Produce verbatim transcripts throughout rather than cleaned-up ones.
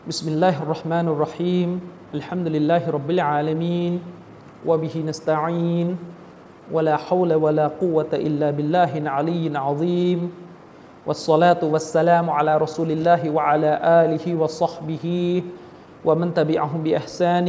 بسم الله الرحمن الرحيم الحمد لله رب العالمين وبه نستعين ولا حول ولا قوة إلا بالله العلي العظيم والصلاة والسلام على رسول الله وعلى آله وصحبه ومن تبعهم بإحسان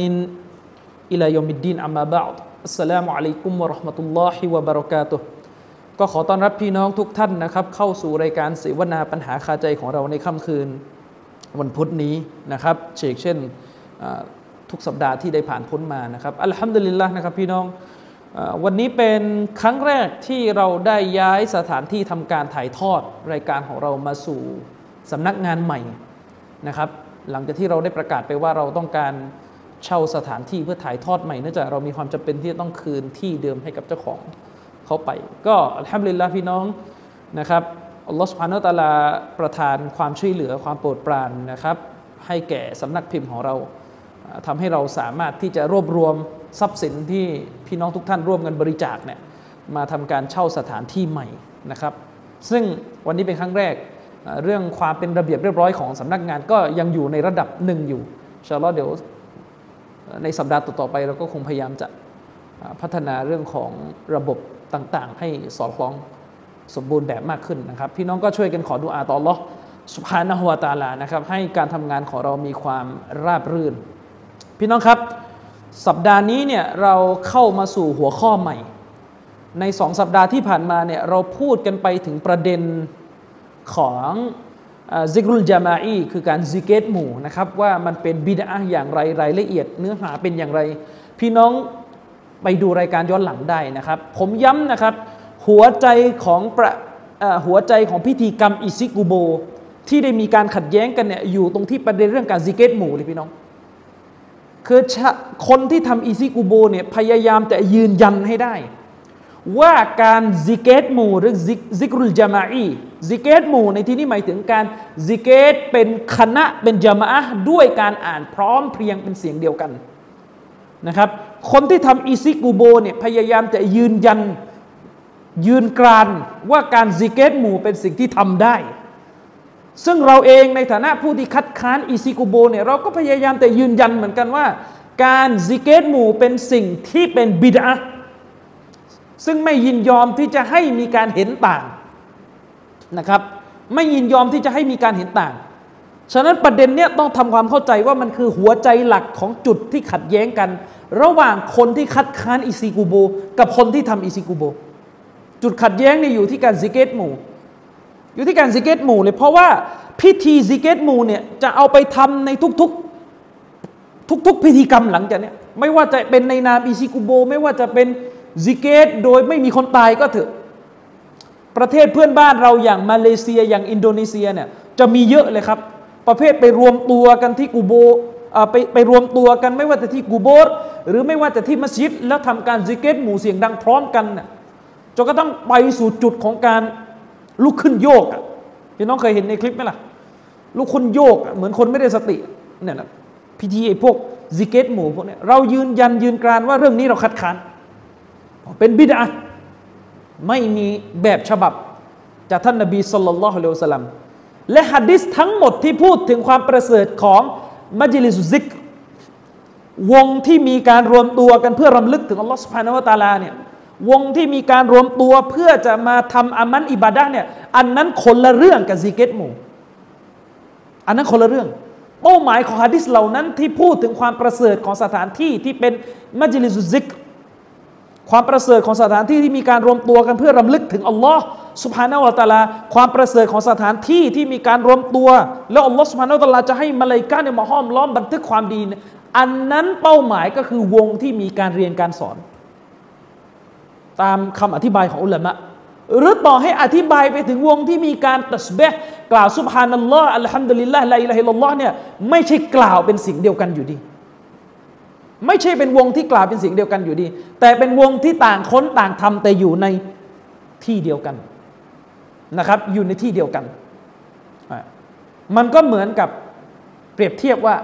إلى يوم الدين أما بعد السلام عليكم ورحمة الله وبركاته ก็ขอต้อนรับพี่น้องทุกท่านนะครับเข้าสู่รายการเสวนาปัญหาคาใจของเราในค่ำคืนวันพุธนี้นะครับเช่นเช่นทุกสัปดาห์ที่ได้ผ่านพ้นมานะครับอัลฮัมดุลิลละห์นะครับพี่น้องวันนี้เป็นครั้งแรกที่เราได้ย้ายสถานที่ทำการถ่ายทอดรายการของเรามาสู่สำนักงานใหม่นะครับหลังจากที่เราได้ประกาศไปว่าเราต้องการเช่าสถานที่เพื่อถ่ายทอดใหม่เนื่องจากเรามีความจำเป็นที่จะต้องคืนที่เดิมให้กับเจ้าของเขาไปก็อัลฮัมดุลิลละห์พี่น้องนะครับอัลลอฮฺซุบฮานะฮูวะตะอาลาประทานความช่วยเหลือความโปรดปรานนะครับให้แก่สำนักพิมพ์ของเราทำให้เราสามารถที่จะรวบรวมทรัพย์สินที่พี่น้องทุกท่านร่วมกันบริจาคเนี่ยมาทำการเช่าสถานที่ใหม่นะครับซึ่งวันนี้เป็นครั้งแรกเรื่องความเป็นระเบียบเรียบร้อยของสำนักงานก็ยังอยู่ในระดับหนึ่งอยู่อินชาอัลเลาะห์เดี๋ยวในสัปดาห์ต่อๆไปเราก็คงพยายามจะพัฒนาเรื่องของระบบต่างๆให้สอดคล้องสมบูรณ์แบบมากขึ้นนะครับพี่น้องก็ช่วยกันขอดุอาต่ออัลเลาะห์ซุบฮานะฮูวะตะอาลานะครับให้การทำงานของเรามีความราบรื่นพี่น้องครับสัปดาห์นี้เนี่ยเราเข้ามาสู่หัวข้อใหม่ในสองสัปดาห์ที่ผ่านมาเนี่ยเราพูดกันไปถึงประเด็นของซิกรุลญะมาอีคือการซิกเกตหมู่นะครับว่ามันเป็นบิดอะห์อย่างไรรายละเอียดเนื้อหาเป็นอย่างไรพี่น้องไปดูรายการย้อนหลังได้นะครับผมย้ำนะครับหัวใจของประหัวใจของพิธีกรรมอิซิกุโบที่ได้มีการขัดแย้งกันเนี่ยอยู่ตรงที่ประเด็นเรื่องการซิกเกตหมู่เลยพี่น้องคือคนที่ทำอิซิกุโบเนี่ยพยายามจะยืนยันให้ได้ว่าการซิกเกตหมู่หรือซิกรุลญะมาอีซิกเกตหมู่ในที่นี้หมายถึงการซิกเกตเป็นคณะเป็นญะมาอะห์ด้วยการอ่านพร้อมเพรียงเป็นเสียงเดียวกันนะครับคนที่ทำอิซิกุโบเนี่ยพยายามจะยืนยันยืนกรานว่าการซิกเกตหมู่เป็นสิ่งที่ทำได้ซึ่งเราเองในฐานะผู้ที่คัดค้านอิซิกุโบเนี่ยเราก็พยายามแต่ยืนยันเหมือนกันว่าการซิกเกตหมู่เป็นสิ่งที่เป็นบิดอะห์ซึ่งไม่ยินยอมที่จะให้มีการเห็นต่างนะครับไม่ยินยอมที่จะให้มีการเห็นต่างฉะนั้นประเด็นเนี้ยต้องทำความเข้าใจว่ามันคือหัวใจหลักของจุดที่ขัดแย้งกันระหว่างคนที่คัดค้านอิซิกุโบกับคนที่ทำอิซิกุโบจุดขัดแย้งเนี่ยอยู่ที่การซิกเกตหมู่อยู่ที่การซิกเกตหมู่เลยเพราะว่าพิธีซิกเกตหมู่เนี่ยจะเอาไปทำในทุกๆทุกๆพิธีกรรมหลังจากนี้ไม่ว่าจะเป็นในนามอิซิกุโบไม่ว่าจะเป็นซิกเกตโดยไม่มีคนตายก็เถอะประเทศเพื่อนบ้านเราอย่างมาเลเซียอย่างอินโดนีเซียเนี่ยจะมีเยอะเลยครับประเภทไปรวมตัวกันที่กูโบไปไปรวมตัวกันไม่ว่าจะที่กูโบสหรือไม่ว่าจะที่มัสยิดแล้วทำการซิกเกตหมู่เสียงดังพร้อมกันเนี่ยจนกระทั่งไปสู่จุดของการลุกขึ้นโยกอ่ะพี่น้องเคยเห็นในคลิปไหมล่ะลุกขึ้นโยกเหมือนคนไม่ได้สติเนี่ยนะพิธีไอ้พวกซิกเกตหมู่พวกนี้เรายืนยันยืนกรานว่าเรื่องนี้เราคัดค้านเป็นบิดอะห์ไม่มีแบบฉบับจากท่านนบีศ็อลลัลลอฮุอะลัยฮิวะซัลลัมและหะดีษทั้งหมดที่พูดถึงความประเสริฐของมัจลิสุซิกรวงที่มีการรวมตัวกันเพื่อรำลึกถึงอัลลอฮฺซุบฮานะฮูวะตะอาลาเนี่ยวงที่มีการรวมตัวเพื่อจะมาทำอามันอิบาดะห์เนี่ยอันนั้นคนละเรื่องกับซิกเกตหมู่อันนั้นคนละเรื่องเป้าหมายของหะดีษเหล่านั้นที่พูดถึงความประเสริฐของสถานที่ที่เป็นมัจลิสุซิกรความประเสริฐของสถานที่ที่มีการรวมตัวกันเพื่อรำลึกถึงอัลลอฮ์ซุบฮานะฮูวะตะอาลาความประเสริฐของสถานที่ที่มีการรวมตัวแล้วอัลลอฮ์ซุบฮานะฮูวะตะอาลาจะให้มลาอิกะฮ์เนี่ยมาห้อมล้อมบันทึกความดีอันนั้นเป้าหมายก็คือวงที่มีการเรียนการสอนตามคำอธิบายของอุลามะหรือต่อให้อธิบายไปถึงวงที่มีการตัสบีฮ์กล่าวซุบฮานัลลอฮ์อัลฮัมดุลิลลาฮ์ลาอิลาฮะอิลลัลลอฮ์เนี่ยไม่ใช่กล่าวเป็นสิ่งเดียวกันอยู่ดีไม่ใช่เป็นวงที่กล่าวเป็นสิ่งเดียวกันอยู่ดีแต่เป็นวงที่ต่างคนต่างทำแต่อยู่ในที่เดียวกันนะครับอยู่ในที่เดียวกันมันก็เหมือนกับเปรียบเทียบว่า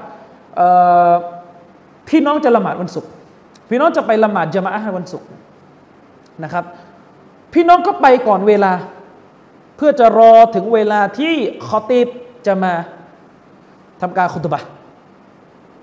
พี่น้องจะละหมาดวันศุกร์พี่น้องจะไปละหมาดญะมาอะห์วันศุกร์นะครับพี่น้องก็ไปก่อนเวลาเพื่อจะรอถึงเวลาที่คอตีบจะมาทำการคุตบะห์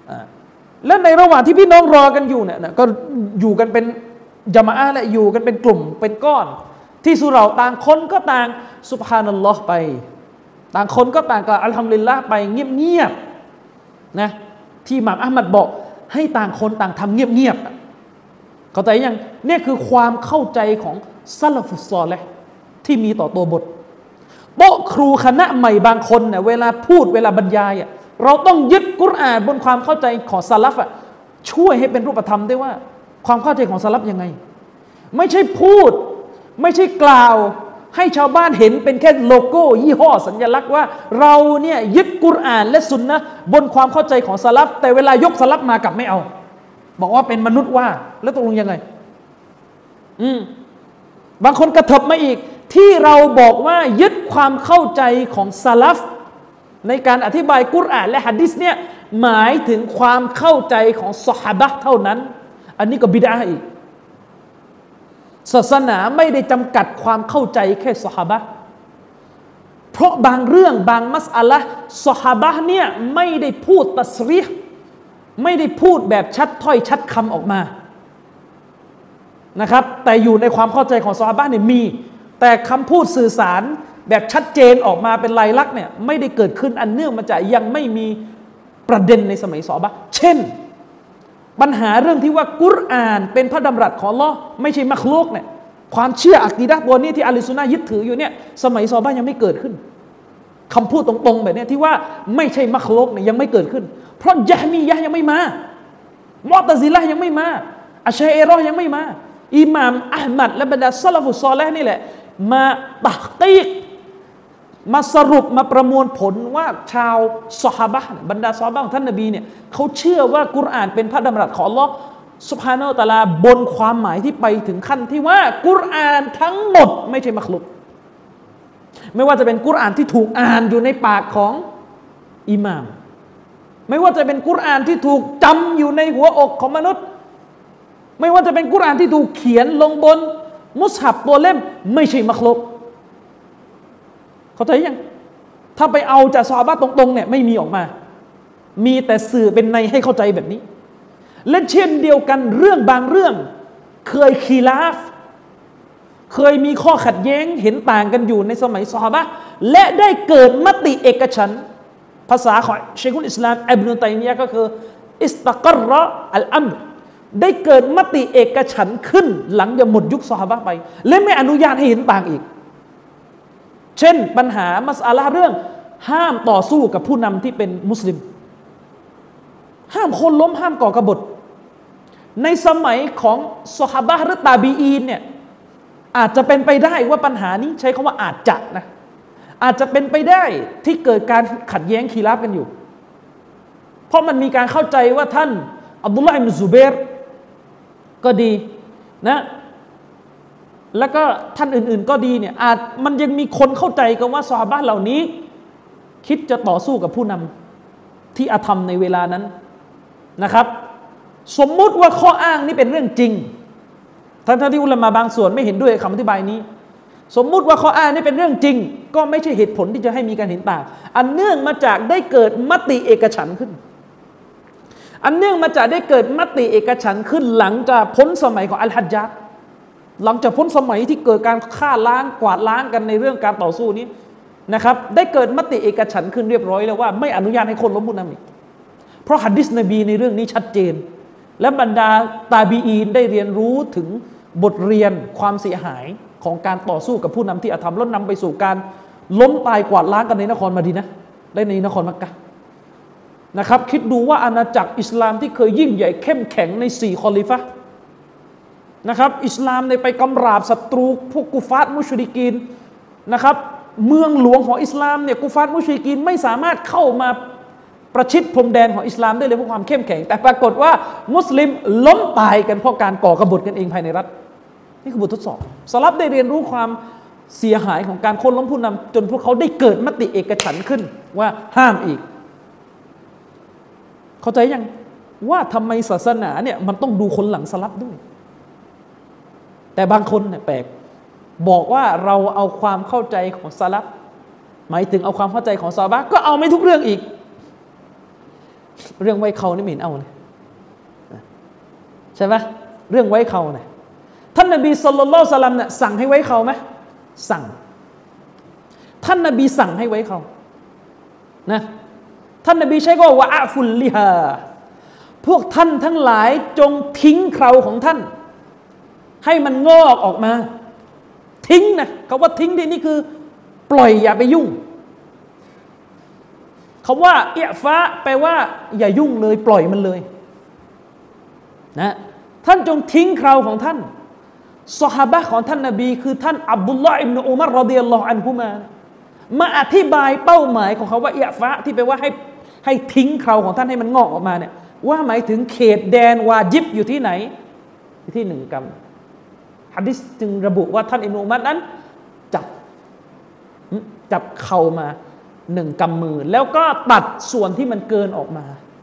และในระหว่างที่พี่น้องรอกันอยู่เนี่ยก็อยู่กันเป็นญะมาอะห์และอยู่กันเป็นกลุ่มเป็นก้อนที่สุเราต่างคนก็ต่างซุบฮานัลลอฮ์ไปต่างคนก็ต่างกล่าวอัลฮัมดุลิลละห์ไปเงียบๆนะที่อิหม่ามอะห์มัดบอกให้ต่างคนต่างทำเงียบๆเข้าใจยังนี่คือความเข้าใจของซะละฟุศศอลิฮ์ที่มีต่อตัวบทโต๊ะครูคณะใหม่บางคนเนี่ยเวลาพูดเวลาบรรยายอ่ะเราต้องยึดกุรอานบนความเข้าใจของซะลัฟอ่ะช่วยให้เป็นรูปธรรมได้ว่าความเข้าใจของซะลัฟยังไงไม่ใช่พูดไม่ใช่กล่าวให้ชาวบ้านเห็นเป็นแค่โลโก้ยี่ห้อสัญลักษณ์ว่าเราเนี่ยยึดกุรอานและสุนนะบนความเข้าใจของซะลัฟแต่เวลายกซะลัฟมากลับไม่เอาบอกว่าเป็นมนุษย์ว่าแล้วตกลงยังไงอืมบางคนกระเถิบมาอีกที่เราบอกว่ายึดความเข้าใจของซะลัฟในการอธิบายกุรอานและหะดีษเนี่ยหมายถึงความเข้าใจของซอฮาบะห์เท่านั้นอันนี้ก็บิดอะห์อีกศาสนาไม่ได้จำกัดความเข้าใจแค่ซอฮาบะห์เพราะบางเรื่องบางมัสอะละห์ซอฮาบะห์เนี่ยไม่ได้พูดตัสรีห์ไม่ได้พูดแบบชัดถ้อยชัดคำออกมานะครับแต่อยู่ในความเข้าใจของซอฮาบะห์เนี่ยมีแต่คำพูดสื่อสารแบบชัดเจนออกมาเป็นลายลักษณ์เนี่ยไม่ได้เกิดขึ้นอันเนื่องมาจากยังไม่มีประเด็นในสมัยซอฮาบะห์เช่นปัญหาเรื่องที่ว่ากุรอานเป็นพระดำรัสของอัลเลาะห์ไม่ใช่มักลุกเนี่ยความเชื่ออะกีดะห์ตัวนี้ที่อะห์ลุสซุนนะห์ยึดถืออยู่เนี่ยสมัยซอฮาบะห์ยังไม่เกิดขึ้นคำพูดตรงๆแบบนี้ที่ว่าไม่ใช่มักลุกเนี่ยยังไม่เกิดขึ้นเพราะยะห์มียะห์ยังไม่มามุอ์ตะซิละห์ยังไม่มาอัชอะอิเราะห์ยังไม่มาอิหม่ามอะห์มัดและบรรดาซะละฟุศศอลิฮ์นี่แหละมาตัห์กีกมาสรุปมาประมวลผลว่าชาวซอฮาบะห์บรรดาซอฮาบะห์ของท่านนบีเนี่ยเขาเชื่อว่ากุรอานเป็นพระดำรัสของอัลเลาะห์ซุบฮานะฮูวะตะอาลาบนความหมายที่ไปถึงขั้นที่ว่ากุรอานทั้งหมดไม่ใช่มักลุกไม่ว่าจะเป็นกุรอานที่ถูกอ่านอยู่ในปากของอิหม่ามไม่ว่าจะเป็นกุรอานที่ถูกจำอยู่ในหัวอกของมนุษย์ไม่ว่าจะเป็นกุรอานที่ถูกเขียนลงบนมุสฮับตัวเล่มไม่ใช่มักลุกเข้าใจยังถ้าไปเอาจากซอฮาบะห์ตรงๆเนี่ยไม่มีออกมามีแต่สื่อเป็นในให้เข้าใจแบบนี้และเช่นเดียวกันเรื่องบางเรื่องเคยคีลาฟเคยมีข้อขัดแย้งเห็นต่างกันอยู่ในสมัยซอฮาบะห์และได้เกิดมติเอกฉันท์ภาษาของเชคุลอิสลามอิบนุตัยมียะห์ก็คืออิสตักรเราะอัลอัมรได้เกิดมติเอกฉันท์ขึ้นหลังจากหมดยุคซอฮาบะห์ไปและไม่อนุญาตให้เห็นต่างอีกเช่นปัญหามัสอะละห์เรื่องห้ามต่อสู้กับผู้นำที่เป็นมุสลิมห้ามคนล้มห้ามก่อกบฏในสมัยของซอฮาบะห์หรือตาบีอีนเนี่ยอาจจะเป็นไปได้ว่าปัญหานี้ใช้คำว่าอาจจะนะอาจจะเป็นไปได้ที่เกิดการขัดแย้งคีราฟกันอยู่เพราะมันมีการเข้าใจว่าท่านอับดุลลาห์อิบนุซุบัยรก็ดีนะแล้วก็ท่านอื่นๆก็ดีเนี่ยอาจมันยังมีคนเข้าใจกันว่าซอฮาบะห์เหล่านี้คิดจะต่อสู้กับผู้นำที่อาธรรมในเวลานั้นนะครับสมมุติว่าข้ออ้างนี้เป็นเรื่องจริงทั้งที่อุลามะบางส่วนไม่เห็นด้วยคำอธิบายนี้สมมุติว่าข้ออ้างนี้เป็นเรื่องจริงก็ไม่ใช่เหตุผลที่จะให้มีการเห็นต่างอันเนื่องมาจากได้เกิดมติเอกฉันท์ขึ้นอันเนื่องมาจากได้เกิดมติเอกฉันท์ขึ้นหลังจากพ้นสมัยของอัลฮัจญาจหลังจากพ้นสมัยที่เกิดการฆ่าล้างกวาดล้างกันในเรื่องการต่อสู้นี้นะครับได้เกิดมติเอกฉันท์ขึ้นเรียบร้อยแล้วว่าไม่อนุญาตให้คนล้มผู้นำอีกเพราะหะดีษนบีในเรื่องนี้ชัดเจนและบรรดาตาบีอีนได้เรียนรู้ถึงบทเรียนความเสียหายของการต่อสู้กับผู้นำที่อาธรรมแล้วนำไปสู่การล้มตายกวาดล้างกันในนครมะดีนะห์และในนครมักกะฮ์นะครับคิดดูว่าอาณาจักรอิสลามที่เคยยิ่งใหญ่เข้มแข็งในสี่คอลิฟะห์นะครับอิสลามในไปกำราบศัตรูพวกกุฟาร์มุชริกีนนะครับเมืองหลวงของอิสลามเนี่ยกุฟาร์มุชริกีนไม่สามารถเข้ามาประชิดพรมแดนของอิสลามได้เลยเพราะความเข้มแข็งแต่ปรากฏว่ามุสลิมล้มตายกันเพราะการก่อกบฏกันเองภายในรัฐนี่คือบททดสอบสลับได้เรียนรู้ความเสียหายของการโค่นล้มผู้นำจนพวกเขาได้เกิดมติเอกฉันท์ขึ้นว่าห้ามอีกเข้าใจยังว่าทำไมศาสนาเนี่ยมันต้องดูคนหลังสลับด้วยแต่บางคนเนี่ยแปลกบอกว่าเราเอาความเข้าใจของซะลัฟหมายถึงเอาความเข้าใจของซอฮาบะห์ก็เอาไม่ทุกเรื่องอีกเรื่องไว้เขานี่ไม่เห็นเอาเลยใช่ไหมเรื่องไว้เขาเนี่ยท่านนบีศ็อลลัลลอฮุอะลัยฮิวะซัลลัมเนี่ยสั่งให้ไว้เขาไหมสั่งท่านนบีสั่งให้ไว้เขานะท่านนบีใช้ก็ว่าอะฟุลลิฮาพวกท่านทั้งหลายจงทิ้งเคราของท่านให้มันงอกออกมาทิ้งนะคำว่าทิ้งที่นี่คือปล่อยอย่าไปยุ่งคำว่าอิอฟะแปลว่าอย่ายุ่งเลยปล่อยมันเลยนะท่านจงทิ้งเคราของท่านซอฮาบะห์ของท่านนบีคือท่านอับดุลลอฮ์อิบนุอุมัรรอฎิยัลลอฮุอันฮุมามาอธิบายเป้าหมายของเขาว่าอิอฟะที่แปลว่าให้ให้ทิ้งเคราของท่านให้มันงอกออกมาเนี่ยว่าหมายถึงเขตแดนวาญิบอยู่ที่ไหนที่หนึ่งกำหะดีษจึงระบุว่าท่านอิบนุอุมัรนั้นจับจับเข่ามาหนึ่งกำมือแล้วก็ตัดส่วนที่มันเกินออกมา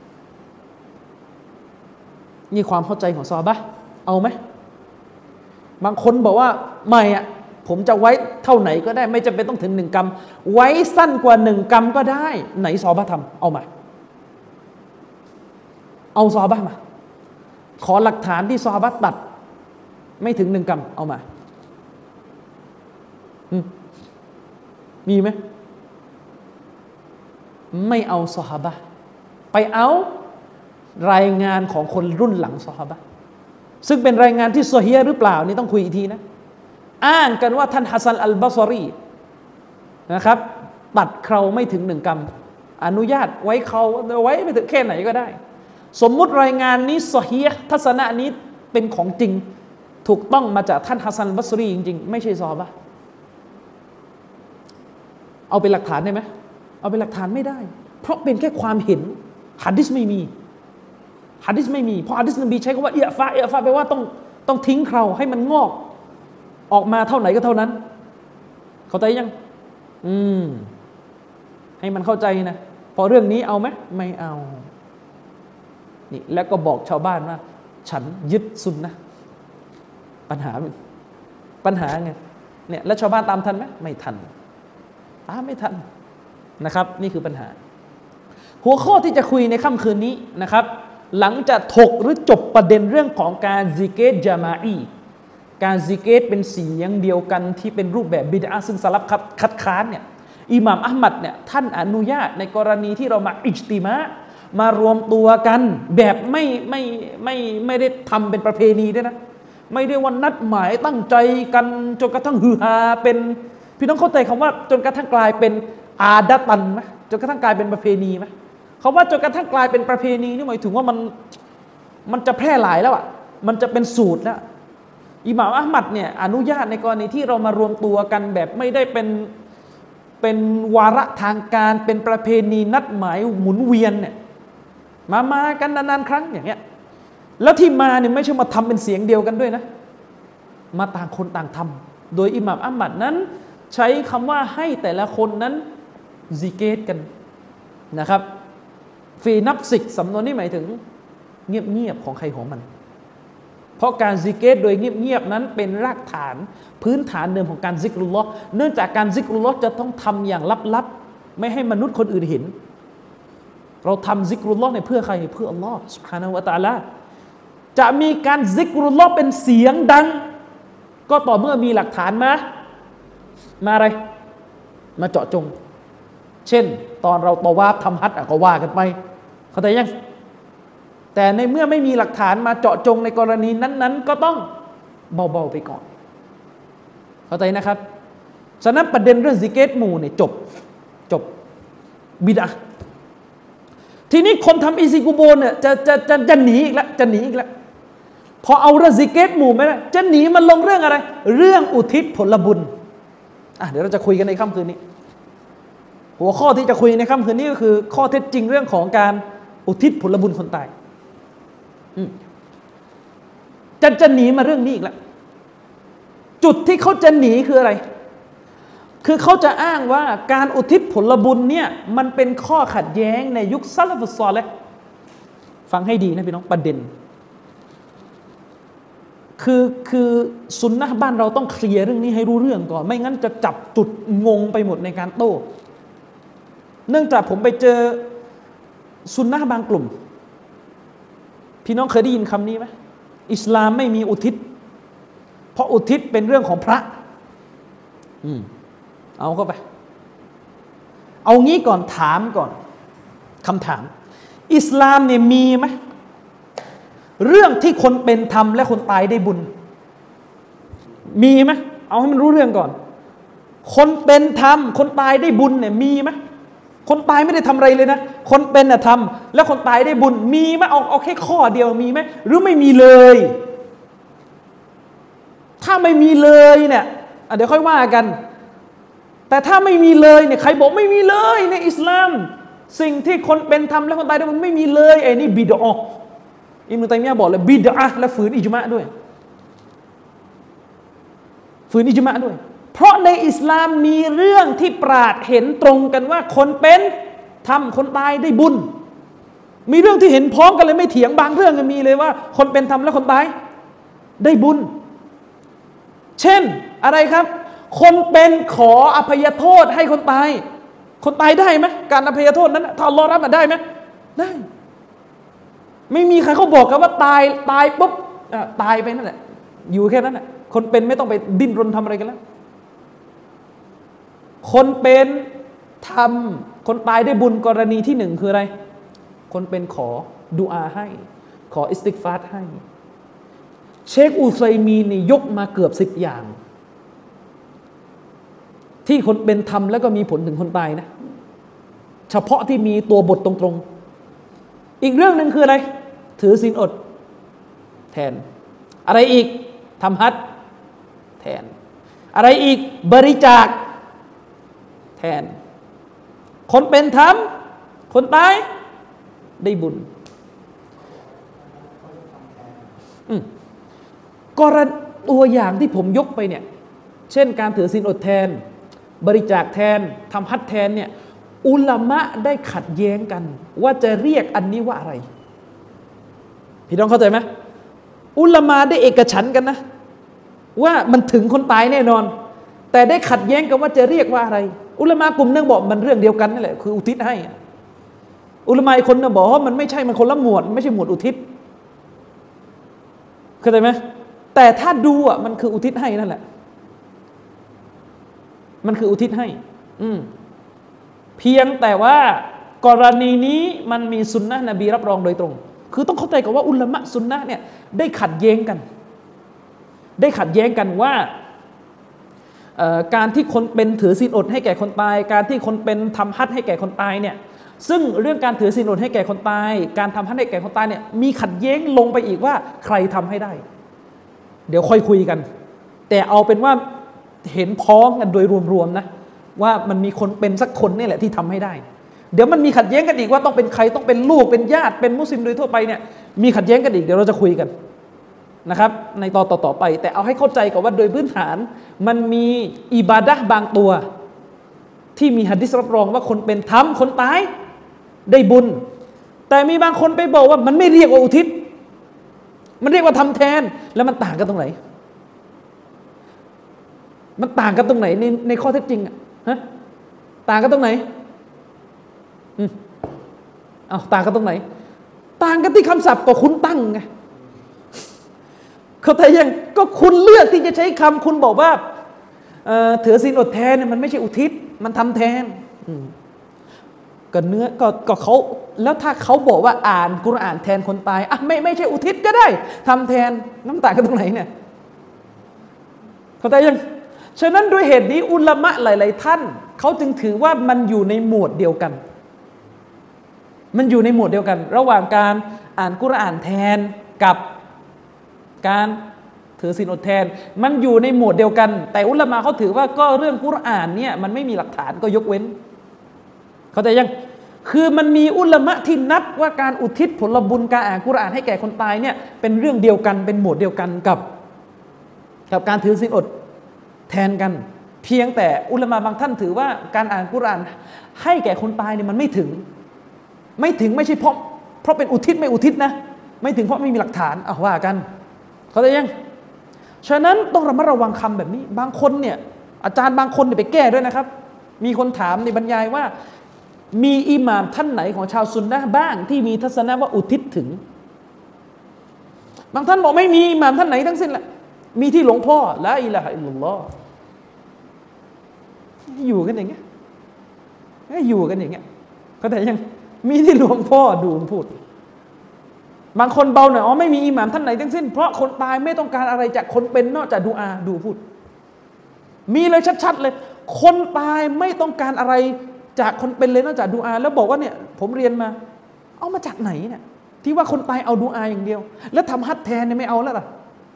นี่ความเข้าใจของซอฮาบะห์เอาไหมบางคนบอกว่าไม่อะผมจะไว้เท่าไหนก็ได้ไม่จำเป็นต้องถึงหนึ่งกำไว้สั้นกว่าหนึ่งกำก็ได้ไหนซอฮาบะห์ทำเอามาเอาซอฮาบะห์มาขอหลักฐานที่ซอฮาบะห์ตัดไม่ถึงหนึ่งกำเอามามีไหมไม่เอาซอฮาบะห์ไปเอารายงานของคนรุ่นหลังซอฮาบะห์ซึ่งเป็นรายงานที่ซอฮีฮ์หรือเปล่านี่ต้องคุยอีกทีนะอ้างกันว่าท่านฮัสซันอัลบะซอรีนะครับตัดเคราไม่ถึงหนึ่งกำอนุญาตไว้เขาไว้ไปถึงแค่ไหนก็ได้สมมุติรายงานนี้ซอฮีฮ์ทัศนะนี้เป็นของจริงถูกต้องมาจากท่านฮัสซันอัลบะซอรีจริงๆไม่ใช่ซอฮาบะห์เอาเป็นหลักฐานได้ไหมเอาเป็นหลักฐานไม่ได้เพราะเป็นแค่ความเห็นหะดีษไม่มีหะดีษไม่มีเพราะหะดีษนบีใช้คำว่าอิอฟะอิอฟะแปลว่าต้องต้องทิ้งเคราให้มันงอกออกมาเท่าไหนก็เท่านั้นเข้าใจยังอืมให้มันเข้าใจนะพอเรื่องนี้เอาไหมไม่เอานี่แล้วก็บอกชาวบ้านว่าฉันยึดซุนนะปัญหาปัญหาไงเนี่ยแล้วชาวบ้านตามทันไหมไม่ทันตามไม่ทันนะครับนี่คือปัญหาหัวข้อที่จะคุยในค่ำคืนนี้นะครับหลังจากถกหรือจบประเด็นเรื่องของการซิกเรตญะมาอีการซิกเรตเป็นเสียงเดียวกันที่เป็นรูปแบบบิดอะห์ซึ่งสลับคัดค้านเนี่ยอิหม่ามอะห์มัดเนี่ยท่านอนุญาตในกรณีที่เรามาอิจติมะมารวมตัวกันแบบไม่ไม่ไม่ไม่ได้ทำเป็นประเพณีด้วยนะไม่ได้วันนัดหมายตั้งใจกันจนกระทั่งฮือฮาเป็นพี่น้องเข้าใจคำว่าจนกระทั่งกลายเป็นอาดะตันไหมจนกระทั่งกลายเป็นประเพณีไหมเขาว่าจนกระทั่งกลายเป็นประเพณีนี่หมายถึงว่ามันมันจะแพร่หลายแล้วอ่ะมันจะเป็นสูตรแล้วอิหม่ามอะห์มัดเนี่ยอนุญาตในกรณีที่เรามารวมตัวกันแบบไม่ได้เป็นเป็นวาระทางการเป็นประเพณีนัดหมายหมุนเวียนเนี่ยมามากันนานๆครั้งอย่างเงี้ยแล้วที่มาเนี่ยไม่ใช่มาทำเป็นเสียงเดียวกันด้วยนะมาต่างคนต่างทำโดยอิหม่ามอะห์มัดนั้นใช้คำว่าให้แต่ละคนนั้นซิกเรตกันนะครับฟีนับสิกสำนวนนี้หมายถึงเงียบๆของใครของมันเพราะการซิกเรตโดยเงียบๆนั้นเป็นรากฐานพื้นฐานเดิมของการซิกรุลลอฮ์เนื่องจากการซิกรุลลอฮ์จะต้องทำอย่างลับๆไม่ให้มนุษย์คนอื่นเห็นเราทำซิกรุลลอฮ์เนี่ยเพื่อใครเพื่ออัลลอฮ์ซุบฮานะฮูวะตะอาลาจะมีการซิกรุลลอฮ์เป็นเสียงดังก็ต่อเมื่อมีหลักฐานมามาอะไรมาเจาะจงเช่นตอนเราตะวาฟทำฮัจญ์ก็ว่ากันไปเข้าใจยังแต่ในเมื่อไม่มีหลักฐานมาเจาะจงในกรณีนั้นๆก็ต้องเบาๆไปก่อนเข้าใจนะครับฉะนั้นประเด็นเรื่องซิกเรตหมู่เนี่ยจบจบบิดอะห์ทีนี้คนทำอิซิกุโบเนี่ยจะจะจะจะหนีอีกแล้วจะหนีอีกแล้วพอเอาเรื่องซิกเรตหมู่ไม่ได้จะหนีมันลงเรื่องอะไรเรื่องอุทิศผลบุญอ่ะเดี๋ยวเราจะคุยกันในค่ำคืนนี้หัวข้อที่จะคุยในค่ำคืนนี้ก็คือข้อเท็จจริงเรื่องของการอุทิศผลบุญคนตายจะจะหนีมาเรื่องนี้อีกแล้วจุดที่เขาจะหนีคืออะไรคือเขาจะอ้างว่าการอุทิศผลบุญเนี่ยมันเป็นข้อขัดแย้งในยุคซะลาฟุศศอลิห์ฟังให้ดีนะพี่น้องประเด็นคือคือซุนนะห์บ้านเราต้องเคลียร์เรื่องนี้ให้รู้เรื่องก่อนไม่งั้นจะจับจุดงงไปหมดในการโต้เนื่องจากผมไปเจอซุนนะห์บางกลุ่มพี่น้องเคยได้ยินคำนี้ไหมอิสลามไม่มีอุทิศเพราะอุทิศเป็นเรื่องของพระอืมเอาเข้าไปเอางี้ก่อนถามก่อนคำถามอิสลามเนี่ยมีไหมเรื่องที่คนเป็นทำและคนตายได้บุญมีไหมเอาให้มันรู้เรื่องก่อนคนเป็นทำคนตายได้บุญเนี่ยมีไหมคนตายไม่ได้ทำอะไรเลยนะคนเป็นน่ะทำแล้วคนตายได้บุญมีไหมเอาเอาแค่ข้อเดียวมีไหมหรือไม่มีเลยถ้าไม่มีเลยเนี่ยเดี๋ยวค่อยว่ากันแต่ถ้าไม่มีเลยเนี่ยใครบอกไม่มีเลยในอิสลามสิ่งที่คนเป็นทำและคนตายได้บุญไม่มีเลยไอ้นี่บิดอะห์อิบนุตัยมียะห์บอกเลยบิดอะห์และฝืนอิจมะห์ด้วยฝืนอิจมะห์ด้วยเพราะในอิสลามมีเรื่องที่ปราชญ์เห็นตรงกันว่าคนเป็นทำคนตายได้บุญมีเรื่องที่เห็นพ้องกันเลยไม่เถียงบางเรื่องก็มีเลยว่าคนเป็นทำและคนตายได้บุญเช่นอะไรครับคนเป็นขออภัยโทษให้คนตายคนตายได้ไหมการอภัยโทษนั้นถ้าอัลลอฮ์รับมาได้ไหมได้ไม่มีใครเขาบอกกันว่าตายตายปุ๊บตายไปนั่นแหละอยู่แค่นั้นแหละคนเป็นไม่ต้องไปดิ้นรนทำอะไรกันแล้วคนเป็นทำคนตายได้บุญกรณีที่หนึ่งคืออะไรคนเป็นขอดุอาให้ขออิสติกฟาร์ให้เชคอุซัยมีนนี่ยกมาเกือบสิบอย่างที่คนเป็นทำแล้วก็มีผลถึงคนตายนะเฉพาะที่มีตัวบทตรงๆอีกเรื่องหนึ่งคืออะไรถือศีลอดแทนอะไรอีกทำฮัจญ์แทนอะไรอีกบริจาคแทนคนเป็นทำคนตายได้บุญกรณีตัวอย่างที่ผมยกไปเนี่ยเช่นการถือศีลอดแทนบริจาคแทนทำฮัจญ์แทนเนี่ยอุลามะได้ขัดแย้งกันว่าจะเรียกอันนี้ว่าอะไรพี่น้องเข้าใจไหมอุลามะได้เอกฉันท์กันนะว่ามันถึงคนตายแน่นอนแต่ได้ขัดแย้งกันว่าจะเรียกว่าอะไรอุลามะกลุ่มนึงบอกมันเรื่องเดียวกันนั่นแหละคืออุทิศให้อุลามะอีกคนนึงบอกว่ามันไม่ใช่มันคนละหมวดไม่ใช่หมวดอุทิศเข้าใจไหมแต่ถ้าดูอ่ะมันคืออุทิศให้นั่นแหละมันคืออุทิศให้อืมเพียงแต่ว่ากรณีนี้มันมีสุนนะนบีรับรองโดยตรงคือต้องเข้าใจก่อนว่าอุลามะสุนนะเนี่ยได้ขัดแย้งกันได้ขัดแย้งกันว่าการที่คนเป็นถือศีลอดให้แก่คนตายการที่คนเป็นทำฮัจญ์ให้แก่คนตายเนี่ยซึ่งเรื่องการถือศีลอดให้แก่คนตายการทำฮัจญ์ให้แก่คนตายเนี่ยมีขัดแย้งลงไปอีกว่าใครทำให้ได้เดี๋ยวค่อยคุยกันแต่เอาเป็นว่าเห็นพ้องกันโดยรวมๆนะว่ามันมีคนเป็นสักคนนี่แหละที่ทำให้ได้เดี๋ยวมันมีขัดแย้งกันอีกว่าต้องเป็นใครต้องเป็นลูกเป็นญาติเป็นมุสลิมโดยทั่วไปเนี่ยมีขัดแย้งกันอีกเดี๋ยวเราจะคุยกันนะครับในตอนต่อๆไปแต่เอาให้เข้าใจก่อนว่าโดยพื้นฐานมันมีอิบาดะห์บางตัวที่มีหะดีษรับรองว่าคนเป็นทำคนตายได้บุญแต่มีบางคนไปบอกว่ามันไม่เรียกว่าอุทิศมันเรียกว่าทำแทนแล้วมันต่างกันตรงไหนมันต่างกันตรงไหนในในข้อเท็จจริงอะฮะต่างกันตรงไหนอืมเอาต่างกันตรงไหนต่างกันที่คำศัพท์ก็คุณตั้งไงเขาแต่ยังก็คุณเลือกที่จะใช้คำคุณบอกว่าเอ่อถือศีลอดแทนเนี่ยมันไม่ใช่อุทิศมันทำแทนก็เนื้อก็ก็เขาแล้วถ้าเขาบอกว่าอ่านกุรอานแทนคนตายอ่ะไม่ไม่ใช่อุทิศก็ได้ทำแทนน้ำต่างกันตรงไหนเนี่ยเขาแต่ยังฉะนั้นด้วยเหตุนี้อุลามะหลายๆท่านเขาจึงถือว่ามันอยู่ในหมวดเดียวกันมันอยู่ในหมวดเดียวกันระหว่างการอ่านกุรอานแทนกับการถือศีลอดแทนมันอยู่ในหมวดเดียวกันแต่อุลามะเขาถือว่าก็เรื่องกุรอานเนี่ยมันไม่มีหลักฐานก็ยกเว้นเขาแต่ยังคือมันมีอุลามะที่นับว่าการอุทิศผลบุญการอ่านกุรอานให้แก่คนตายเนี่ยเป็นเรื่องเดียวกันเป็นหมวดเดียวกันกับกับการถือศีลอดแทนกันเพียงแต่อุลามะบางท่านถือว่าการอ่านกุรอานให้แก่คนตายเนี่ยมันไม่ถึงไม่ถึงไม่ใช่เพราะเพราะเป็นอุทิศไม่อุทิศนะไม่ถึงเพราะไม่มีหลักฐานเอาว่ากันเขาใจยังฉะนั้นต้องระมัดระวังคำแบบนี้บางคนเนี่ยอาจารย์บางคนเนี่ยไปแก้ด้วยนะครับมีคนถามในบรรยายว่ามีอิหม่ามท่านไหนของชาวซุนนะห์บ้างที่มีทัศนะว่าอุทิศถึงบางท่านบอกไม่มีอิหม่ามท่านไหนทั้งสิ้นแหละมีที่หลวงพ่อลาอิลาฮะอิลลัลลอฮ์อยู่กันอย่างเงี้ยอยู่กันอย่างเงี้ยก็แต่ยังมีที่หลวงพ่อดูมพูดบางคนเบาหน่อยอ๋อไม่มีอิหม่ามท่านไหนทั้งสิ้นเพราะคนตายไม่ต้องการอะไรจากคนเป็นนอกจากดูอาดูพูดมีเลยชัดๆเลยคนตายไม่ต้องการอะไรจากคนเป็นเลยนอกจากดูอาแล้วบอกว่าเนี่ยผมเรียนมาเอามาจากไหนเนี่ยที่ว่าคนตายเอาดูอาอย่างเดียวแล้วทำฮัจญ์แทนเนี่ยไม่เอาแล้วล่ะ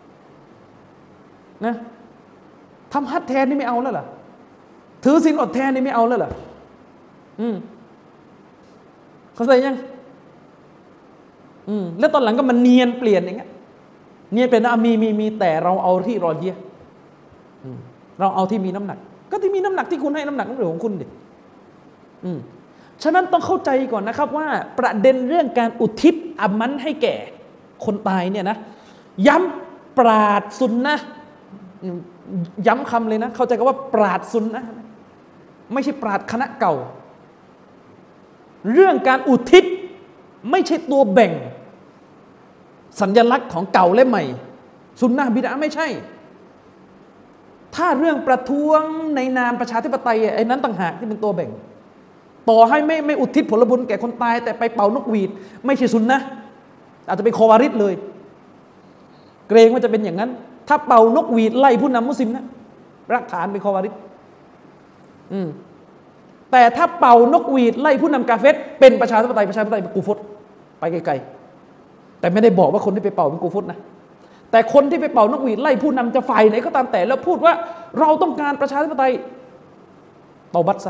นะทำฮัจญ์แทนนี่ไม่เอาแล้วล่ะถือศีลอดแทนนี่ไม่เอาแล้วล่ะอืมเข้าใจยังอืมแล้วตอนหลังก็มันเนียนเปลี่ยนอย่างเงี้ยเนียนเป็นอามีมีมีแต่เราเอาที่รอเยียเราเอาที่มีน้ำหนักก็ที่มีน้ำหนักที่คุณให้น้ำหนักเรื่องของคุณดิอืมฉะนั้นต้องเข้าใจก่อนนะครับว่าประเด็นเรื่องการอุทิศอามันให้แก่คนตายเนี่ยนะย้ำปราดซุนนะย้ำคำเลยนะเข้าใจกันว่าปราดซุนนะไม่ใช่ปราดคณะเก่าเรื่องการอุทิศไม่ใช่ตัวแบ่งสัญลักษณ์ของเก่าและใหม่ซุนนะห์บิดอะห์ไม่ใช่ถ้าเรื่องประท้วงในนามประชาธิปไตยไอ้นั้นต่างหากที่เป็นตัวแบ่งต่อให้ไม่ไม่อุทิศผลบุญแก่คนตายแต่ไปเป่านกหวีดไม่ใช่ซุนนะห์อาจจะเป็นคอวาริดเลยเกรงว่าจะเป็นอย่างนั้นถ้าเป่านกหวีดไล่ผู้นำมุสลิมนะรักฐานเป็นคอวาริดอืมแต่ถ้าเป่านกหวีดไล่ผู้นำกาเฟรเป็นประชาธิปไตยประชาธิปไตยเป็นกูฟรไปไกลๆแต่ไม่ได้บอกว่าคนที่ไปเป่าเป็นกูฟรนะแต่คนที่ไปเป่านกหวีดไล่ผู้นำจะฝ่ายไหนก็ตามแต่แล้วพูดว่าเราต้องการประชาธิปไตยเตาบัตซะ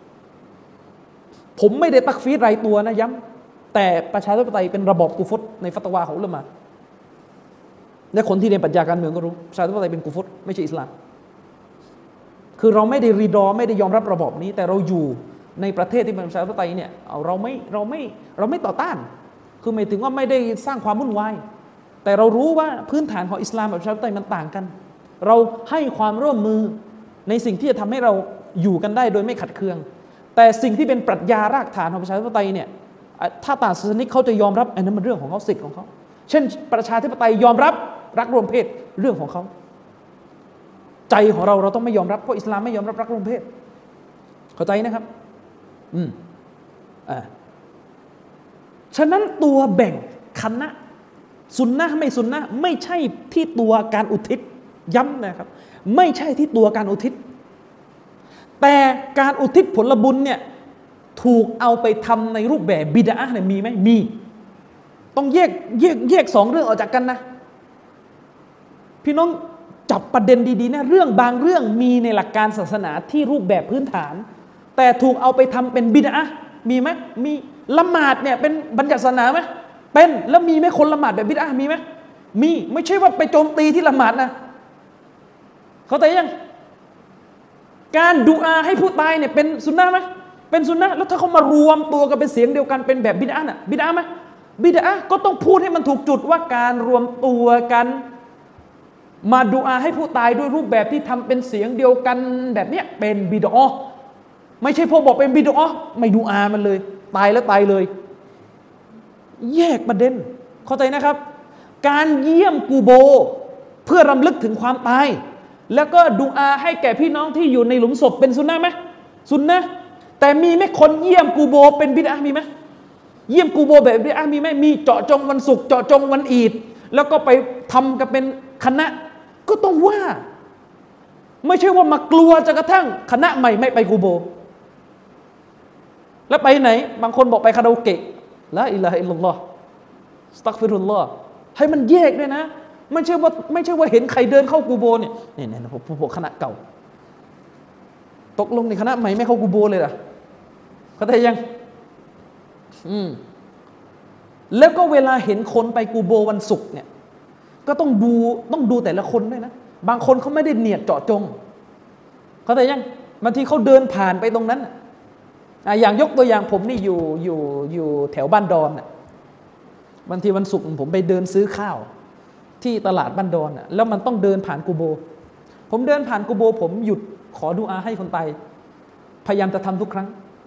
ผมไม่ได้ตักฟีรรายตัวนะย้ำแต่ประชาธิปไตยเป็นระบอบกูฟรในฟัตวาของอุลามะและคนที่เรียนปรัชญาการเมืองก็รู้ประชาธิปไตยเป็นกูฟรไม่ใช่อิสลามคือเราไม่ได้รีดอไม่ได้ยอมรับระบอบนี้แต่เราอยู่ในประเทศที่เป็นประชาธิปไตยเนี่ยเราไม่เราไม่เราไม่ต่อต้านคือหมายถึงว่าไม่ได้สร้างความวุ่นวายแต่เรารู้ว่าพื้นฐานของอิสลามกับประชาธิปไตยมันต่างกันเราให้ความร่วมมือในสิ่งที่จะทำให้เราอยู่กันได้โดยไม่ขัดเคืองแต่สิ่งที่เป็นปรัชญารากฐานของประชาธิปไตยเนี่ยถ้าต่างศาสนิกเขาจะยอมรับอันนั้นมันเรื่องของเขาสิทธิ์ของเขาเช่นประชาธิปไตยยอมรับรักร่วมเพศเรื่องของเขาใจของเราเราต้องไม่ยอมรับเพราะอิสลามไม่ยอมรับรักร่วมเพศเข้าใจนะครับอืมอ่าฉะนั้นตัวแบ่งคณะซุนนะห์ไม่ซุนนะห์ไม่ใช่ที่ตัวการอุทิศย้ำนะครับไม่ใช่ที่ตัวการอุทิศแต่การอุทิศผลบุญเนี่ยถูกเอาไปทำในรูปแบบบิดอะห์เนี่ยมีไหมมีต้องแยกแยกแยกสองเรื่องออกจากกันนะพี่น้องจับประเด็นดีๆนะเรื่องบางเรื่องมีในหลักการศาสนาที่รูปแบบพื้นฐานแต่ถูกเอาไปทำเป็นบิดอะห์มีไหมมีละหมาดเนี่ยเป็นบัญญัติศาสนาไหมเป็นแล้วมีไหมคนละหมาดแบบบิดอะห์มีไหมมีไม่ใช่ว่าไปโจมตีที่ละหมาดนะเข้าใจยังการดุอาให้ผู้ตายเนี่ยเป็นสุนนะไหมเป็นสุนนะแล้วถ้าเขามารวมตัวกันเป็นเสียงเดียวกันเป็นแบบบิดอะห์น่ะบิดอะห์ไหมบิดอะห์ก็ต้องพูดให้มันถูกจุดว่าการรวมตัวกันมาดุอาให้ผู้ตายด้วยรูปแบบที่ทำเป็นเสียงเดียวกันแบบเนี้ยเป็นบิดอะห์ไม่ใช่พอบอกเป็นบิดอะห์ไม่ดุอามันเลยตายแล้วตายเลยแยกประเด็นเข้าใจนะครับการเยี่ยมกูโบเพื่อรำลึกถึงความตายแล้วก็ดุอาให้แก่พี่น้องที่อยู่ในหลุมศพเป็นซุนนะห์ไหมซุนนะห์แต่มีไหมคนเยี่ยมกูโบเป็นบิดอะห์มีไหมเยี่ยมกูโบแบบบิดอะห์มีไหมมีเจาะจงวันศุกร์เจาะจงวันอีดแล้วก็ไปทำกันเป็นคณะก็ต้องว่าไม่ใช่ว่ามากลัวจนกระทั่งคณะใหม่ไม่ไปกูโบแล้วไปไหนบางคนบอกไปคาราโอเกะละอิลาฮะอิลลัลลอฮ์อัสตัฆฟิรุลลอฮ์ให้มันแยกด้วยนะไม่ใช่ว่าไม่ใช่ว่าเห็นใครเดินเข้ากูโบเนี่ยนี่ๆผมพวกคณะเก่าตกลงในคณะใหม่ไม่เข้ากูโบเลยล่ะเข้าใจยังอืมแล้วก็เวลาเห็นคนไปกูโบวันศุกร์เนี่ยก็ต้องดูต้องดูแต่ละคนด้วยนะบางคนเขาไม่ได้เนียดเจาะจงเข้าใจยังบางทีเขาเดินผ่านไปตรงนั้นอ่ะอย่างยกตัวอย่างผมนี่อยู่อยู่อยู่แถวบ้านดอนอ่ะบางทีวันศุกร์ผมไปเดินซื้อข้าวที่ตลาดบ้านดอนอ่ะแล้วมันต้องเดินผ่านกูโบผมเดินผ่านกูโบผมหยุดขอดุอาให้คนตายพยายามจะทำทุกครั้ง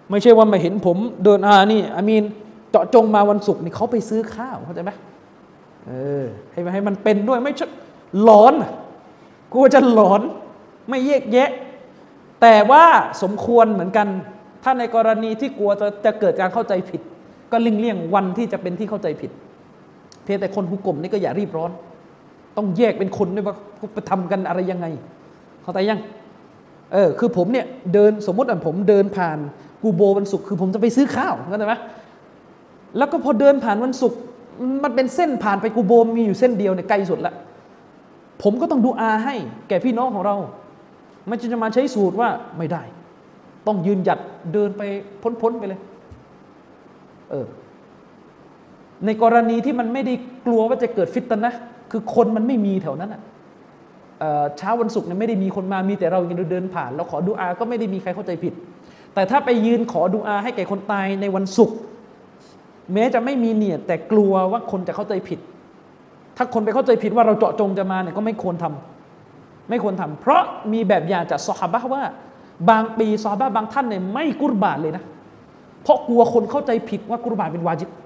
ไม่ใช่ว่ามาเห็นผมเดินอ่านี่อามีนเจาะจงมาวันศุกร์นี่เขาไปซื้อข้าวเข้าใจไหมเออให้ให้มันเป็นด้วยไม่ใช่หลอนกลัวจะหลอนไม่แยกแยะแต่ว่าสมควรเหมือนกันถ้าในกรณีที่กลัวจะจะเกิดการเข้าใจผิดก็เลี่ยงๆวันที่จะเป็นที่เข้าใจผิดเพียงแต่คนฮุกกลมนี่ก็อย่ารีบร้อนต้องแยกเป็นคนด้วยว่าไปทำกันอะไรยังไงเข้าใจยังเออคือผมเนี่ยเดินสมมติว่าผมเดินผ่านกูโบวันศุกร์คือผมจะไปซื้อข้าวเข้าใจไหมแล้วก็พอเดินผ่านวันศุกร์มันเป็นเส้นผ่านไปกูโบมีอยู่เส้นเดียวเนี่ยไกลสุดละผมก็ต้องดูอาให้แก่พี่น้องของเราไม่จะมาใช้สูตรว่าไม่ได้ต้องยืนหยัดเดินไปพ้นๆไปเลยเออในกรณีที่มันไม่ได้กลัวว่าจะเกิดฟิตนะคือคนมันไม่มีแถวนั้นอ่ะเช้าวันศุกร์เนี่ยไม่ได้มีคนมามีแต่เรายังเดินผ่านเราขอดุอาก็ไม่ได้มีใครเข้าใจผิดแต่ถ้าไปยืนขอดุอาให้แก่คนตายในวันศุกร์แม้จะไม่มีเนียดแต่กลัวว่าคนจะเข้าใจผิดถ้าคนไปเข้าใจผิดว่าเราเจาะจงจะมาเนี่ยก็ไม่ควรทำไม่ควรทำเพราะมีแบบอย่างจากซอฮาบะห์ว่าบางปีซอฮาบะห์บางท่านเนี่ยไม่กุรบานเลยนะเพราะกลัวคนเข้าใจผิดว่ากุรบานเป็นวาญิบ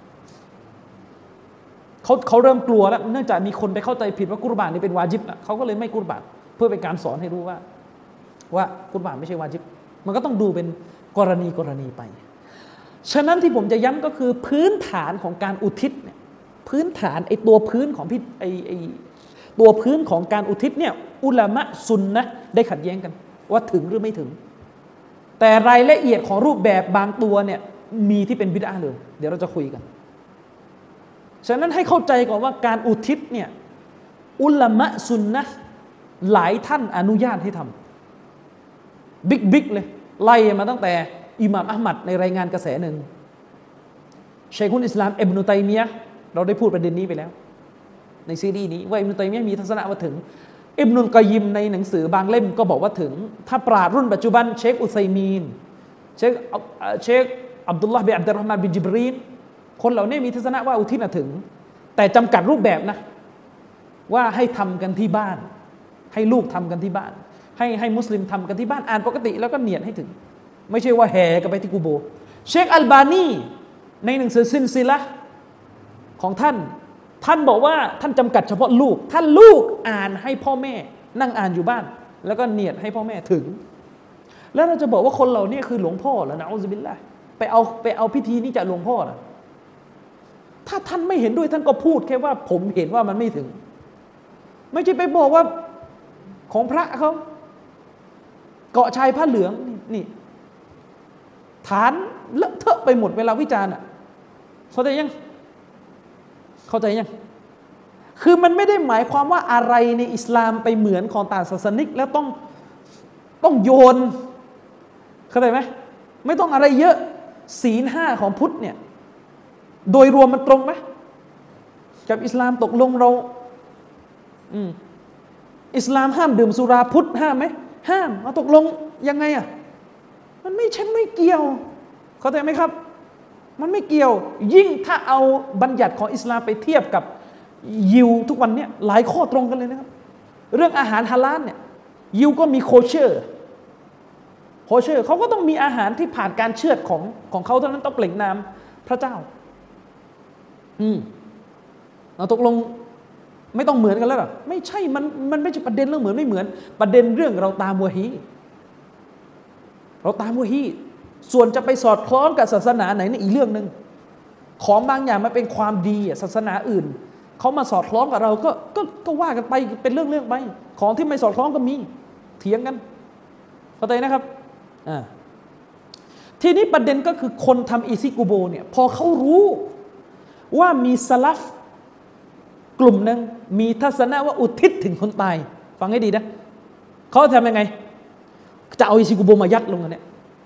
เขาเขาเริ่มกลัวแล้วเนื่องจากมีคนไปเข้าใจผิดว่ากุรบานนี่เป็นวาญิบนะเขาก็เลยไม่กุรบานเพื่อเป็นการสอนให้รู้ว่าว่ากุรบานไม่ใช่วาญิบมันก็ต้องดูเป็นกรณีกรณีไปฉะนั้นที่ผมจะย้ำก็คือพื้นฐานของการอุทิศเนี่ยพื้นฐานไอตัวพื้นของพิไอไอตัวพื้นของการอุทิศเนี่ยอุลามะซุนนะห์ได้ขัดแย้งกันว่าถึงหรือไม่ถึงแต่รายละเอียดของรูปแบบบางตัวเนี่ยมีที่เป็นบิดอะห์เลยเดี๋ยวเราจะคุยกันฉะนั้นให้เข้าใจก่อนว่าการอุทิศเนี่ยอุลามะซุนนะห์หลายท่านอนุญาตให้ทำบิ๊กบิ๊กเลยไล่มาตั้งแต่อิหม่ามอะห์มัดในรายงานกระแสหนึ่งชัยคุลอิสลามอิบนุตัยมียะห์เราได้พูดประเด็นนี้ไปแล้วในซีรีส์นี้ว่าอิบนุตัยมียะห์มีทัศนะว่าถึงอิบนุลกอยยิมในหนังสือบางเล่มก็บอกว่าถึงถ้าปราชญ์รุ่นปัจจุบันเชคอุซัยมีนเชคเชคอับดุลลอฮ์บินอับดุลเราะห์มานบินจิบรีนคนเหล่านี้มีทัศนะว่าอุทิศถึงแต่จำกัดรูปแบบนะว่าให้ทำกันที่บ้านให้ลูกทำกันที่บ้านให้ให้มุสลิมทำกันที่บ้านอ่านปกติแล้วก็เนียดให้ถึงไม่ใช่ว่าแห่กันไปที่กูโบเชคอัลบานีในหนังสือซินซิละห์ของท่านท่านบอกว่าท่านจำกัดเฉพาะลูกท่านลูกอ่านให้พ่อแม่นั่งอ่านอยู่บ้านแล้วก็เนียดให้พ่อแม่ถึงแล้วเราจะบอกว่าคนเหล่านี้คือหลวงพ่อแล้วนะอูซุบิลลาห์ไปเอาไปเอาพิธีนี้จากหลวงพ่อนะถ้าท่านไม่เห็นด้วยท่านก็พูดแค่ว่าผมเห็นว่ามันไม่ถึงไม่ใช่ไปบอกว่าของพระเขาเกาะชายผ้าเหลืองนี่ฐานเลอะเทอะไปหมดเวลาวิจารณ์อ่ะเข้าใจยังเข้าใจยังคือมันไม่ได้หมายความว่าอะไรในอิสลามไปเหมือนของต่างศาสนิกแล้วต้องต้องโยนเข้าใจไหมไม่ต้องอะไรเยอะศีลห้าของพุทธเนี่ยโดยรวมมันตรงไหมกับอิสลามตกลงเราอืมอิสลามห้ามดื่มสุราพุทธห้ามไหมห้ามมาตกลงยังไงอ่ะมันไม่ใช่ไม่เกี่ยวเข้าใจไหมครับมันไม่เกี่ยวยิ่งถ้าเอาบัญญัติของอิสลามไปเทียบกับยิวทุกวันเนี้ยหลายข้อตรงกันเลยนะครับเรื่องอาหารฮาลาลเนี่ยยิวก็มีโคเชอร์โคเชอร์เขาก็ต้องมีอาหารที่ผ่านการเชือดของของเขาเท่านั้นต้องเปล่งนามพระเจ้าอืมเราตกลงไม่ต้องเหมือนกันแล้วหรอไม่ใช่มันมันไม่ใช่ประเด็นเรื่องเหมือนไม่เหมือนประเด็นเรื่องเราตามวะฮีเราตามวะฮีส่วนจะไปสอดคล้องกับศาสนาไหนนี่อีกเรื่องนึงของบางอย่างมันเป็นความดีศาสนาอื่นเขามาสอดคล้องกับเราก็ก็ก็ว่ากันไปเป็นเรื่องเรื่องไปของที่ไม่สอดคล้องก็มีเถียงกันเข้าใจนะครับอ่าทีนี้ประเด็นก็คือคนทำอีซิกูโบเนี่ยพอเขารู้ว่ามีสลัฟกลุ่มนึงมีทัศนะว่าอุทิศถึงคนตายฟังให้ดีนะเขาทำยังไงจะเอาอีซิกูโบมายัดลงกันเนี่ย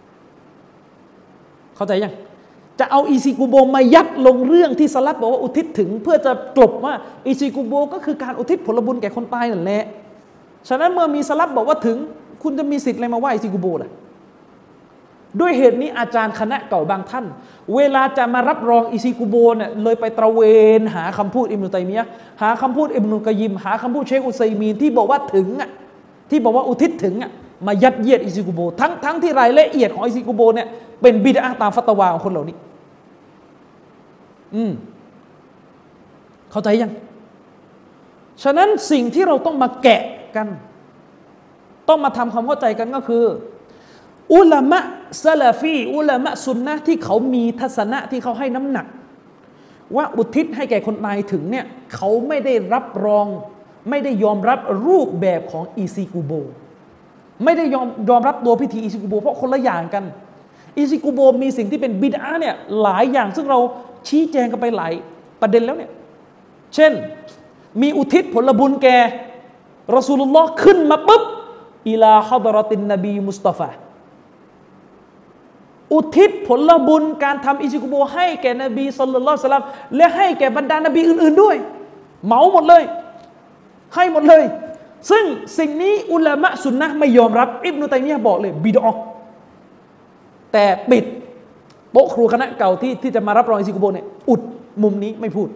เข้าใจยังจะเอาอีซิกูโบมายัดลงเรื่องที่สลับบอกว่าอุทิศถึงเพื่อจะกลบว่าอีซิกูโบก็คือการอุทิศผลบุญแก่คนตายนั่นแหละฉะนั้นเมื่อมีสลับบอกว่าถึงคุณจะมีสิทธิ์อะไรมาว่าอีซิกูโบล่ะด้วยเหตุนี้อาจารย์คณะเก่าบางท่านเวลาจะมารับรองอีซิกูโบเนี่ยเลยไปตระเวนหาคำพูดอิบนุตัยมียะห์หาคำพูดอิบนุกอยยิมหาคำพูดเชคอุซัยมีนที่บอกว่าถึงอ่ะที่บอกว่าอุทิศถึงอ่ะมายัดเยียดอีซิกูโบทั้งทั้งที่รายละเอียดของอีซิกูโบเนี่ยเป็นบิดอะห์ตามฟัตวาของคนเหล่านี้อืมเข้าใจยังฉะนั้นสิ่งที่เราต้องมาแกะกันต้องมาทำความเข้าใจกันก็คืออุลามะซะลาฟีอุลามะซุนนะห์ที่เขามีทัศนะที่เขาให้น้ำหนักว่าอุทิศให้แก่คนตายถึงเนี่ยเขาไม่ได้รับรองไม่ได้ยอมรับรูปแบบของอีซิกุโบไม่ได้ยอมยอมรับตัวพิธีอีซิกุโบเพราะคนละอย่างกันอีซิกุโบมีสิ่งที่เป็นบิดอะห์เนี่ยหลายอย่างซึ่งเราชี้แจงกันไปหลายประเด็นแล้วเนี่ยเช่นมีอุทิศผลบุญแก่รอซูลุลลอฮ์ขึ้นมาปุ๊บอิลาฮะฎรตินนบีมุสตอฟาอุทิศผลบุญการทำอิซิกุโบให้แก่นบีศ็อลลัลลอฮุอะลัยฮิวะซัลลัมและให้แก่บรรดานบีอื่นๆด้วยเหมาหมดเลยให้หมดเลยซึ่งสิ่งนี้อุลามะซุนนะห์ไม่ยอมรับอิบนุตัยมียะห์บอกเลยบิดอะห์แต่ปิดโต๊ะครูคณะเก่าที่ที่จะมารับรองอิซิกุโบเนี่ยอุดมุมนี้ไม่พูด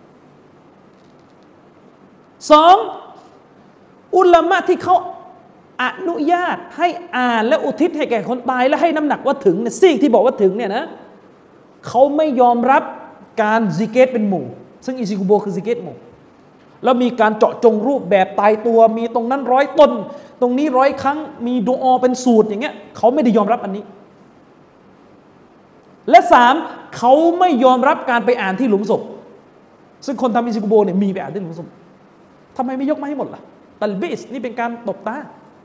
สองอุลามะที่เขาอนุญาตให้อ่านและอุทิศให้แก่คนตายและให้น้ำหนักว่าถึงเนี่ยสิ่งที่บอกว่าถึงเนี่ยนะเขาไม่ยอมรับการซิกเกตเป็นหมู่ซึ่งอิซิกุโบคือซิกเกตหมู่แล้วมีการเจาะจงรูปแบบตายตัวมีตรงนั้นร้อยต้นตรงนี้ร้อยครั้งมีดุอาเป็นสูตรอย่างเงี้ยเขาไม่ได้ยอมรับอันนี้และสามเขาไม่ยอมรับการไปอ่านที่หลุมศพซึ่งคนทำอิซิกุโบเนี่ยมีไปอ่านที่หลุมศพทำไมไม่ยกมาให้หมดล่ะตัลบิสนี่เป็นการตบตา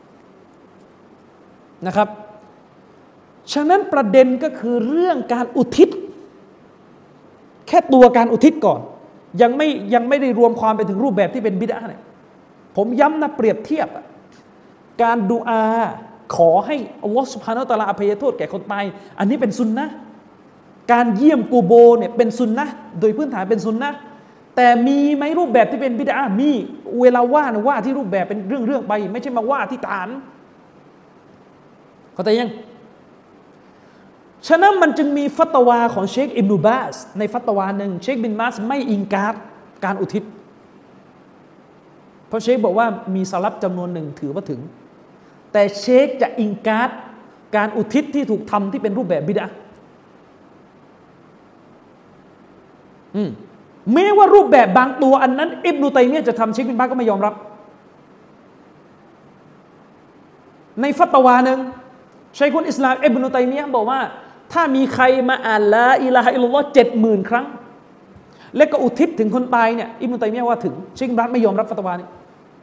นะครับฉะนั้นประเด็นก็คือเรื่องการอุทิศแค่ตัวการอุทิศก่อนยังไม่ยังไม่ได้รวมความไปถึงรูปแบบที่เป็นบิดอะห์เนี่ยผมย้ำนะเปรียบเทียบการดุอาขอให้อัลลอฮฺซุบฮานะฮูวะตะอาลาอภัยโทษแก่คนตายอันนี้เป็นซุนนะห์การเยี่ยมกูโบเนี่ยเป็นซุนนะห์โดยพื้นฐานเป็นซุนนะห์แต่มีไหมรูปแบบที่เป็นบิดอะห์มีเวลาว่านะว่าที่รูปแบบเป็นเรื่องๆไปไม่ใช่มาว่าที่ฐานเข้าใจยังฉะนั้นมันจึงมีฟัตวาของเชคอิบนุบาสในฟัตวาหนึ่งเชคบินบาสไม่อิงการการอุทิศเพราะเชคบอกว่ามีซะลัฟจำนวนหนึ่งถือว่าถึงแต่เชคจะอิงการการอุทิศที่ถูกทำที่เป็นรูปแบบบิดอะห์อืมแม้ว่ารูปแบบบางตัวอันนั้นอิบนุตัยมียะห์จะทำเชคบินบาสก็ไม่ยอมรับในฟัตวาหนึ่งชัยคุลอิสลามอิบนุตัยมียะห์บอกว่าถ้ามีใครมาอ่านลาอิลาฮะอิลลัลลอฮ์ เจ็ดหมื่น ครั้งและก็อุทิศถึงคนตายเนี่ยอิบนุตัยมียะห์ว่าถึงเชคบินบาสไม่ยอมรับฟัตวานี้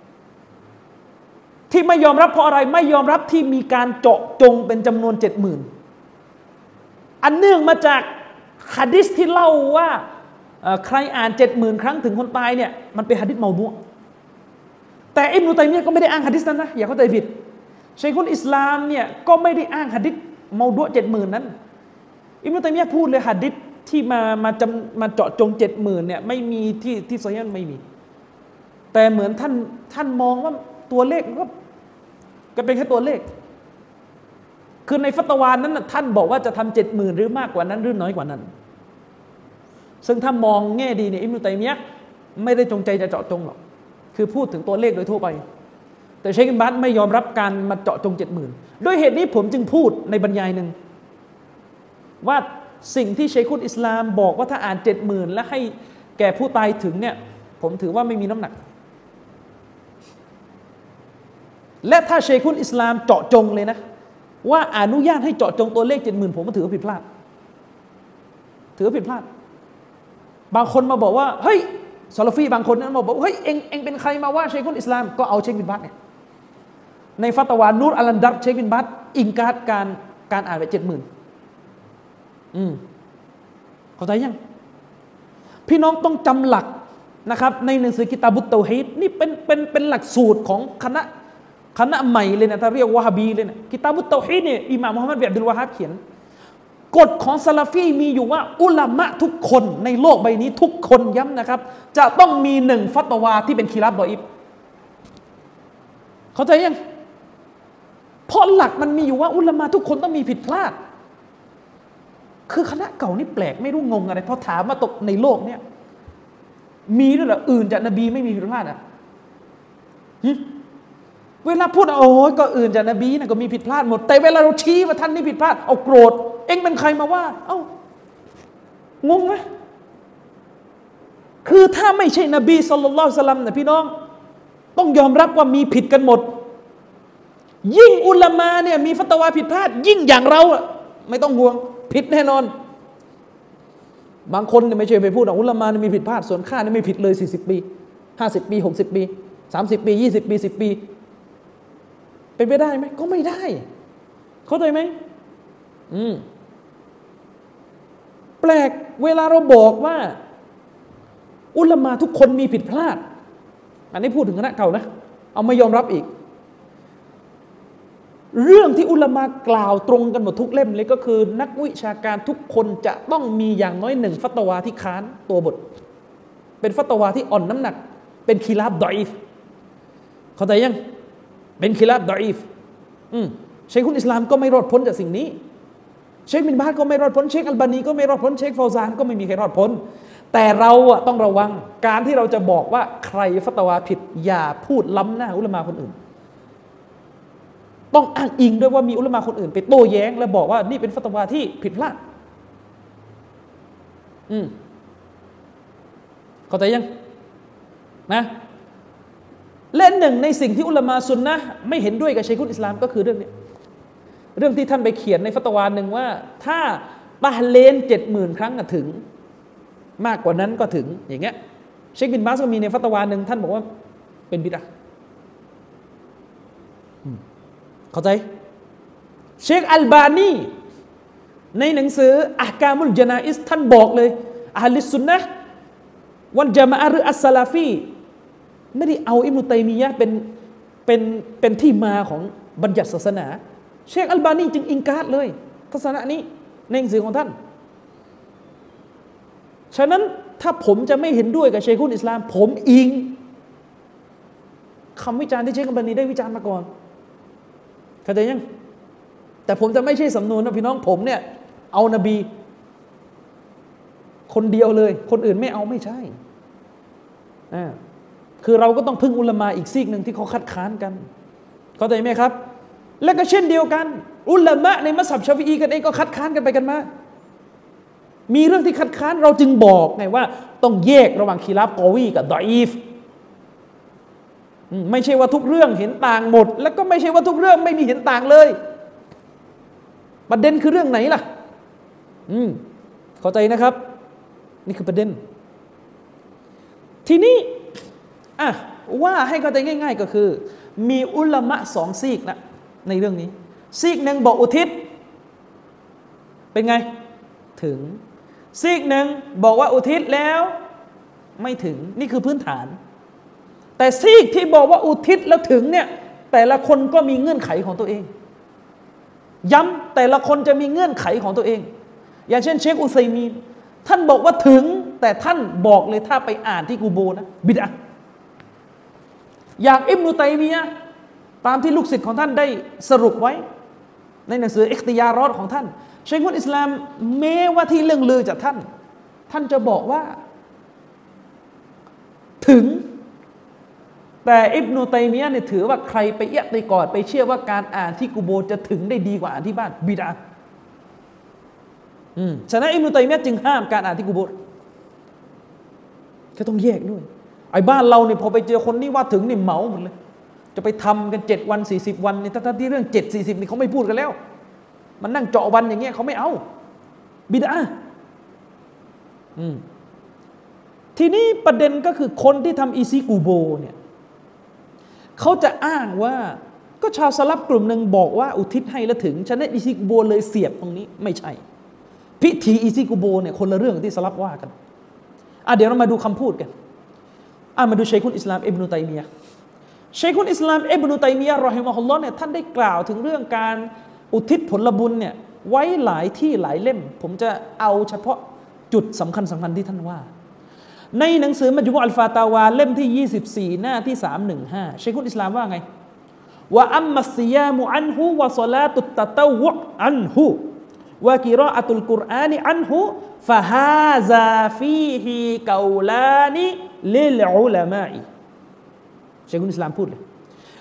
ที่ไม่ยอมรับเพราะอะไรไม่ยอมรับที่มีการเจาะจงเป็นจำนวน เจ็ดหมื่น อันเนื่องมาจากหะดีษที่เล่าว่าใครอ่าน เจ็ดหมื่น ครั้งถึงคนตายเนี่ยมันเป็นหะดีษเมาดุอ์แต่อิบนุตัยมียะห์ก็ไม่ได้อ้างหะดีษนั้นนะอย่าเข้าใจผิดชัยคุลอิสลามเนี่ยก็ไม่ได้อ้างหะดีษเมาดุอ์ เจ็ดหมื่น นั้นอิบนุตัยมียะห์พูดเลยหะดีษที่มามาจำมาเจาะจง เจ็ดหมื่น เนี่ยไม่มีที่ที่ซอฮีฮ์ไม่มีแต่เหมือนท่านท่านมองว่าตัวเลขก็ก็เป็นแค่ตัวเลขคือในฟัตวานั้นท่านบอกว่าจะทำ เจ็ดหมื่น หรือมากกว่านั้นหรือน้อยกว่านั้นซึ่งถ้ามองแง่ดีเนี่ยอิบนุตัยมียะห์ไม่ได้จงใจจะเจาะจงหรอกคือพูดถึงตัวเลขโดยทั่วไปแต่เชคบินบาสไม่ยอมรับการมาเจาะจง เจ็ดหมื่น ด้วยเหตุนี้ผมจึงพูดในบรรยายหนึ่งว่าสิ่งที่ชัยคุลอิสลามบอกว่าถ้าอ่าน เจ็ดหมื่น และให้แก่ผู้ตายถึงเนี่ยผมถือว่าไม่มีน้ำหนักและถ้าชัยคุลอิสลามเจาะจงเลยนะว่าอนุญาตให้เจาะจงตัวเลข เจ็ดหมื่น ผมก็ถือว่าผิดพลาดถือว่าผิดพลาดบางคนมาบอกว่าเฮ้ยซอลาฟีบางคนนั้นมาบอกเฮ้ยเอ็งเอ็งเป็นใครมาว่าชัยคุลอิสลามก็เอาเชคบินบาสเนี่ยในฟัตวานูรอัลลันดัรเชคบินบาสอิงการการการอ่านไป เจ็ดหมื่น อืมเข้าใจยังพี่น้องต้องจำหลักนะครับในหนังสือกิตาบุตเตาฮีดนี่เป็นเป็นเป็นหลักสูตรของคณะคณะใหม่เลยนะถ้าเรียกวะฮาบีเลยนะกิตาบุตเตาฮีดเนี่ยอิหม่ามมุฮัมมัดบินอับดุลวะฮาบเขียนกฎของซะลาฟีมีอยู่ว่าอุลามะทุกคนในโลกใบนี้ทุกคนย้ำนะครับจะต้องมีหนึ่งฟัตวาที่เป็นคีราฟดออิฟเข้าใจยังเพราะหลักมันมีอยู่ว่าอุลามะทุกคนต้องมีผิดพลาดคือคณะเก่านี่แปลกไม่รู้งงอะไรเพราะถามมาตกในโลกเนี่ยมีด้วยเหรออื่นจากนบีไม่มีผิดพลาดอ่ะเวลาพูดโอ้ยก็อื่นจากนบีนะก็มีผิดพลาดหมดแต่เวลาเราชี้ว่าท่านนี่ผิดพลาดเอาโกรธเอ็งเป็นใครมาว่าเอ้างงไหมคือถ้าไม่ใช่นบีศ็อลลัลลอฮุอะลัยฮิวะซัลลัมนะพี่น้องต้องยอมรับว่ามีผิดกันหมดยิ่งอุลามะเนี่ยมีฟัตวาผิดพลาดยิ่งอย่างเราอะไม่ต้องห่วงผิดแน่นอนบางคนเนี่ยไม่ใช่ไปพูดว่าอุลามะเนี่ยมีผิดพลาดส่วนข้าเนี่ยไม่ผิดเลยสี่สิบปีห้าสิบปีหกสิบปีสามสิบปียี่สิบปีสิบปีเป็นไปได้ไหมก็ไม่ได้เข้าใจไหมอืมแปลกเวลาเราบอกว่าอุลามะทุกคนมีผิดพลาดอันนี้พูดถึงคณะเก่านะเอาไม่ยอมรับอีกเรื่องที่อุลามะกล่าวตรงกันหมดทุกเล่มเลยก็คือนักวิชาการทุกคนจะต้องมีอย่างน้อยหนึ่งฟัตวาที่ค้านตัวบทเป็นฟัตวาที่อ่อนน้ำหนักเป็นคีลาฟดออีฟเข้าใจยังเป็นคีลาฟดออีฟอืมเชคุลอิสลามก็ไม่รอดพ้นจากสิ่งนี้เชคบินบาสก็ไม่รอดพ้นเชคอัลบานีก็ไม่รอดพ้นเชคฟาวซานก็ไม่มีใครรอดพ้นแต่เราอะต้องระวังการที่เราจะบอกว่าใครฟัตวาผิดอย่าพูดล้ำหน้าอุลามะคนอื่นต้องอ้างอิงด้วยว่ามีอุลามะคนอื่นไปโต้แย้งและบอกว่านี่เป็นฟัตวาที่ผิดพลาดอืมเข้าใจยังนะและหนึ่งในสิ่งที่อุลามะซุนนะห์ไม่เห็นด้วยกับเชคุลอิสลามก็คือเรื่องนี้เรื่องที่ท่านไปเขียนในฟัตวาหนึ่งว่าถ้าตะฮลีลเจ็ดหมื่นครั้งถึงมากกว่านั้นก็ถึงอย่างเงี้ยเชคบินบาสก็มีในฟัตวาหนึ่งท่านบอกว่าเป็นบิดอะห์เข้าใจเชคอัลบานีในหนังสืออะห์กามุลญะนาอิสท่านบอกเลยอะห์ลิสซุนนะห์วัลญะมาอะฮ์หรืออัสซะลาฟีไม่ได้เอาอิบนุตัยมียะห์เป็นเป็นเป็นที่มาของบัญญัติศาสนาเชคอัลบานีจึงอิงการเลยทัศนะนี้ในหนังสือของท่านฉะนั้นถ้าผมจะไม่เห็นด้วยกับเชคุลอิสลามผมอิงคำวิจารณ์ที่เชคอัลบานีได้วิจารณ์มาก่อนเข้าใจยังแต่ผมจะไม่ใช่สำนวนนะพี่น้องผมเนี่ยเอานบีคนเดียวเลยคนอื่นไม่เอาไม่ใช่อ่าคือเราก็ต้องพึ่งอุลามะอีกซีกหนึ่งที่เขาคัดค้านกันเข้าใจไหมครับและก็เช่นเดียวกันอุลามะในมัซฮับชาฟิอีกันเองก็คัดค้านกันไปกันมามีเรื่องที่คัดค้านเราจึงบอกไงว่าต้องแยกระหว่างคีลาฟกอวีกับดออีฟไม่ใช่ว่าทุกเรื่องเห็นต่างหมดแล้วก็ไม่ใช่ว่าทุกเรื่องไม่มีเห็นต่างเลยประเด็นคือเรื่องไหนล่ะอืมเข้าใจนะครับนี่คือประเด็นทีนี้อ่ะว่าให้เข้าใจง่ายๆก็คือมีอุลามะสองซีกนะในเรื่องนี้ซีกหนึ่งบอกอุทิศเป็นไงถึงซีกหนึ่งบอกว่าอุทิศแล้วไม่ถึงนี่คือพื้นฐานแต่ซีกที่บอกว่าอุทิศแล้วถึงเนี่ยแต่ละคนก็มีเงื่อนไขของตัวเองย้ำแต่ละคนจะมีเงื่อนไขของตัวเองอย่างเช่นเชคอุซัยมีนท่านบอกว่าถึงแต่ท่านบอกเลยถ้าไปอ่านที่กูโบนะบิดอะห์อย่างอิบนุตัยมียะห์ตามที่ลูกศิษย์ของท่านได้สรุปไว้ในหนังสืออิคติยารอตของท่านเชคุลอิสลามแม้ว่าที่เรื่องลือจากท่านท่านจะบอกว่าถึงแต่อิบนุตัยมียะห์เนี่ยถือว่าใครไปเอียติกอดไปเชื่อว่าการอ่านที่กูโบจะถึงได้ดีกว่าอ่านที่บ้านบิดอะห์อืมฉะนั้นอิบนุตัยมียะห์จึงห้ามการอ่านที่กูโบก็ต้องแยกด้วยไอ้บ้านเราเนี่ยพอไปเจอคนนี่ว่าถึงนี่เหมาหมดเลยจะไปทำกันเจ็ดวันสี่สิบวันนี่ถ้าที่เรื่องเจ็ดสี่สิบนี่เขาไม่พูดกันแล้วมันนั่งเจาะวันอย่างเงี้ยเขาไม่เอาบิดอะห์อืมทีนี้ประเด็นก็คือคนที่ทำอีซีกูโบเนี่ยเขาจะอ้างว่าก็ชาวสลับกลุ่มหนึ่งบอกว่าอุทิศให้แล้วถึงฉะนั้นอีซีกูโบเลยเสียบตรงนี้ไม่ใช่พิธีอีซีกูโบเนี่ยคนละเรื่องที่สลับว่ากันอ่ะเดี๋ยวเรามาดูคำพูดกันอ่ะมาดูชัยคุลอิสลามอิบนุตัยมียะห์ชัยคุลอิสลามอิบนุตัยมียะห์รอฮิมะฮุลลอฮ์เนี่ยท่านได้กล่าวถึงเรื่องการอุทิศผลบุญเนี่ยไว้หลายที่หลายเล่มผมจะเอาเฉพาะจุดสำคัญสำคัญที่ท่านว่าในหนังสือมัจมุอัลฟาตาวาเล่มที่ยี่สิบสี่หน้าที่สามร้อยสิบห้าชัยคุลอิสลามว่าไงว่าอัมมัสซิยามุอันฮุวะศอลาตุตตะตะวุอันฮุวะกิรออะตุลกุรอานีอันฮุฟะฮาซาฟีฮิกอลานีลิลอุลามะอิชัยคุลอิสลามพูดเลย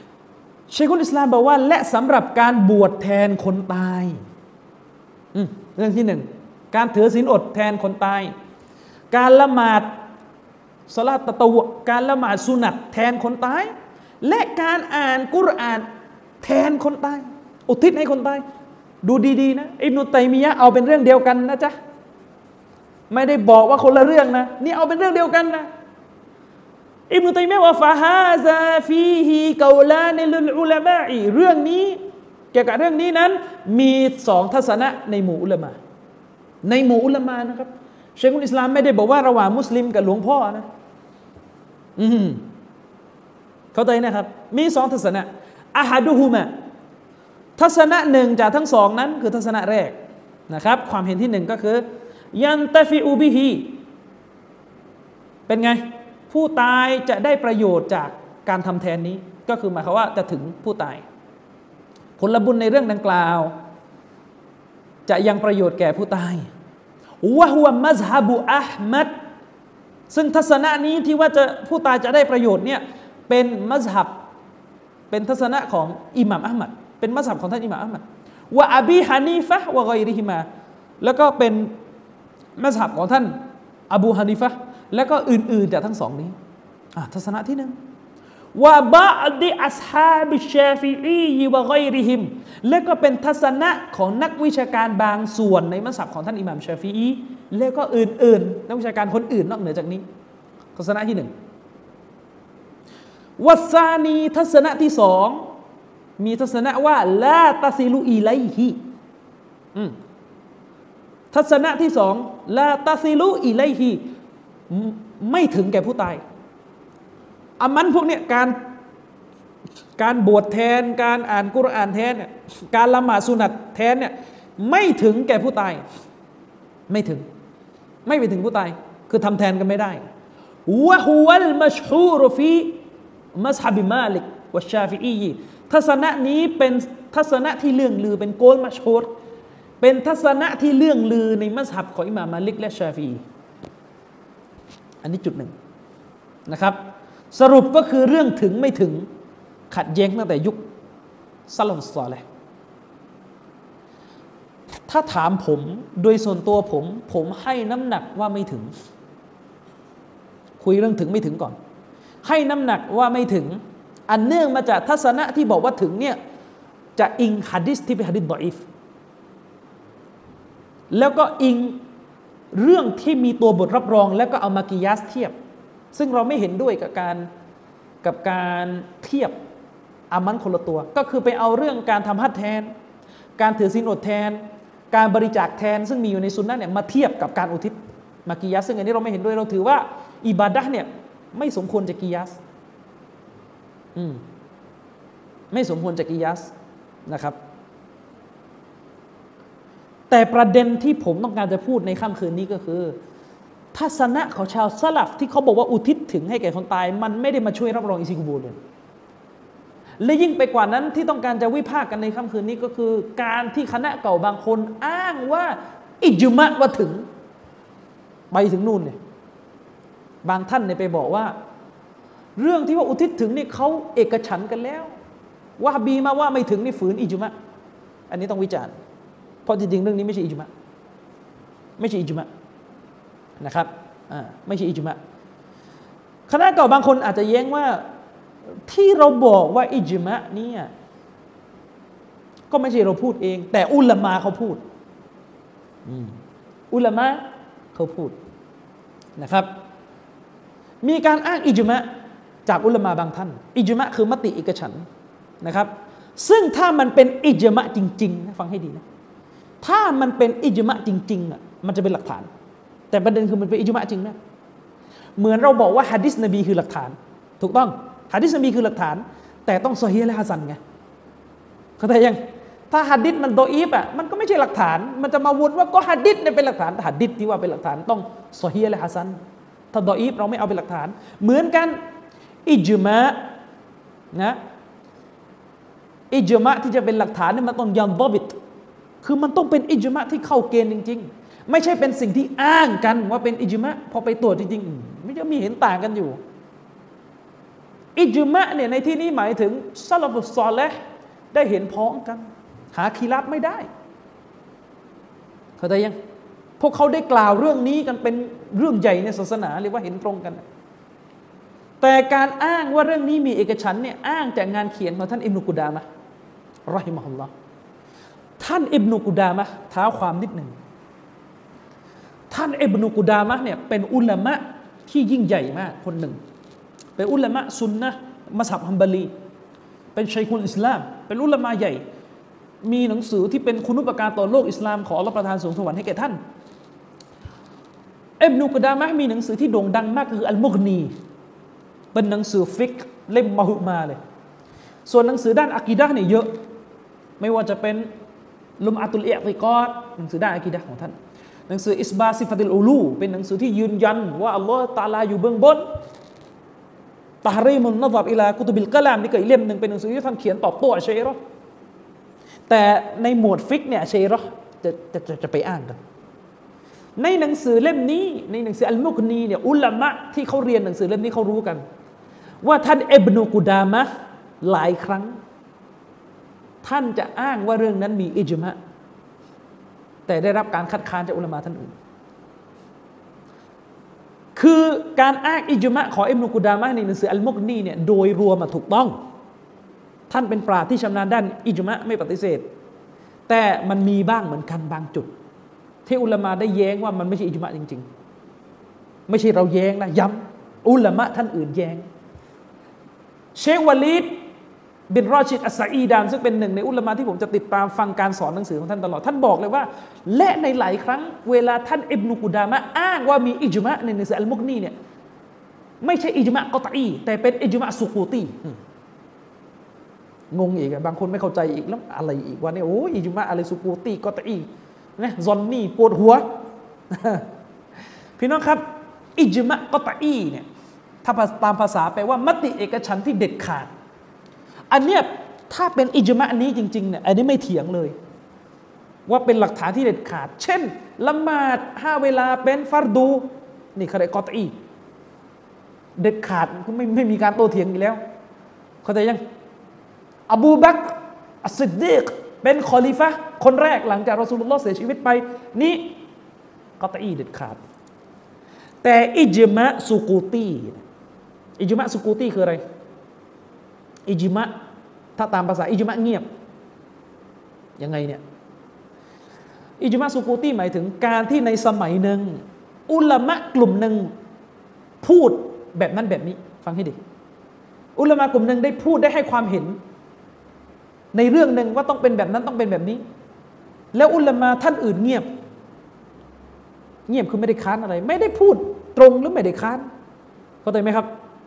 ชัยคุลอิสลามบอกว่าและสำหรับการบวชแทนคนตายเรื่องที่หนึ่งการถือศีลอดแทนคนตายการละหมาดศอลาตตะตะวะการละหมาดสุนัตแทนคนตายและการอ่านกุรอานแทนคนตายอุทิศให้คนตายดูดีๆนะอิบนุตัยมียะห์เอาเป็นเรื่องเดียวกันนะจ๊ะไม่ได้บอกว่าคนละเรื่องนะนี่เอาเป็นเรื่องเดียวกันนะอิบนุตัยมียะห์ว่าฟะฮาซาฟีฮิกอลานลิลอุลามะอีเรื่องนี้เกี่ยวกับเรื่องนี้นั้นมีสองทัศนะในหมู่อุลามะในหมู่อุลามะนะครับเชคุลอิสลามไม่ได้บอกว่าระหว่างมุสลิมกับหลวงพ่อนะอืมเข้าใจนะครับมีสองทัศนะอะฮัดุฮุมะทัศนะหนึ่งจากทั้งสองนั้นคือทัศนะแรกนะครับความเห็นที่หนึ่งก็คือยันตะฟิอูบิฮีเป็นไงผู้ตายจะได้ประโยชน์จากการทำแทนนี้ก็คือหมายความว่าจะถึงผู้ตายผลบุญในเรื่องดังกล่าวจะยังประโยชน์แก่ผู้ตายวะฮุวะมัซฮะบุอะห์มัดซึ่งทัศนะนี้ที่ว่าจะผู้ตายจะได้ประโยชน์เนี่ยเป็นมัซฮับเป็นทัศนะของอิหม่ามอะห์มัดเป็นมัซฮับของท่านอิหม่ามอะห์มัดวะอบีฮานีฟะฮ์วะฆอยริฮิมาแล้วก็เป็นมัซฮับของท่านอบูฮานีฟะห์แล้วก็อื่นๆจากทั้งสองนี้ทัศนะที่หนึ่งวะบะดิอัศฮาบิชชาฟิอีวะฆอยริฮิมและก็เป็นทัศนะของนักวิชาการบางส่วนในมัซฮับของท่านอิหม่ามชาฟิอีแล้วก็อื่นๆนักวิชาการคนอื่นนอกเหนือจากนี้ทัศนะที่หนึ่งวัซานีทัศนะที่สองมีทัศนะว่าลาตัซิลุอิไลฮิทัศนะที่สองลาตัซิลุอิไลฮิไม่ถึงแก่ผู้ตายอามันพวกเนี้ยการการบวชแทนการอ่านกุรอานแทนเนี่ยการละหมาดสุนัตแทนเนี่ยไม่ถึงแก่ผู้ตายไม่ถึงไม่ไปถึงผู้ตายคือทำแทนกันไม่ได้วะฮุวัลมัชฮูรฟีมัซฮับมาลิกวะชาฟิอีทัศนะนี้เป็นทัศนะที่เรื่องลือเป็นโกลมัชฮูรเป็นทัศนะที่เรื่องลือในมัซฮับของอิหม่ามมาลิกและชาฟิอีอันนี้จุดหนึ่งนะครับสรุปก็คือเรื่องถึงไม่ถึงขัดแย้งตั้งแต่ยุคซะลาฟุสศอลิห์ถ้าถามผมโดยส่วนตัวผมผมให้น้ำหนักว่าไม่ถึงคุยเรื่องถึงไม่ถึงก่อนให้น้ำหนักว่าไม่ถึงอันเนื่องมาจากทัศนะที่บอกว่าถึงเนี่ยจะอิงหะดีษที่เป็นหะดีษฎออีฟแล้วก็อิงเรื่องที่มีตัวบทรับรองแล้วก็เอามากิยาสเทียบซึ่งเราไม่เห็นด้วยกับการกับการเทียบอามันคนละตัวก็คือไปเอาเรื่องการทำฮัจญ์แทนการถือศีลอดแทนการบริจาคแทนซึ่งมีอยู่ในซุนนะห์เนี่ยมาเทียบกับการอุทิศมากิยาสซึ่งอันนี้เราไม่เห็นด้วยเราถือว่าอิบาดะห์เนี่ยไม่สมควรจะกิยาสอืมไม่สมควรจะกิยาสนะครับแต่ประเด็นที่ผมต้องการจะพูดในค่ำคืนนี้ก็คือทัศนะของชาวซะลัฟที่เขาบอกว่าอุทิศถึงให้แก่คนตายมันไม่ได้มาช่วยรับรองอิซิกุโบเลยและยิ่งไปกว่านั้นที่ต้องการจะวิพากษ์กันในค่ำคืนนี้ก็คือการที่คณะเก่าบางคนอ้างว่าอิจมะว่าถึงไปถึงนู่นเนี่ยบางท่านเนี่ยไปบอกว่าเรื่องที่ว่าอุทิศถึงนี่เขาเอกฉันท์กันแล้ววะฮาบีมาว่าไม่ถึงนี่ฝืนอิจมะอันนี้ต้องวิจารณ์เพราะจริงๆเรื่องนี้ไม่ใช่อิจมะไม่ใช่อิจมะนะครับอ่าไม่ใช่อิจมะคณะเก่าบางคนอาจจะแย้งว่าที่เราบอกว่าอิจมะเนี่ยก็ไม่ใช่เราพูดเองแต่อุลามะเขาพูดอุลามะเขาพูดนะครับมีการอ้างอิจมะจากอุลามะบางท่านอิจมะคือมติเอกฉันท์นะครับซึ่งถ้ามันเป็นอิจมะจริงๆนะฟังให้ดีนะถ้ามันเป็นอิจมะจริงๆอ่ะมันจะเป็นหลักฐานแต่ประเด็นคือมันเป็นอิจมะจริงนะเหมือนเราบอกว่าหะดีษนบีคือหลักฐานถูกต้องหะดีษนบีคือหลักฐานแต่ต้องซอฮีฮ์และฮะซันไงเข้าใจยังถ้าหะดีษมันดออีฟอ่ะมันก็ไม่ใช่หลักฐานมันจะมาวนว่าก็หะดีษเนี่ยเป็นหลักฐานหะดีษที่ว่าเป็นหลักฐานต้องซอฮีฮ์และฮะซันถ้าดออีฟเราไม่เอาเป็นหลักฐานเหมือนกันอิจมะนะอิจมะที่จะเป็นหลักฐานเนี่ยมันต้องยันฎอบิตคือมันต้องเป็นอิจมะที่เข้าเกณฑ์จริงๆไม่ใช่เป็นสิ่งที่อ้างกันว่าเป็นอิจมะพอไปตรวจจริงๆไม่จะมีเห็นต่างกันอยู่อิจมะเนี่ยในที่นี้หมายถึงซะลาฟุสศอลิห์ได้เห็นพ้องกันหาคีลาฟไม่ได้เข้าใจยังพวกเขาได้กล่าวเรื่องนี้กันเป็นเรื่องใหญ่ในศาสนาเรียกว่าเห็นตรงกันแต่การอ้างว่าเรื่องนี้มีเอกฉันท์เนี่ยอ้างจากงานเขียนของท่านอิบนุกุดามะห์รอฮิมะฮุลลอฮ์ท่านอิบนุกุดามะห์ท้าความนิดหนึ่งท่านอิบนุกุดามะห์เนี่ยเป็นอุลามะที่ยิ่งใหญ่มากคนหนึ่งเป็นอุลามะซุนนะห์มัซฮับฮัมบาลีเป็นชัยคุลอิสลามเป็นอุลามะใหญ่มีหนังสือที่เป็นคุณูปการต่อโลกอิสลามขออัลเลาะห์ประทานสูงสวรรค์ให้แก่ท่านอิบนุกุดามะห์มีหนังสือที่โด่งดังมากคืออัลมุฆนีเป็นหนังสือฟิกเล่มมหึมาเลยส่วนหนังสือด้านอะกีดะห์เนี่ยเยอะไม่ว่าจะเป็นลุมอะตุลอิอ์ติกอดหนังสือด้านอะกีดะห์ของท่านหนังสืออิสบาซิฟัติลอูลูเป็นหนังสือที่ยืนยันว่าอัลลอฮฺตะอาลาอยู่เบื้องบนตะฮรีมุนนะฎรอิลากุตุบิลกะลามนี่ก็อีกเล่มนึงเป็นหนังสือที่ท่านเขียนตอบโต้อัชชัยเราะห์แต่ในหมวดฟิกเนี่ยอัชชัยเราะห์จะจะจะจะไปอ้างกันในหนังสือเล่มนี้ในหนังสืออัลมุฆนีเนี่ยอุลามะที่เขาเรียนหนังสือเล่มนี้เขารู้กันว่าท่านอิบนุกุดามะห์หลายครั้งท่านจะอ้างว่าเรื่องนั้นมีอิจมะแต่ได้รับการคัดค้านจากอุลามะท่านอื่นคือการอ้างอิจมะของอิบนุกุดามะห์ในหนังสืออัลมุฆนีเนี่ยโดยรวมมาถูกต้องท่านเป็นปราชญ์ที่ชำนาญด้านอิจมะไม่ปฏิเสธแต่มันมีบ้างเหมือนกันบางจุดที่อุลามะได้แย้งว่ามันไม่ใช่อิจมะจริงๆไม่ใช่เราแย้งนะย้ำอุลามะท่านอื่นแย้งเชควะลีดบินรอชิดอัสซะอีดานซึ่งเป็นหนึ่งในอุลามะที่ผมจะติดตามฟังการสอนหนังสือของท่านตลอดท่านบอกเลยว่าและในหลายครั้งเวลาท่านอิบนุกุดามะห์อ้างว่ามีอิจมะในหนังสืออัลมุฆนีเนี่ยไม่ใช่อิจมะกอตอีแต่เป็นอิจมะซุกูตีงงอีกบางคนไม่เข้าใจอีกแล้วอะไรอีกว่าเนี่ยโอ้อิจมะอะไรซุกูตีกอตอีนะซอนนี่ปวดหัวพี่น้องครับอิจมะกอตอีเนี่ยถ้าตามภาษาแปลว่ามติเอกฉันท์ที่เด็ดขาดอันเนี้ยถ้าเป็นอิจมะนี้จริงๆเนี่ยอันนี้ไม่เถียงเลยว่าเป็นหลักฐานที่เด็ดขาดเช่นละหมาดห้าเวลาเป็นฟัรดูนี่เขาเรียกกอตอีเด็ดขาดไม่ไม่มีการโต้เถียงอีกแล้วเข้าใจยังอบูบักรอัสซิดดีกเป็นคอลิฟะห์คนแรกหลังจากรอซูลุลลอฮ์เสียชีวิตไปนี่กอตอีเด็ดขาดแต่อิจมะซุกูตีอิจมะซุกูตีคืออะไรอิจมะถ้าตามภาษาอิจมะเงียบยังไงเนี่ยอิจมะซุกูตีหมายถึงการที่ในสมัยหนึ่งอุลามะกลุ่มหนึ่งพูดแบบนั้นแบบนี้ฟังให้ดีอุลามะกลุ่มหนึ่งได้พูดได้ให้ความเห็นในเรื่องหนึ่งว่าต้องเป็นแบบนั้นต้องเป็นแบบนี้แล้วอุลามะท่านอื่นเงียบเงียบคือไม่ได้ค้านอะไรไม่ได้พูดตรงหรือไม่ได้ค้านเข้าใจไหมครับ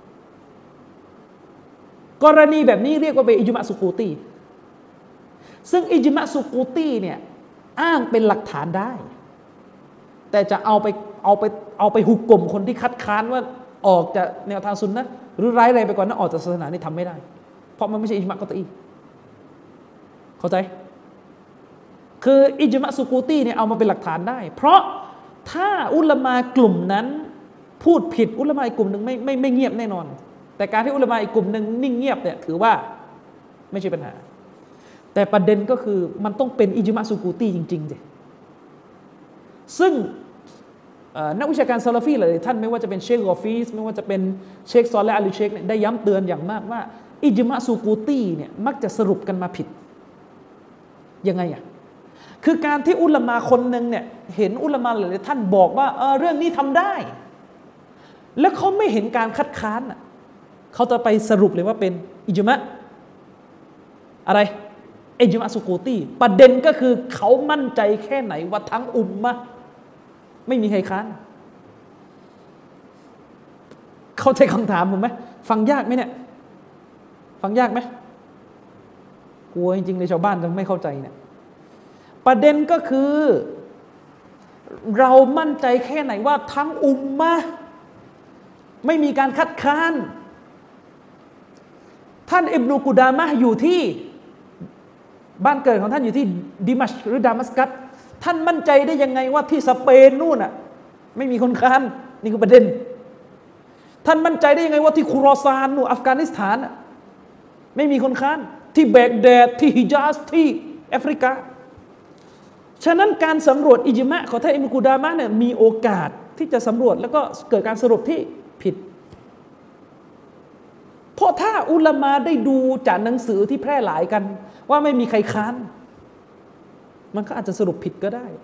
กรณีแบบนี้เรียกว่าเป็นอิจมะซุกูตีซึ่งอิจมะซุกูตีเนี่ยอ้างเป็นหลักฐานได้แต่จะเอาไปเอาไปเอาไปหุกกลมคนที่คัดค้านว่าออกจากแนวทางซุนนะห์หรือร้ายแรงไปกว่านั้นออกจากศาสนานี่ทำไม่ได้เพราะมันไม่ใช่อิจมะกอตอีเข้าใจคืออิจมะซุกูตีเนี่ยเอามาเป็นหลักฐานได้เพราะถ้าอุลามะกลุ่มนั้นพูดผิดอุลามะอีกกลุ่มหนึ่งไม่ไม่ไม่เงียบแน่นอนแต่การที่อุลามะอีกกลุ่มหนึ่งนิ่งเงียบเนี่ยถือว่าไม่ใช่ปัญหาแต่ประเด็นก็คือมันต้องเป็นอิจมะซุกูตีจริงๆสิซึ่งนักวิชาการซาลาฟีหลายท่านไม่ว่าจะเป็นเชคกอฟีสไม่ว่าจะเป็นเชคซอเลห์อัลเชคเนี่ยได้ย้ำเตือนอย่างมากว่าอิจมะซุกูตีเนี่ยมักจะสรุปกันมาผิดยังไงอ่ะคือการที่อุลามะคนหนึ่งเนี่ยเห็นอุลามะหลายท่านบอกว่าเออเรื่องนี้ทำได้แล้วเขาไม่เห็นการคัดค้านอ่ะเขาจะไปสรุปเลยว่าเป็นอิจมะอะไรอิจมะซุกูตีประเด็นก็คือเขามั่นใจแค่ไหนว่าทั้งอุมมะไม่มีใครค้านเข้าใจคำถามผมไหมฟังยากไหมเนี่ยฟังยากไหมกลัวจริงๆเลยชาวบ้านจะไม่เข้าใจเนี่ยประเด็นก็คือเรามั่นใจแค่ไหนว่าทั้งอุมมะไม่มีการคัดค้านท่านอิบนุกุดามะห์อยู่ที่บ้านเกิดของท่านอยู่ที่ดิมัชก์หรือดามัสกัสท่านมั่นใจได้ยังไงว่าที่สเปนนู่นน่ะไม่มีคนค้านนี่คือประเด็นท่านมั่นใจได้ยังไงว่าที่คุรอซานนู่นอัฟกานิสถานไม่มีคนค้านที่แบกแดดที่ฮิญาซที่แอฟริกาฉะนั้นการสำรวจอิจมะของท่านอิบนุกุดามะห์เนี่ยมีโอกาสที่จะสำรวจแล้วก็เกิดการสรุปที่ผิดเพราะถ้าอุลามะได้ดูจากหนังสือที่แพร่หลายกันว่าไม่มีใครค้านมันก็อาจจะสรุปผิดก็ได้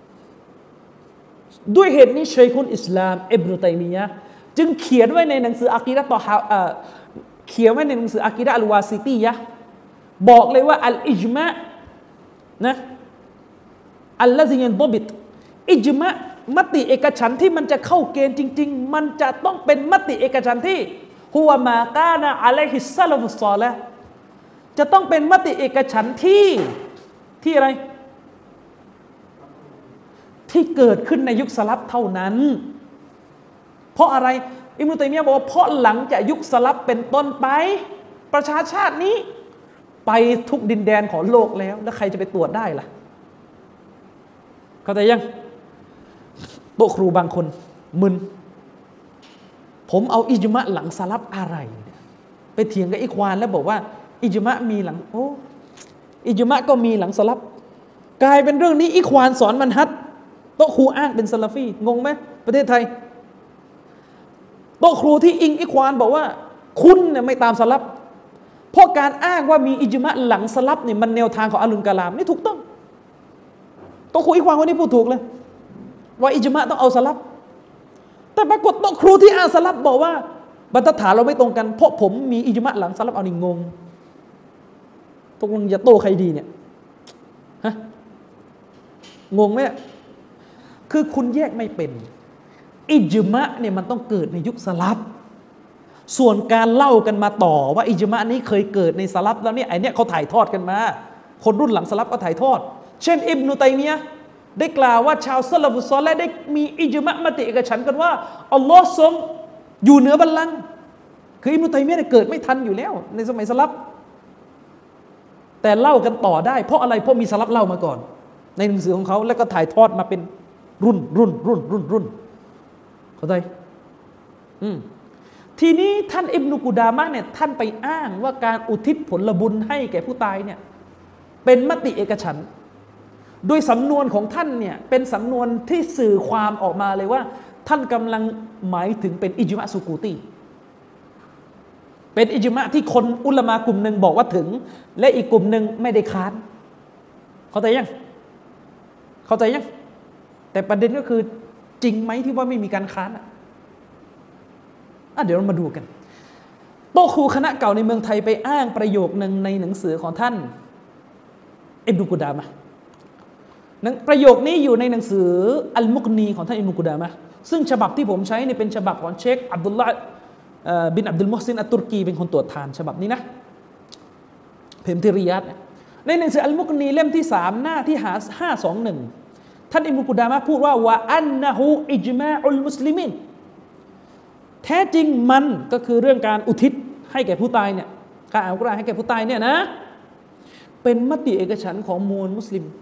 ด้วยเหตุนี้ชัยคุลอิสลามอิบนุตัยมียะห์จึงเขียนไว้ในหนังสืออะกีดะห์ตอฮาเขียนไว้ในหนังสืออะกีดะห์อัลวาซิตียะห์บอกเลยว่าอัลอิจมะนะอัลลซียันฎอบิตอิจมะมติเอกฉันท์ที่มันจะเข้าเกณฑ์จริงๆมันจะต้องเป็นมติเอกฉันท์ที่ฮุวะมากานะอะลัยฮิสซะลาฟุศศอลิฮ์จะต้องเป็นมติเอกฉันท์ที่ที่อะไรที่เกิดขึ้นในยุคสลับเท่านั้นเพราะอะไรอิบนุตัยมียะห์บอกว่าเพราะหลังจากยุคสลับเป็นต้นไปประชาชาตินี้ไปทุกดินแดนของโลกแล้วแล้วใครจะไปตรวจได้ล่ะเข้าใจยังโต๊ะครูบางคนมึนผมเอาอิจมะหลังสลับอะไรไปเถียงกับอิควานแล้วบอกว่าอิจมะมีหลังโอ้อิจมะก็มีหลังสลับกลายเป็นเรื่องนี้อิควานสอนมันฮัดโต๊ะครูอ้างเป็นซะลาฟีงงไหมประเทศไทยโต๊ะครูที่อิงอิควานบอกว่าคุณเนี่ยไม่ตามสลับเพราะการอ้างว่ามีอิจมะหลังสลับเนี่ยมันแนวทางของอัลลุลกะลามนี่ถูกต้องโต๊ะครูอิควานคนนี้พูดถูกเลยว่าอิจมะต้องเอาสลับแต่ปรากฏโต๊ะครูที่อ้างสลับบอกว่าบรรทัดฐานเราไม่ตรงกันเพราะผมมีอิจมะหลังสลับเอานี่งงตกลงจะโต้ใครดีเนี่ยฮะงงไหมคือคุณแยกไม่เป็นอิจมะเนี่ยมันต้องเกิดในยุคสลับส่วนการเล่ากันมาต่อว่าอิจมะนี้เคยเกิดในสลับแล้วเนี่ยไอเนี้ยเขาถ่ายทอดกันมาคนรุ่นหลังสลับก็ถ่ายทอดเช่นอิบนุตัยมียะห์ได้กล่าวว่าชาวซะลาฟุศศอลิฮ์ได้มีอิจมะมติเอกฉันท์กันว่าอัลลอฮ์ทรงอยู่เหนือบัลลังก์คืออิบนุตัยมียะห์เกิดไม่ทันอยู่แล้วในสมัยสลับแต่เล่ากันต่อได้เพราะอะไรเพราะมีสลับเล่ามาก่อนในหนังสือของเขาแล้วก็ถ่ายทอดมาเป็นรุ่นรุ่นรุ่นรุ่นรุ่นเข้าใจอืมทีนี้ท่านอิบนุกุดามะห์เนี่ยท่านไปอ้างว่าการอุทิศผลบุญให้แก่ผู้ตายเนี่ยเป็นมติเอกฉันท์โดยสำนวนของท่านเนี่ยเป็นสำนวนที่สื่อความออกมาเลยว่าท่านกำลังหมายถึงเป็นอิจมะซุกูตีเป็นอิจมะที่คนอุลามะกลุ่มหนึ่งบอกว่าถึงและอีกกลุ่มหนึ่งไม่ได้ค้านเข้าใจยังเข้าใจยังแต่ประเด็นก็คือจริงไหมที่ว่าไม่มีการค้านอ่ะอ่ะเดี๋ยวเรามาดูกันโต๊ะครูคณะเก่าในเมืองไทยไปอ้างประโยคนึงในหนังสือของท่านอิบนุกุดามะห์ประโยคนี้อยู่ในหนังสืออัลมุกนีของท่านอิบนุกุดามะห์ซึ่งฉบับที่ผมใช้เนี่ยเป็นฉบับของเชคอับดุลลาห์บินอับดุลมุฮซินอัตตุรกีเป็นคนตรวจทานฉบับนี้นะเพิ่มที่ริยาดในหนังสืออัลมุกนีเล่มที่สามหน้าที่ห้าสองหนึ่งท่านอิบนุกุดามะห์พูดว่าวะอันนะฮูอิจมาอุลมุสลิมีนแท้จริงมันก็คือเรื่องการอุทิศให้แก่ผู้ตายเนี่ยการอ่านอัลกุรอานให้แก่ผู้ตายเนี่ยนะเป็นมติเอกฉันท์ของมวลมุสลิม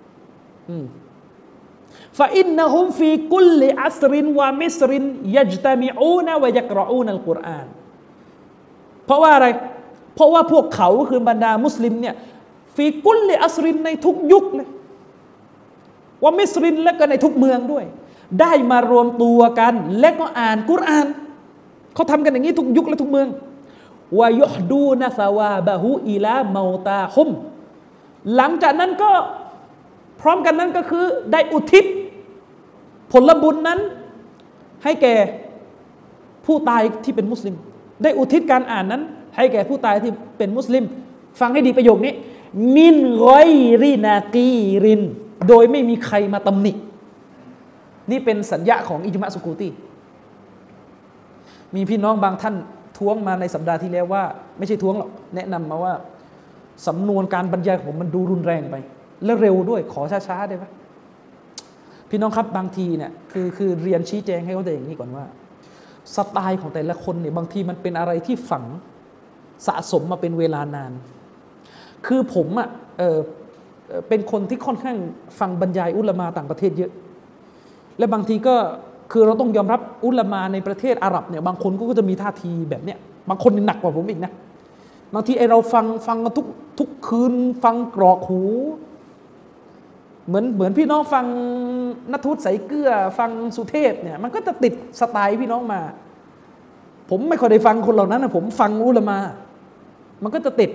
ฟาอินนะฮุมฟีกุลลิอัสรินวะมิสรินยัจตะมิอูนะวะยักรออูนัลกุรอานเพราะว่าอะไรเพราะว่าพวกเขาคือบรรดามุสลิมเนี่ยฟีกุลลิอัสรินในทุกยุคเลยวะมิสรินและก็ในทุกเมืองด้วยได้มารวมตัวกันและก็อ่านกุรอานเขาทำกันอย่างนี้ทุกยุคและทุกเมืองวะยุฮดูนะซาวาบะฮูอิลาเมาตาฮุมหลังจากนั้นก็พร้อมกันนั้นก็คือได้อุทิศผลบุญนั้นให้แก่ผู้ตายที่เป็นมุสลิมได้อุทิศการอ่านนั้นให้แก่ผู้ตายที่เป็นมุสลิมฟังให้ดีประโยคนี้มินกอยรินากีรินโดยไม่มีใครมาตำหนินี่เป็นสัญญาของอิจมะซุกูตีมีพี่น้องบางท่านท้วงมาในสัปดาห์ที่แล้วว่าไม่ใช่ท้วงหรอกแนะนำมาว่าสำนวนการบรรยายของมันดูรุนแรงไปและเร็วด้วยขอช้าๆได้ไหมพี่น้องครับบางทีเนี่ยคือคือเรียนชี้แจงให้เขาใจอย่างนี้ก่อนว่าสไตล์ของแต่ละคนเนี่ยบางทีมันเป็นอะไรที่ฝังสะสมมาเป็นเวลานานคือผมอ่ะเออเป็นคนที่ค่อนข้างฟังบรรยายอุลามะต่างประเทศเยอะและบางทีก็คือเราต้องยอมรับอุลามะในประเทศอาหรับเนี่ยบางคนก็จะมีท่าทีแบบเนี้ยบางคนนี่หนักกว่าผมอีกนะบางทีไอเราฟังฟังกันทุกทุกคืนฟังกรอกหูเหมือนเหมือนพี่น้องฟังณัฐวุฒิใสเกลือฟังสุเทพเนี่ยมันก็จะติดสไตล์พี่น้องมาผมไม่ค่อยได้ฟังคนเหล่านั้นนะผมฟังอุลามะมันก็จะติด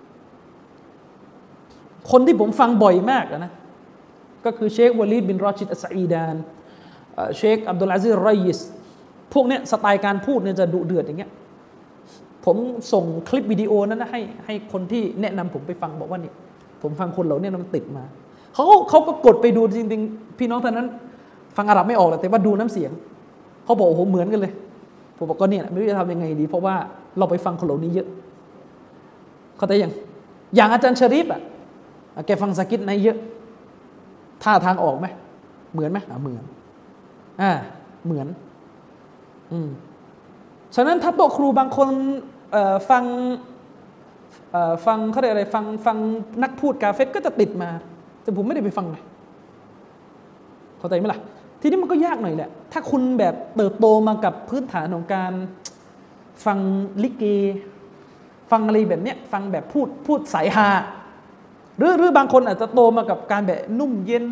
คนที่ผมฟังบ่อยมากนะก็คือเชควะลีดบินรอชิดอัสอีดานเชคอับดุลอาซิซรอยิสพวกเนี้ยสไตล์การพูดเนี่ยจะดุเดือดอย่างเงี้ยผมส่งคลิปวิดีโอนั้นนะให้ให้คนที่แนะนำผมไปฟังบอกว่านี่ผมฟังคนเหล่านี้มันติดมาเขาเขาก็กดไปดูจริงๆพี่น้องท่านนั้นฟังอาหรับไม่ออกแต่ว่าดูน้ำเสียงเขาบอกโอ้โหเหมือนกันเลยผมบอกก็เนี่ยไม่รู้จะทำยังไงดีเพราะว่าเราไปฟังคนเหล่านี้เยอะเขาแต่อย่างอย่างอาจารย์ชะรีฟอ่ะแกฟังซะกิดในเยอะท่าทางออกไหมเหมือนไหมอ่าเหมือนอ่าเหมือนอืมฉะนั้นถ้าโต๊ะครูบางคนฟังฟังเขาเรียกอะไรฟังฟังนักพูดกาเฟตก็จะติดมาแต่ผมไม่ได้ไปฟังเลยเข้าใจไหมล่ะทีนี้มันก็ยากหน่อยแหละถ้าคุณแบบเติบโตมากับพื้นฐานของการฟังลิเกฟังอะไรแบบเนี้ยฟังแบบพูดพูดสายฮาหรือหรือบางคนอาจจะโตมากับการแบบนุ่มเย็น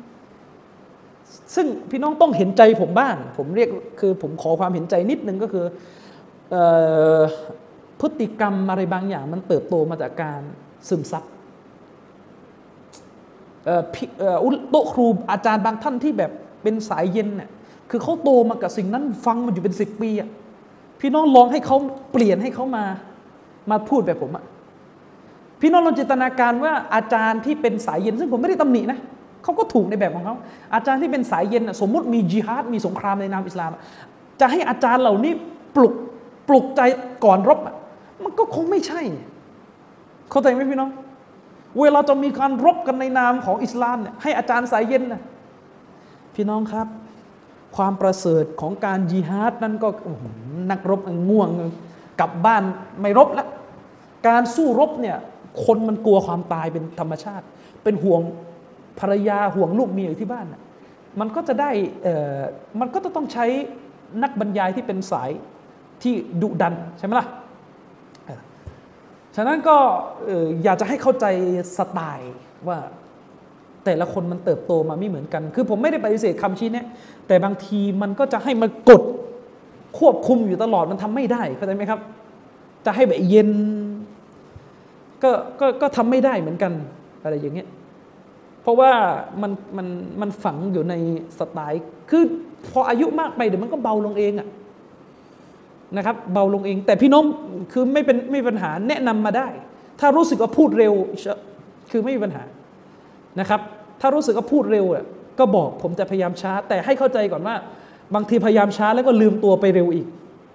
ซึ่งพี่น้องต้องเห็นใจผมบ้างผมเรียกคือผมขอความเห็นใจนิดนึงก็คือพฤติกรรมอะไรบางอย่างมันเติบโตมาจากการซึมซับโต๊ะครูอาจารย์บางท่านที่แบบเป็นสายเย็นเนี่ยคือเขาโตมากับสิ่งนั้นฟังมันอยู่เป็นสิบปีอ่ะพี่น้องลองให้เขาเปลี่ยนให้เขามามาพูดแบบผมอ่ะพี่น้องลองจินตนาการว่าอาจารย์ที่เป็นสายเย็นซึ่งผมไม่ได้ตำหนินะเขาก็ถูกในแบบของเขาอาจารย์ที่เป็นสายเย็นสมมุติมีญิฮาดมีสงครามในนามอิสลามจะให้อาจารย์เหล่านี้ปลุกปลุกใจก่อนรบมันก็คงไม่ใช่เข้าใจไหมพี่น้องเวลาจะมีการรบกันในนามของอิสลามเนี่ยให้อาจารย์สายเย็นนะพี่น้องครับความประเสริฐของการญิฮาดนั้นก็นักรบง่วงกลับบ้านไม่รบแล้วการสู้รบเนี่ยคนมันกลัวความตายเป็นธรรมชาติเป็นห่วงภรรยาห่วงลูกเมียอยู่ที่บ้านน่ะมันก็จะได้เอ่อมันก็จะต้องใช้นักบรรยายที่เป็นสายที่ดุดันใช่ไหมล่ะฉะนั้นก็อยากจะให้เข้าใจสไตล์ว่าแต่ละคนมันเติบโตมาไม่เหมือนกันคือผมไม่ได้ปฏิเสธคำชี้แนะแต่บางทีมันก็จะให้มันกดควบคุมอยู่ตลอดมันทำไม่ได้เข้าใจไหมครับจะให้แบบเย็นก็ก็ก็ทำไม่ได้เหมือนกันอะไรอย่างเงี้ยเพราะว่ามันมันมันฝังอยู่ในสไตล์คือพออายุมากไปเดี๋ยวมันก็เบาลงเองอะนะครับเบาลงเองแต่พี่น้องคือไม่เป็นไม่มีปัญหาแนะนำมาได้ถ้ารู้สึกว่าพูดเร็วคือไม่มีปัญหานะครับถ้ารู้สึกว่าพูดเร็วอ่ะก็บอกผมจะพยายามช้าแต่ให้เข้าใจก่อนว่าบางทีพยายามช้าแล้วก็ลืมตัวไปเร็วอีก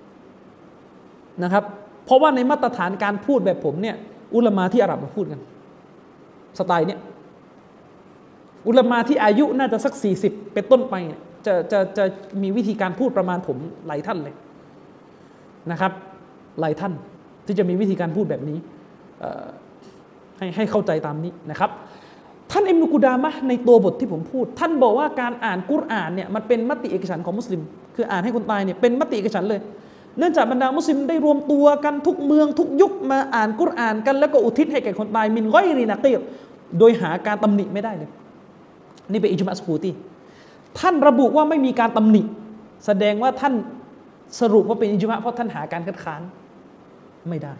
นะครับเพราะว่าในมาตรฐานการพูดแบบผมเนี่ยอุลามะที่อาหรับมาพูดกันสไตล์เนี้ยอุลามะที่อายุน่าจะสักสี่สิบเป็นต้นไปจะจะจะมีวิธีการพูดประมาณผมหลายท่านเลยนะครับหลายท่านที่จะมีวิธีการพูดแบบนี้ให้ให้เข้าใจตามนี้นะครับท่านอิบนุกูดามะห์ในตัวบทที่ผมพูดท่านบอกว่าการอ่านกุรอานเนี่ยมันเป็นมติเอกฉันท์ของมุสลิมคืออ่านให้คนตายเนี่ยเป็นมติเอกฉันท์เลยเนื่องจากบรรดามุสลิมได้รวมตัวกันทุกเมืองทุกยุคมาอ่านกุรอานกันแล้วก็อุทิศให้แก่คนตายมินกอยรินากีรโดยหาการตำหนิไม่ได้เลยนี่เป็นอิจมาอะซุกูตีท่านระบุว่าไม่มีการตำหนิแสดงว่าท่านสรุปว่าเป็นอิจมาเพราะท่านหาการคัดค้านไม่ได้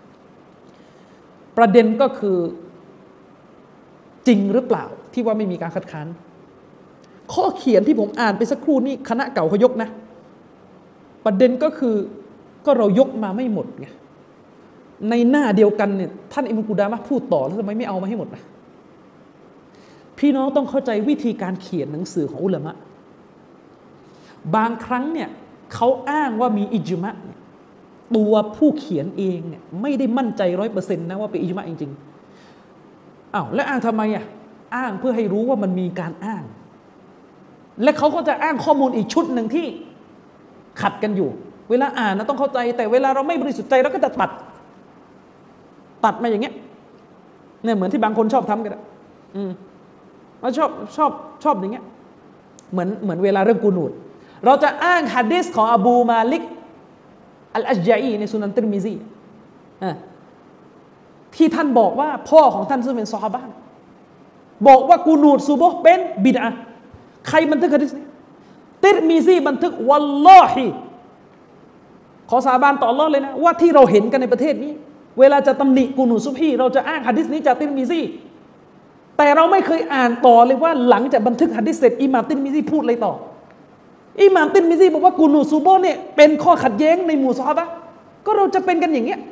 ประเด็นก็คือจริงหรือเปล่าที่ว่าไม่มีการคัดค้านข้อเขียนที่ผมอ่านไปสักครู่นี้คณะเก่าเขายกนะประเด็นก็คือก็เรายกมาไม่หมดไงในหน้าเดียวกันเนี่ยท่านอิบนุกูดามะห์พูดต่อแล้วทำไมไม่เอามาให้หมดนะพี่น้องต้องเข้าใจวิธีการเขียนหนังสือของอุลามะบางครั้งเนี่ยเขาอ้างว่ามีอิจมะเนี่ยตัวผู้เขียนเองเนี่ยไม่ได้มั่นใจร้อยเปอร์เซ็นต์นะว่าเป็นอิจมะจริงๆอ้าวแล้วอ้างทำไมอ่ะอ้างเพื่อให้รู้ว่ามันมีการอ้างและเขาก็จะอ้างข้อมูลอีกชุดหนึ่งที่ขัดกันอยู่เวลาอ่านนะต้องเข้าใจแต่เวลาเราไม่บริสุทธิ์ใจเราก็จะตัดตัดมาอย่างเงี้ยเนี่ยเหมือนที่บางคนชอบทำกันอ่ะอืมเราชอบชอบชอบอย่างเงี้ยเหมือนเหมือนเวลาเรื่องกูนูดเราจะอ้างหะดีษของอบูมาลิกอัลอัชญะอีในสุนันติรมิซีที่ท่านบอกว่าพ่อของท่านซึ่งเป็นซอฮาบะห์บอกว่ากูนูดซุบฮ์เป็นบิดอะห์ใครบันทึกหะดีษนี้ติรมิซีบันทึกวัลลอฮิขอสาบานต่ออัลเลาะห์เลยนะว่าที่เราเห็นกันในประเทศนี้เวลาจะตำหนิกูนูดซุบฮีเราจะอ้างหะดีษนี้จากติรมิซีแต่เราไม่เคยอ่านต่อเลยว่าหลังจากบันทึกหะดีษเสร็จอิหม่ามติรมิซีพูดอะไรต่ออิหม่ามติรมิซีบอกว่ากูนูดซุบฮ์เนี่ยเป็นข้อขัดแย้งในหมู่ซอฮาบะห์ก็เราจะเป็นกันอย่างเงี้ย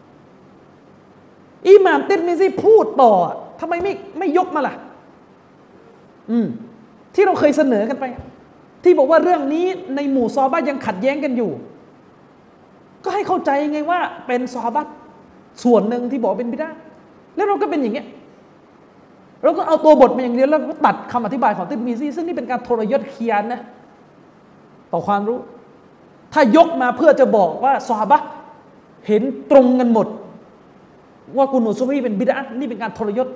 อิหม่ามติรมิซีพูดต่อทำไมไม่ไม่ยกมาล่ะอืมที่เราเคยเสนอกันไปที่บอกว่าเรื่องนี้ในหมู่ซอฮาบะห์ยังขัดแย้งกันอยู่ก็ให้เข้าใจไงว่าเป็นซอฮาบะห์ส่วนหนึ่งที่บอกเป็นบิดอะห์แล้วเราก็เป็นอย่างเงี้ยเราก็เอาตัวบทมาอย่างเดียวแล้วก็ตัดคำอธิบายของติรมิซีซึ่งนี่เป็นการทรยศเคียนนะต่อความรู้ถ้ายกมาเพื่อจะบอกว่าซอฮาบะห์เห็นตรงกันหมดว่ากูนูดซุบฮีเป็นบิดอะห์นี่เป็นการทรยศ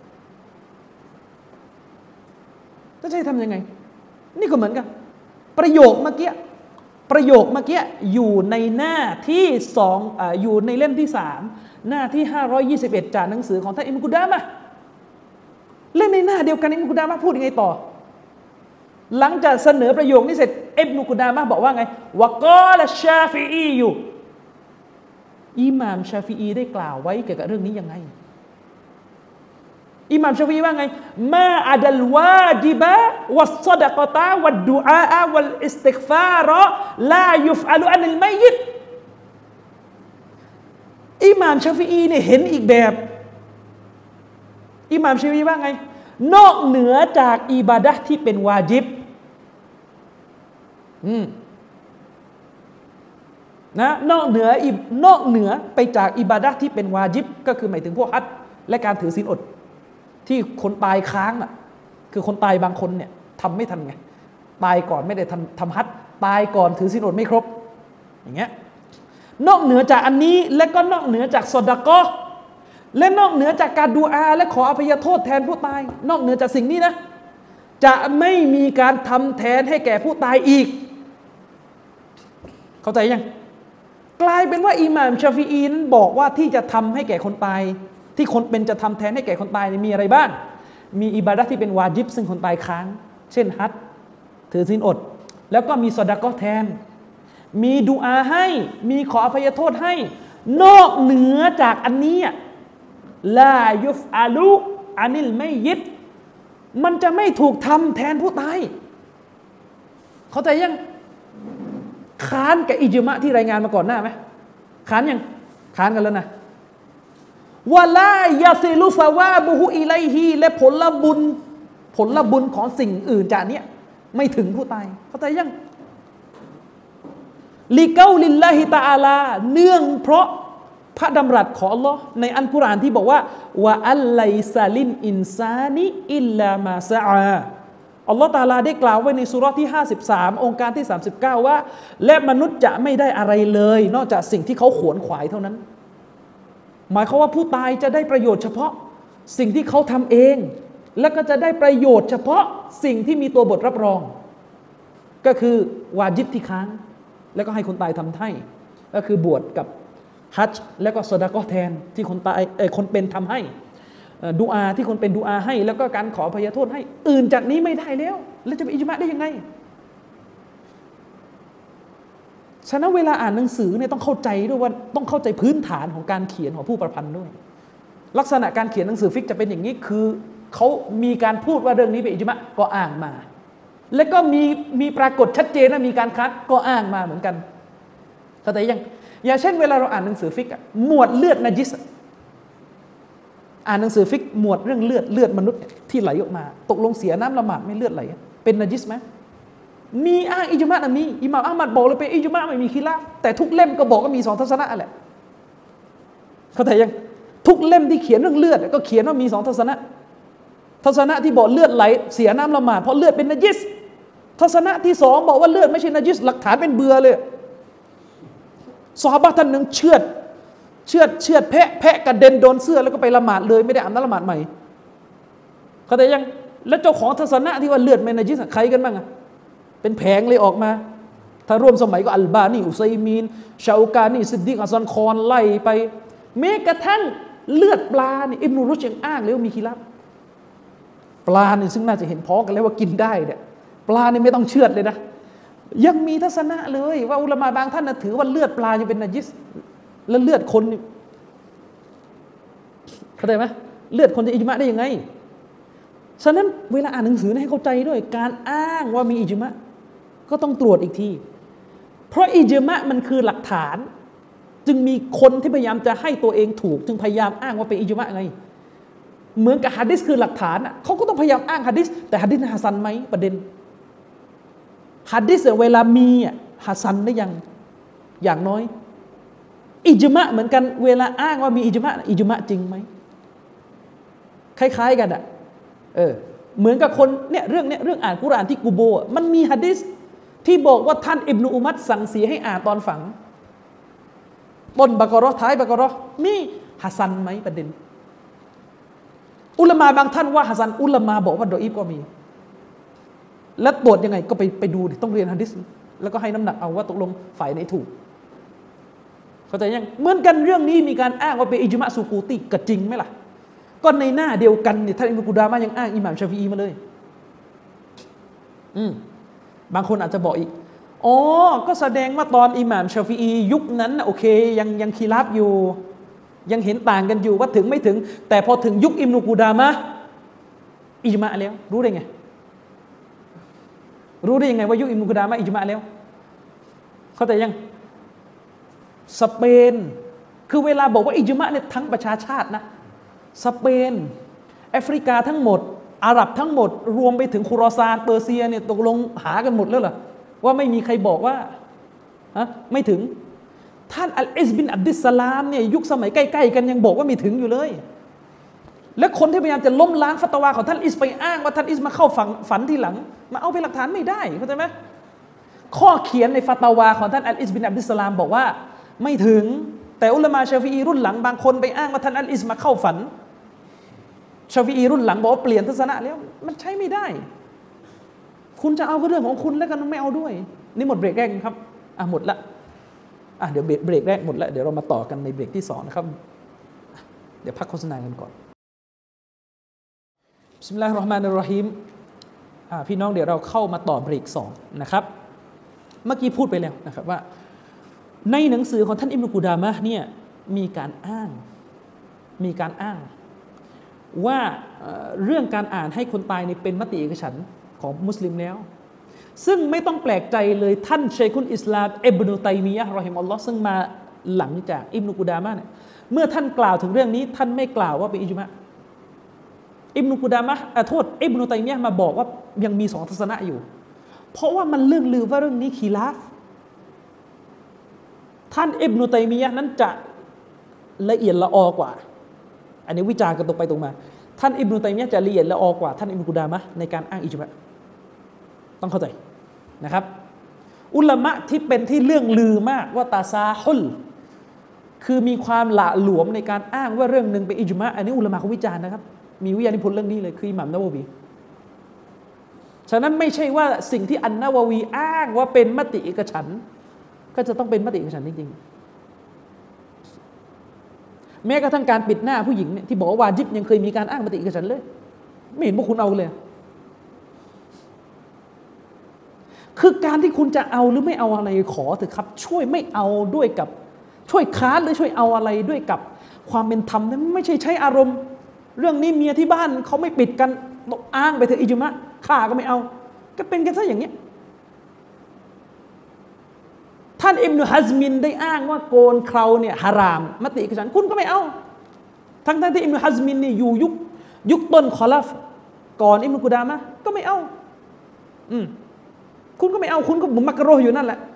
จะใช่ทำยังไงนี่ก็เหมือนกันประโยคเมื่อกี้ประโยคเมื่อกี้อยู่ในหน้าที่สองอ่าอยู่ในเล่มที่สามหน้าที่ห้าร้อยยี่สิบเอ็ดจากหนังสือของท่านอิบนุกุดามะห์เล่มในหน้าเดียวกันอิบนุกุดามะห์พูดยังไงต่อหลังจากเสนอประโยคนี้เสร็จอิบนุกุดามะห์บอกว่าไงวะกอลชาฟิอีอยู่อิหม่ามชาฟิอีได้กล่าวไว้เกี่ยวกับเรื่องนี้ยังไงอิหม่ามชาฟิอีว่าไงมาอัดัลวาจิบะวัสซอดะกะตะวัดดุอาอะวัลอิสติฆฟารลายุฟอะลุอันิลมัยยิตอิหม่ามชาฟิอีเนี่ยเห็นอีกแบบอิหม่ามชาฟิอีว่าไงนอกเหนือจากอิบาดะห์ที่เป็นวาญิบอืมนะนอกเหนือนอกเหนือไปจากอิบาดะห์ที่เป็นวาญิบก็คือหมายถึงพวกฮัจญ์และการถือศีลอดที่คนตายค้างอ่ะคือคนตายบางคนเนี่ยทำไม่ทันไงตายก่อนไม่ได้ทำทำฮัจญ์ตายก่อนถือศีลอดไม่ครบอย่างเงี้ยนอกเหนือจากอันนี้และก็นอกเหนือจากซอดะกอฮ์และนอกเหนือจากการดูอาและขออภัยโทษแทนผู้ตายนอกเหนือจากสิ่งนี้นะจะไม่มีการทำแทนให้แก่ผู้ตายอีกเข้าใจยังกลายเป็นว่าอิหม่ามชาฟิอีนั้นบอกว่าที่จะทำให้แก่คนตายที่คนเป็นจะทำแทนให้แก่คนตายมีอะไรบ้างมีอิบาดะห์ที่เป็นวาญิบซึ่งคนตายค้างเช่นฮัจญ์ถือศีลอดแล้วก็มีซอดะกอฮ์แทนมีดุอาให้มีขออภัยโทษให้นอกเหนือจากอันนี้ลายุฟอาลุอานิลมัยยิตมันจะไม่ถูกทำแทนผู้ตายเข้าใจยังค้านกับอิจมะที่รายงานมาก่อนหน้าไหมค้านยังค้านกันแล้วนะวะลายาซิลุซาวาบุฮุอิไลฮีและผลบุญผลบุญของสิ่งอื่นจากนี้ไม่ถึงผู้ตายเข้าใจยังลิกาลิลลาฮิตะอาลาเนื่องเพราะพระดำรัสของอัลลอฮ์ในอัลกุรอานที่บอกว่าวะอัลไลซาลินอินซานิอิลลามาซะอาอัลลอฮ์ตะอาลาได้กล่าวไว้ในซูเราะห์ที่ห้าสิบสามองค์การที่สามสิบเก้าว่าและมนุษย์จะไม่ได้อะไรเลยนอกจากสิ่งที่เขาขวนขวายเท่านั้นหมายความว่าผู้ตายจะได้ประโยชน์เฉพาะสิ่งที่เขาทำเองและก็จะได้ประโยชน์เฉพาะสิ่งที่มีตัวบทรับรองก็คือวาญิบที่ค้างแล้วก็ให้คนตายทำให้ก็คือบวชกับฮัจญ์แล้วก็ซอดะกอฮ์แทนที่คนตายเอ่อคนเป็นทำให้ดุอาที่คนเป็นดุอาให้แล้วก็การขออภัยโทษให้อื่นจากนี้ไม่ได้แล้วแล้วจะเป็นอิจมะได้ยังไงฉะนั้นเวลาอ่านหนังสือเนี่ยต้องเข้าใจด้วยว่าต้องเข้าใจพื้นฐานของการเขียนของผู้ประพันธ์ด้วยลักษณะการเขียนหนังสือฟิกจะเป็นอย่างนี้คือเขามีการพูดว่าเรื่องนี้เป็นอิจมะก็อ้างมาแล้วก็มีมีปรากฏชัดเจนว่ามีการคัดก็อ้างมาเหมือนกันเข้าใจยังอย่างเช่นเวลาเราอ่านหนังสือฟิกหมวดเลือดนะญิสอ่านหนังสือฟิกหมวดเรื่องเลือดเลือดมนุษย์ที่ไหลออกมาตกลงเสียน้ำละหมาดไม่เลือดไหลเป็นนะญิสไหมมีอ้างอิจมะนะมีอิหม่ามอะห์มัดบอกเลยเป็นอิจมะไม่มีคิลาฟแต่ทุกเล่มก็บอกว่ามีสองทัศนะแหละเข้าใจยังทุกเล่มที่เขียนเรื่องเลือดก็เขียนว่ามีสองทัศนะทัศนะที่บอกเลือดไหลเสียน้ำละหมาดเพราะเลือดเป็นนะญิสทัศนะที่สองบอกว่าเลือดไม่ใช่นะญิสหลักฐานเป็นเบื่อเลยซอฮาบะห์ท่านหนึ่งเชือดเชือดเชือดแพะแพะกระเด็นโดนเสื้อแล้วก็ไปละหมาดเลยไม่ได้อาบน้ำละหมาดใหม่เข้าใจยังแล้วเจ้าของทัศนะที่ว่าเลือดเป็นนะญิสใครกันบ้างอะเป็นแผงเลยออกมาถ้าร่วมสมัยก็อัลบานีอุซัยมีนชาอูกานีซิดดีกอัสซันคอนไล่ไปแม้กระทั่งเลือดปลานี่อิบนุรุชยังอ้างเลยว่ามีคิลาฟปลาเนี่ยซึ่งน่าจะเห็นพ้องกันแล้วว่ากินได้เนี่ยปลาเนี่ยไม่ต้องเชือดเลยนะยังมีทัศนะเลยว่าอุลามะบางท่านนะถือว่าเลือดปลาจะเป็นนัจิสแล้วเลือดคนนี่เข้าใจไหมเลือดคนจะอิจมะได้ยังไงฉะนั้นเวลาอ่านหนังสือให้เข้าใจด้วยการอ้างว่ามีอิจมะก็ต้องตรวจอีกทีเพราะอิจมะมันคือหลักฐานจึงมีคนที่พยายามจะให้ตัวเองถูกจึงพยายามอ้างว่าเป็นอิจมะไงเหมือนกับหะดีษคือหลักฐานอ่ะเขาก็ต้องพยายามอ้างหะดีษแต่หะดีษฮะซันไหมประเด็นหะดีษเวลามีอ่ะฮะซันได้ยังอย่างน้อยอิจมะเหมือนกันเวลาอ้างว่ามีอิจมะอิจมะจริงไหมคล้ายๆกันอ่ะเออเหมือนกับคนเนี่ยเรื่องเนี้ยเรื่องอ่านกุรอานที่กูโบอ่ะมันมีหะดีษที่บอกว่าท่านอิบนุอุมัรสั่งเสียให้อ่านตอนฝังต้นบะกอเราะห์ท้ายบะกอเราะห์มีฮะซันไหมประเด็นอุลามะบางท่านว่าฮะซันอุลามะบอกว่าดออีฟก็มีแล้วตรวจยังไงก็ไปไปดูต้องเรียนหะดีษแล้วก็ให้น้ำหนักเอาว่าตกลงฝ่ายไหนถูกเข้าใจยังเหมือนกันเรื่องนี้มีการอ้างว่าเป็นอิจมะซูกูตีก็จริงไหมล่ะก็ในหน้าเดียวกันเนี่ยท่านอิบนุกุดามะยังอ้างอิหม่ามชาฟิอีมาเลยอืมบางคนอาจจะบอกอีกอ๋อก็แสดงว่าตอนอิหม่ามชาฟิอียุคนั้นโอเคยังยังคีราฟอยู่ยังเห็นต่างกันอยู่ว่าถึงไม่ถึงแต่พอถึงยุคอิบนุกุดามะอิจมะแล้วรู้ได้ไงรู้ได้ยังไงว่ายุคอิบนุกุดามะอิจมะแล้วเข้าใจยังสเปนคือเวลาบอกว่าอิจมะเนี่ยทั้งประชาชาตินะสเปนแอฟริกาทั้งหมดอาหรับทั้งหมดรวมไปถึงคุรอซานเปอร์เซียเนี่ยตกลงหากันหมดแล้วเหรอว่าไม่มีใครบอกว่าฮะไม่ถึงท่านอัลอิซบินอับดิสสลามเนี่ยยุคสมัยใกล้ๆกันยังบอกว่าไม่ถึงอยู่เลยและคนที่พยายามจะล้มล้างฟัตวาของท่านอิสไปอ้างว่าท่านอิสมาเข้าฝันฝันทีหลังมาเอาเป็นหลักฐานไม่ได้เข้าใจไหมข้อเขียนในฟัตวาของท่านอัลอิซบินอับดิสสลามบอกว่าไม่ถึงแต่อุลามะชาฟิอีรุ่นหลังบางคนไปอ้างว่าท่านอัลอิซมาเข้าฝันชาฟิอีรุ่นหลังบอกว่าเปลี่ยนทัศนะแล้วมันใช้ไม่ได้คุณจะเอาก็เรื่องของคุณแล้วกันไม่เอาด้วยนี่หมดเบรกแรกครับอ่ะหมดละอ่ะเดี๋ยวเบรกแรกหมดละเดี๋ยวเรามาต่อกันในเบรกที่สองนะครับเดี๋ยวพักโฆษณากันก่อนบิสมิลลาฮิรเราะห์มานิรเราะฮีมอ่าพี่น้องเดี๋ยวเราเข้ามาต่อเบรกสองนะครับเมื่อกี้พูดไปแล้วนะครับว่าในหนังสือของท่านอิบนุกุดามะห์เนี่ยมีการอ้างมีการอ้างว่าเรื่องการอ่านให้คนตายนี่เป็นมติเอกฉันท์ของมุสลิมแล้วซึ่งไม่ต้องแปลกใจเลยท่านชัยคุลอิสลามอิบนุตัยมียะห์รอฮิมะฮุลลอฮ์ซึ่งมาหลังจากอิบนุกุดามะห์เนี่ยเมื่อท่านกล่าวถึงเรื่องนี้ท่านไม่กล่าวว่าเป็นอิจมะอิบนุกุดามะห์อ่ะโทษอิบนุตัยมียะห์มาบอกว่ายังมีสองทัศนะอยู่เพราะว่ามันเรื่องลือว่าเรื่องนี้คีลาฟท่านอิบนุตัยมียะห์นั้นจะละเอียดละออกว่าอันนี้วิจารณ์กันตรงไปตรงมาท่านอิบนุตัยมียะห์จะละเอียดละออกว่าท่านอิบนุกุดามะห์ในการอ้างอิจมะต้องเข้าใจนะครับอุลามะที่เป็นที่เรื่องลือมากว่าตาซาฮุลคือมีความหละหลวมในการอ้างว่าเรื่องหนึ่งเป็นอิจมะอันนี้อุลามะเขาวิจารณ์นะครับมีวิทยานิพนธ์เรื่องนี้เลยคืออิหม่ามนะวะวีฉะนั้นไม่ใช่ว่าสิ่งที่อันนะวะวีอ้างว่าเป็นมติเอกฉันท์ก็จะต้องเป็นมติเอกฉันท์จริงๆแม้กระทั่งการปิดหน้าผู้หญิงเนี่ยที่บอกว่าวาญิบยังเคยมีการอ้างมติเอกฉันท์เลยไม่เห็นพวกคุณเอาเลยคือการที่คุณจะเอาหรือไม่เอาอะไรขอเถอะครับช่วยไม่เอาด้วยกับช่วยค้านหรือช่วยเอาอะไรด้วยกับความเป็นธรรมนั้นไม่ใช่ใช้อารมณ์เรื่องนี้เมียที่บ้านเขาไม่ปิดกันอ้างไปเถอะอิจมะข้าก็ไม่เอาก็เป็นกันซะอย่างนี้ท่านอิบนุฮัซมินได้อ้างว่าโกนเคราเนี่ยฮารามมติเอกฉันท์คุณก็ไม่เอาทั้งท่านที่อิบนุฮัซมินนี่อยู่ยุคยุคต้นคอลัฟก่อนอิบนุกุดามะห์ก็ไม่เอาอืมคุณก็ไม่เอาคุณก็มักรุฮ์อยู่นั่นแหละ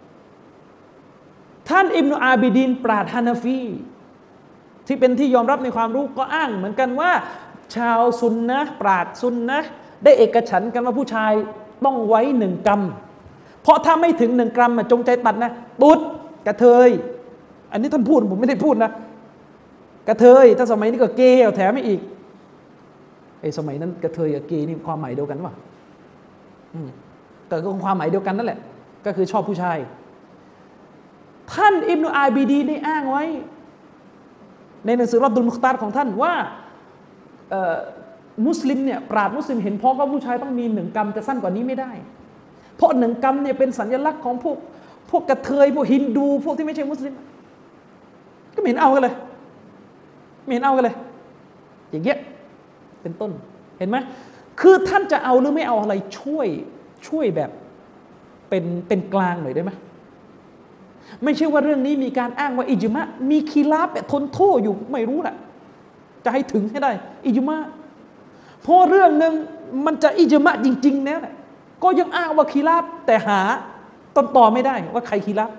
ท่านอิบนุอาบิดีนปราชญ์ฮานาฟีที่เป็นที่ยอมรับในความรู้ก็อ้างเหมือนกันว่าชาวซุนนะห์ปราชญ์ซุนนะห์ได้เอกฉันท์กันว่าผู้ชายต้องไว้หนึ่งกรัมเพราะถ้าไม่ถึงหนึ่งกรัมจงใจตัดนะตุ๊ดกระเทยอันนี้ท่านพูดผมไม่ได้พูดนะกระเทยถ้าสมัยนี้ก็เกย์แถมไม่อีกไอ้สมัยนั้นกระเทยกับเกย์นี่ความหมายเดียวกันป่ะอืมแต่ก็ความหมายเดียวกันนั่นแหละก็คือชอบผู้ชายท่านอิบนุอาบิดีได้อ้างไว้ในหนังสือรอดดุลมุคตารของท่านว่ามุสลิมเนี่ยปราชญ์มุสลิมเห็นพ้องว่าผู้ชายต้องมีหนึ่งกรรมแต่สั้นกว่านี้ไม่ได้เพราะหนึ่งกรรมเนี่ยเป็นสัญลักษณ์ของพวกพวกกระเทยพวกฮินดูพวกที่ไม่ใช่มุสลิมก็ไม่เห็นเอากันเลยไม่เห็นเอากันเลยอย่างเงี้ยเป็นต้นเห็นไหมคือท่านจะเอาหรือไม่เอาอะไรช่วยช่วยแบบเป็นเป็นกลางหน่อยได้ไหมไม่ใช่ว่าเรื่องนี้มีการอ้างว่าอิจมะมีคีลาฟแบบทนโทษอยู่ไม่รู้แหละจะให้ถึงให้ได้อิจมะเพราะเรื่องนึงมันจะอิจมะจริงๆแล้วก็ยังอ้างว่าคีลาฟแต่หาต้นต่อไม่ได้ว่าใครคีลาฟ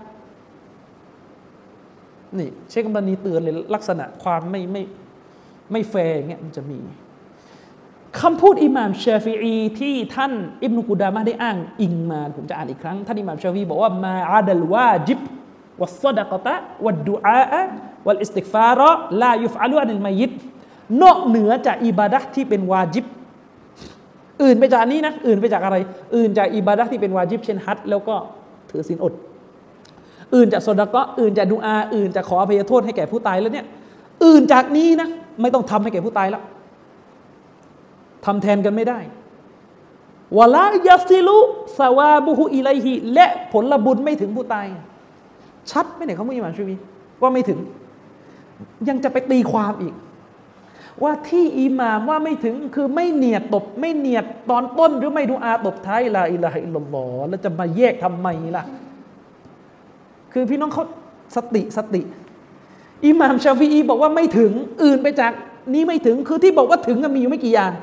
นี่เชคอัมบานีเตือนเลยลักษณะความไม่ไม่ไม่แฟร์อย่างเงี้ยมันจะมีคำพูดอิหม่ามชาฟิอีที่ท่านอิบนุกุดามะห์ได้อ้างอิงมาผมจะอ่านอีกครั้งท่านอิหม่ามชาฟิอีบอกว่ามาอาดัลวาจิบวัศดะกะตะวัดดุอาอะวัลอิสติฆฟาระลายุฟอะลุอันิลมัยยิตนอกเหนือจากอิบาดะห์ที่เป็นวาญิบอื่นไปจากนี้นะอื่นไปจากอะไรอื่นจากอิบาดะห์ที่เป็นวาญิบเช่นฮัจญ์แล้วก็ถือศีลอดอื่นจากซอดะกะห์อื่นจากดุอาอื่นจากขออภัยโทษให้แก่ผู้ตายแล้วเนี่ยอื่นจากนี้นะไม่ต้องทำให้แก่ผู้ตายแล้วทำแทนกันไม่ได้วะลายาซิลุซาวาบุฮุอิลัยฮิและผลบุญไม่ถึงผู้ตายชัดไหมเนี่ยเขาพูดอิหม่ามชาฟิอีว่าไม่ถึงยังจะไปตีความอีกว่าที่อิหม่ามว่าไม่ถึงคือไม่เนียดตบไม่เนียดตอนต้นหรือไม่ดุอาตบท้ายลาอิลาฮะอิลลัลลอฮ์แล้วจะมาแยกทำไมล่ะคือพี่น้องเขาสติสติอิหม่ามชาฟิอีบอกว่าไม่ถึงอื่นไปจากนี้ไม่ถึงคือที่บอกว่าถึงมีอยู่ไม่กี่อย่าง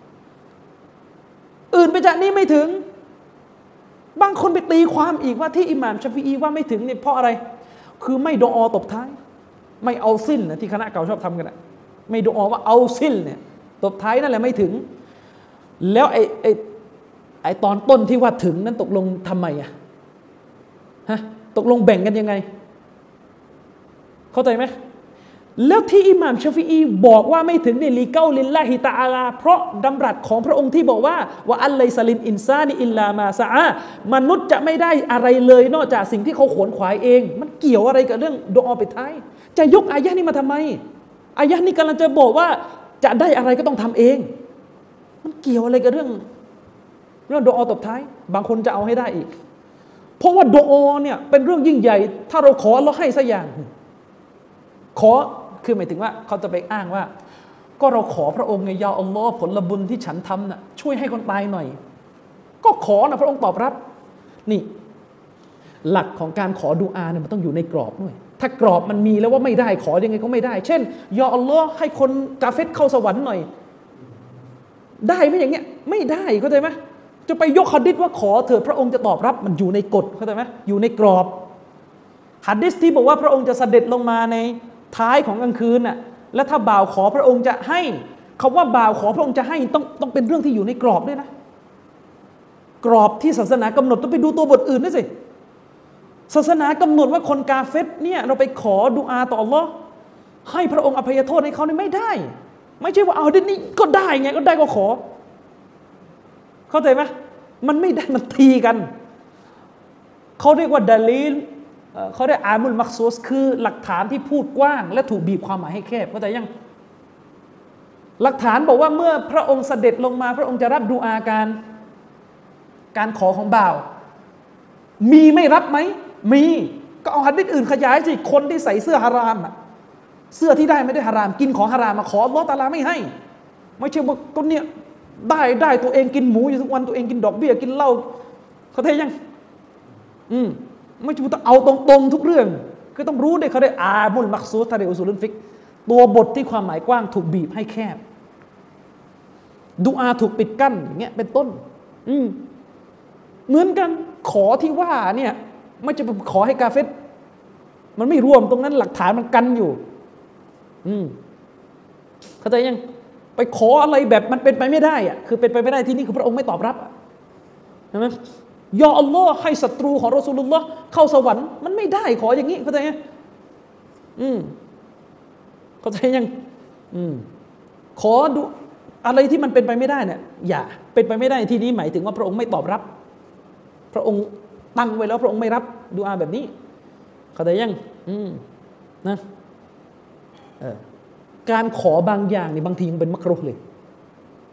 อื่นไปจากนี้ไม่ถึงบางคนไปตีความอีกว่าที่อิหม่ามชาฟิอีว่าไม่ถึงเนี่ยเพราะอะไรคือไม่ดุอาตบท้ายไม่เอาสิ้นนะที่คณะเก่าชอบทำกันนะไม่ดุอาว่าเอาสิ้นเนี่ยตบท้ายนั่นแหละไม่ถึงแล้วไอ้ไอ้ไอ้ตอนต้นที่ว่าถึงนั้นตกลงทำไมอะฮะตกลงแบ่งกันยังไงเข้าใจไหมแล้วที่อิหม่ามชาฟิอีบอกว่าไม่ถึงเนี่ยลีเกาลิลลาฮิตะอาลาเพราะดำรัสของพระองค์ที่บอกว่าว่าอัลลัยซาลินอินซานิอิลลามาซะอามนุษย์จะไม่ได้อะไรเลยนอกจากสิ่งที่เขาขวนขวายเองมันเกี่ยวอะไรกับเรื่องดุอาไปท้ายจะยกอายะห์นี้มาทำไมอายะห์นี้กำลังจะบอกว่าจะได้อะไรก็ต้องทำเองมันเกี่ยวอะไรกับเรื่องเรื่องดุอาตบท้ายบางคนจะเอาให้ได้อีกเพราะว่าดุอาเนี่ยเป็นเรื่องยิ่งใหญ่ถ้าเราขออัลเลาะห์ให้สักอย่างขอคือหมายถึงว่าเขาจะไปอ้างว่าก็เราขอพระองค์ไงยาอัลลอฮ์ผลบุญที่ฉันทำน่ะช่วยให้คนตายหน่อยก็ขอนะพระองค์ตอบรับนี่หลักของการขอดุอาเนี่ยมันต้องอยู่ในกรอบด้วยถ้ากรอบมันมีแล้วว่าไม่ได้ขอยังไงก็ไม่ได้เช่นยาอัลลอฮ์ให้คนกาเฟรเข้าสวรรค์หน่อยได้ไหมอย่างเงี้ยไม่ได้เข้าใจไหมจะไปยกหะดีษว่าขอเถิดพระองค์จะตอบรับมันอยู่ในกฎเข้าใจไหมอยู่ในกรอบหะดีษที่บอกว่าพระองค์จะเสด็จลงมาในท้ายของกลางคืนน่ะแล้วถ้าบ่าวขอพระองค์จะให้คำว่าบ่าวขอพระองค์จะให้ต้องต้องเป็นเรื่องที่อยู่ในกรอบด้วยนะกรอบที่ศาสนากำหนดต้องไปดูตัวบทอื่นด้วยสิศาสนากำหนดว่าคนกาเฟรเนี่ยเราไปขอดุอาต่ออัลเลาะห์ให้พระองค์อภัยโทษให้เขานี่ไม่ได้ไม่ใช่ว่าเอาดินี่ก็ได้ไงก็ได้ก็ขอเข้าใจไหมมันไม่ได้มันตีกันเขาเรียกว่าดะลีลเขาเรียกอามุลมักซูสคือหลักฐานที่พูดกว้างและถูกบีบความหมายให้แคบเข้าใจยังหลักฐานบอกว่าเมื่อพระองค์เสด็จลงมาพระองค์จะรับดุอาการการขอของบ่าวมีไม่รับไหมมีก็เอาหะดีษอื่นขยายสิคนที่ใส่เสื้อฮารามอะเสื้อที่ได้ไม่ได้ฮารามกินของฮารามมาขออัลเลาะห์ตะอาลาไม่ให้ไม่ใช่ว่าคนเนี้ยได้ได้ตัวเองกินหมูอยู่ทุกวันตัวเองกินดอกเบี้ยกินเหล้าเขาเทยังอืมไม่ใช่ต้องเอาตรงๆทุกเรื่องคือต้องรู้ด้วยเขาได้อามุลมักซูสทะเลอุซูลุนฟิกตัวบทที่ความหมายกว้างถูกบีบให้แคบดุอาถูกปิดกั้นอย่างเงี้ยเป็นต้นอืมเหมือนกันขอที่ว่าเนี่ยไม่จะขอให้กาเฟรมันไม่รวมตรงนั้นหลักฐานมันกันอยู่อืมเข้าใจยังไปขออะไรแบบมันเป็นไปไม่ได้อะคือเป็นไปไม่ได้ที่นี่คือพระองค์ไม่ตอบรับใช่ไหมยาอัลลอฮ์ให้ศัตรูของรอซูลุลลอฮ์เข้าสวรรค์มันไม่ได้ขออย่างนี้เข้าใจไหมอืมเข้าใจยังอืมขอดูอะไรที่มันเป็นไปไม่ได้เนี่ยอย่าเป็นไปไม่ได้ที่นี้หมายถึงว่าพระองค์ไม่ตอบรับพระองค์ตั้งไว้แล้วพระองค์ไม่รับดุอาแบบนี้เข้าใจยังอืมนะเออการขอบางอย่างนี่บางทีมันเป็นมักรุฮ์เลย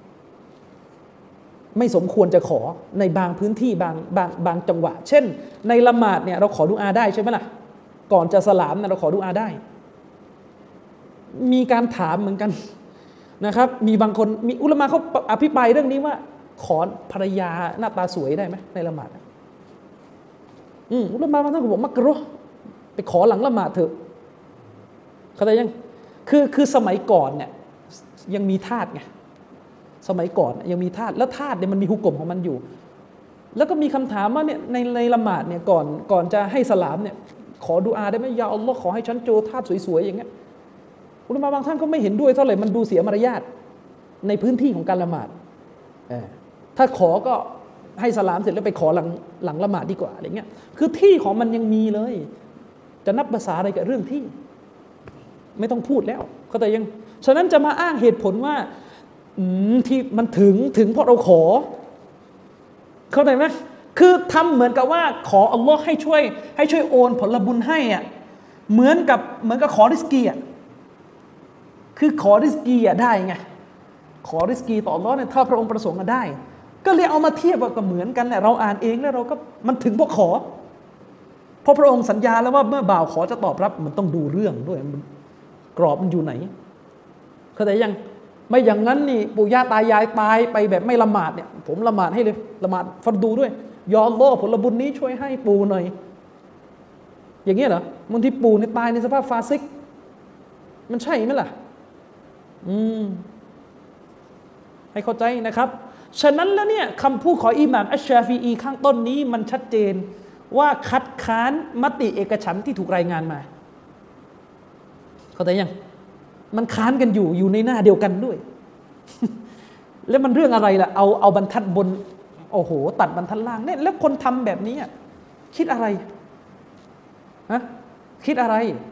ไม่สมควรจะขอในบางพื้นที่บางบางบางจังหวะเช่นในละหมาดเนี่ยเราขอดุอาได้ใช่ไหมล่ะก่อนจะสลามเนี่ยเราขอดุอาได้มีการถามเหมือนกันนะครับมีบางคนมีอุลามะเขาอภิปรายเรื่องนี้ว่าขอภรรยาหน้าตาสวยได้ไหมในละหมาดอืมอุลามะบางท่านก็บอกมักรุฮ์ไปขอหลังละหมาดเถอะเข้าใจยังคือคือสมัยก่อนเนี่ยยังมีทาสไงสมัยก่อนยังมีทาสแล้วทาสเนี่ยมันมีหุกกลมของมันอยู่แล้วก็มีคำถามว่าเนี่ยในในละหมาดเนี่ยก่อนก่อนจะให้สลามเนี่ยขอดุอาได้ไหมยาอัลลอฮ์ขอให้ฉันเจอทาสสวยๆอย่างเงี้ยอุลามะบางท่านก็ไม่เห็นด้วยเท่าไหร่มันดูเสียมารยาทในพื้นที่ของการละหมาดถ้าขอก็ให้สลามเสร็จแล้วไปขอหลังหลังละหมาดดีกว่าอะไรเงี้ยคือที่ของมันยังมีเลยจะนับภาษาอะไรกับเรื่องที่ไม่ต้องพูดแล้วเข้าใจยังฉะนั้นจะมาอ้างเหตุผลว่าที่มันถึงถึงเพราะเราขอเข้าใจไหมคือทำเหมือนกับว่าขออัลลอฮ์ให้ช่วยให้ช่วยโอนผลบุญให้อ่ะเหมือนกับเหมือนกับขอริสกีอ่ะคือขอริสกีอ่ะได้ไงขอริสกีต่ออัลลอฮ์เนี่ยถ้าพระองค์ประสงค์ได้ก็เลยเอามาเทียบกับเหมือนกันแหละเราอ่านเองแล้วเราก็มันถึงเพราะขอเพราะพระองค์สัญญาแล้วว่าเมื่อบ่าวขอจะตอบรับมันต้องดูเรื่องด้วยกรอบมันอยู่ไหนเข้าใจยังไม่อย่างนั้นนี่ปู่ย่าตายายตายไปแบบไม่ละหมาดเนี่ยผมละหมาดให้เลยละหมาดฟัรดูด้วยยออัลลอฮ์ผลบุญนี้ช่วยให้ปู่หน่อยอย่างเงี้ยเหรอบางทีปู่เนี่ยตายในสภาพฟาซิกมันใช่ไหมล่ะอืมให้เข้าใจนะครับฉะนั้นแล้วเนี่ยคำพูดของอิหม่ามอัชชาฟีอีข้างต้นนี้มันชัดเจนว่าคัดค้านมติเอกฉันท์ที่ถูกรายงานมาเข้าใจยังมันค้านกันอยู่อยู่ในหน้าเดียวกันด้วย แล้วมันเรื่องอะไรล่ะเอาเอาบรรทัดบนโอ้โหตัดบรรทัดล่างเนี่ยแล้วคนทำแบบนี้คิดอะไรฮะคิดอะไร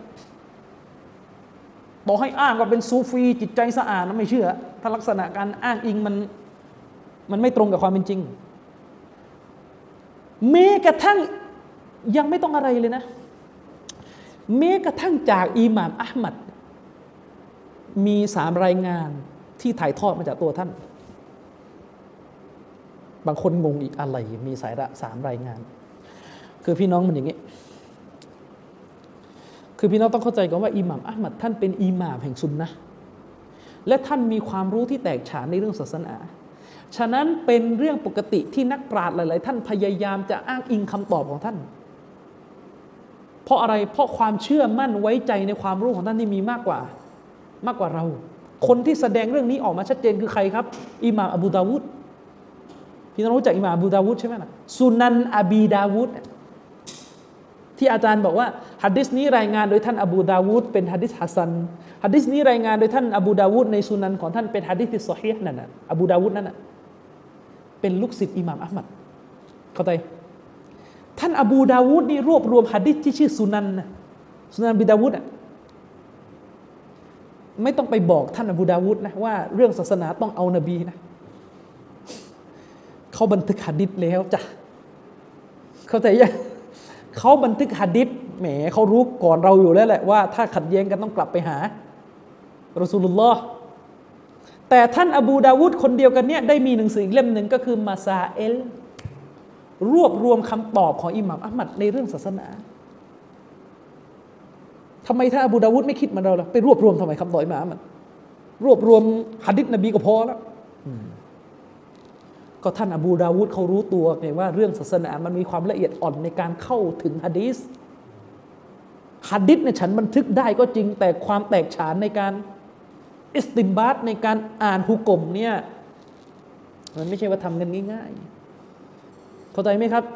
บอกให้อ้างว่าเป็นซูฟีจิตใจสะอาดนะไม่เชื่อถ้าลักษณะการอ้างอิงมันมันไม่ตรงกับความเป็นจริงแม้กระทั่งยังไม่ต้องอะไรเลยนะแม้กระทั่งจากอิหม่ามอะห์มัดมีสามรายงานที่ถ่ายทอดมาจากตัวท่านบางคนงงอีกอะไรมีสายละสามรายงานคือพี่น้องมันอย่างนี้คือพี่น้องต้องเข้าใจก่อนว่าอิหม่ามอะห์มัดท่านเป็นอิหม่ามแห่งซุนนะห์และท่านมีความรู้ที่แตกฉานในเรื่องศาสนาฉะนั้นเป็นเรื่องปกติที่นักปราชญ์หลายๆท่านพยายามจะอ้างอิงคำตอบของท่านเพราะอะไรเพราะความเชื่อมั่นไว้ใจในความรู้ของท่านที่มีมากกว่ามากกว่าเราคนที่แสดงเรื่องนี้ออกมาชัดเจนคือใครครับอิหม่ามอบูดาวูดพี่น้องรู้จักอิหม่ามอบูดาวูดใช่ไหมล่ะซุนันอบีดาวูดที่อาจารย์บอกว่าหะดีษนี้รายงานโดยท่านอบูดาวูดเป็นหะดีษฮัสซันหะดีษนี้รายงานโดยท่านอบูดาวูดในซุนันของท่านเป็นหะดีษที่ซอฮีฮ์นั่นน่ะอบูดาวูดนั่นน่ะเป็นลูกศิษย์อิหม่ามอะห์มัดเข้าใจท่านอบูดาวูดนี่รวบรวมหะดีษที่ชื่อซุนันนะซุนันอบีดาวูดอ่ะไม่ต้องไปบอกท่านอบูดาวูดนะว่าเรื่องศาสนาต้องเอานบีนะเขาบันทึกหะดีษแล้วจ้ะเข้าใจยังเขาบันทึกหะดีษแหมเขารู้ก่อนเราอยู่แล้วแหละว่าถ้าขัดแย้งกันต้องกลับไปหารอซูลุลลอฮ์แต่ท่านอบูดาวูดคนเดียวกันเนี่ยได้มีหนังสืออีกเล่มหนึ่งก็คือมาซาเอลรวบรวมคำตอบของอิหม่ามอะห์มัดในเรื่องศาสนาทำไมท่านอบูดาวูดไม่คิดเหมือนเราล่ะไปรวบรวมทำไมคำตอบอิหม่ามอะห์มัดรวบรวมหะดีษนบีก็พอแล้วก็ท่านอบูดาวูดเขารู้ตัวไงว่าเรื่องศาสนามันมีความละเอียดอ่อนในการเข้าถึงหะดีษหะดีษเนี่ยฉันบันทึกได้ก็จริงแต่ความแตกฉานในการอิสติมบาตในการอ่านฮุกมเนี่ยมันไม่ใช่ว่าทำกันง่ายๆเข้าใจไหมครับ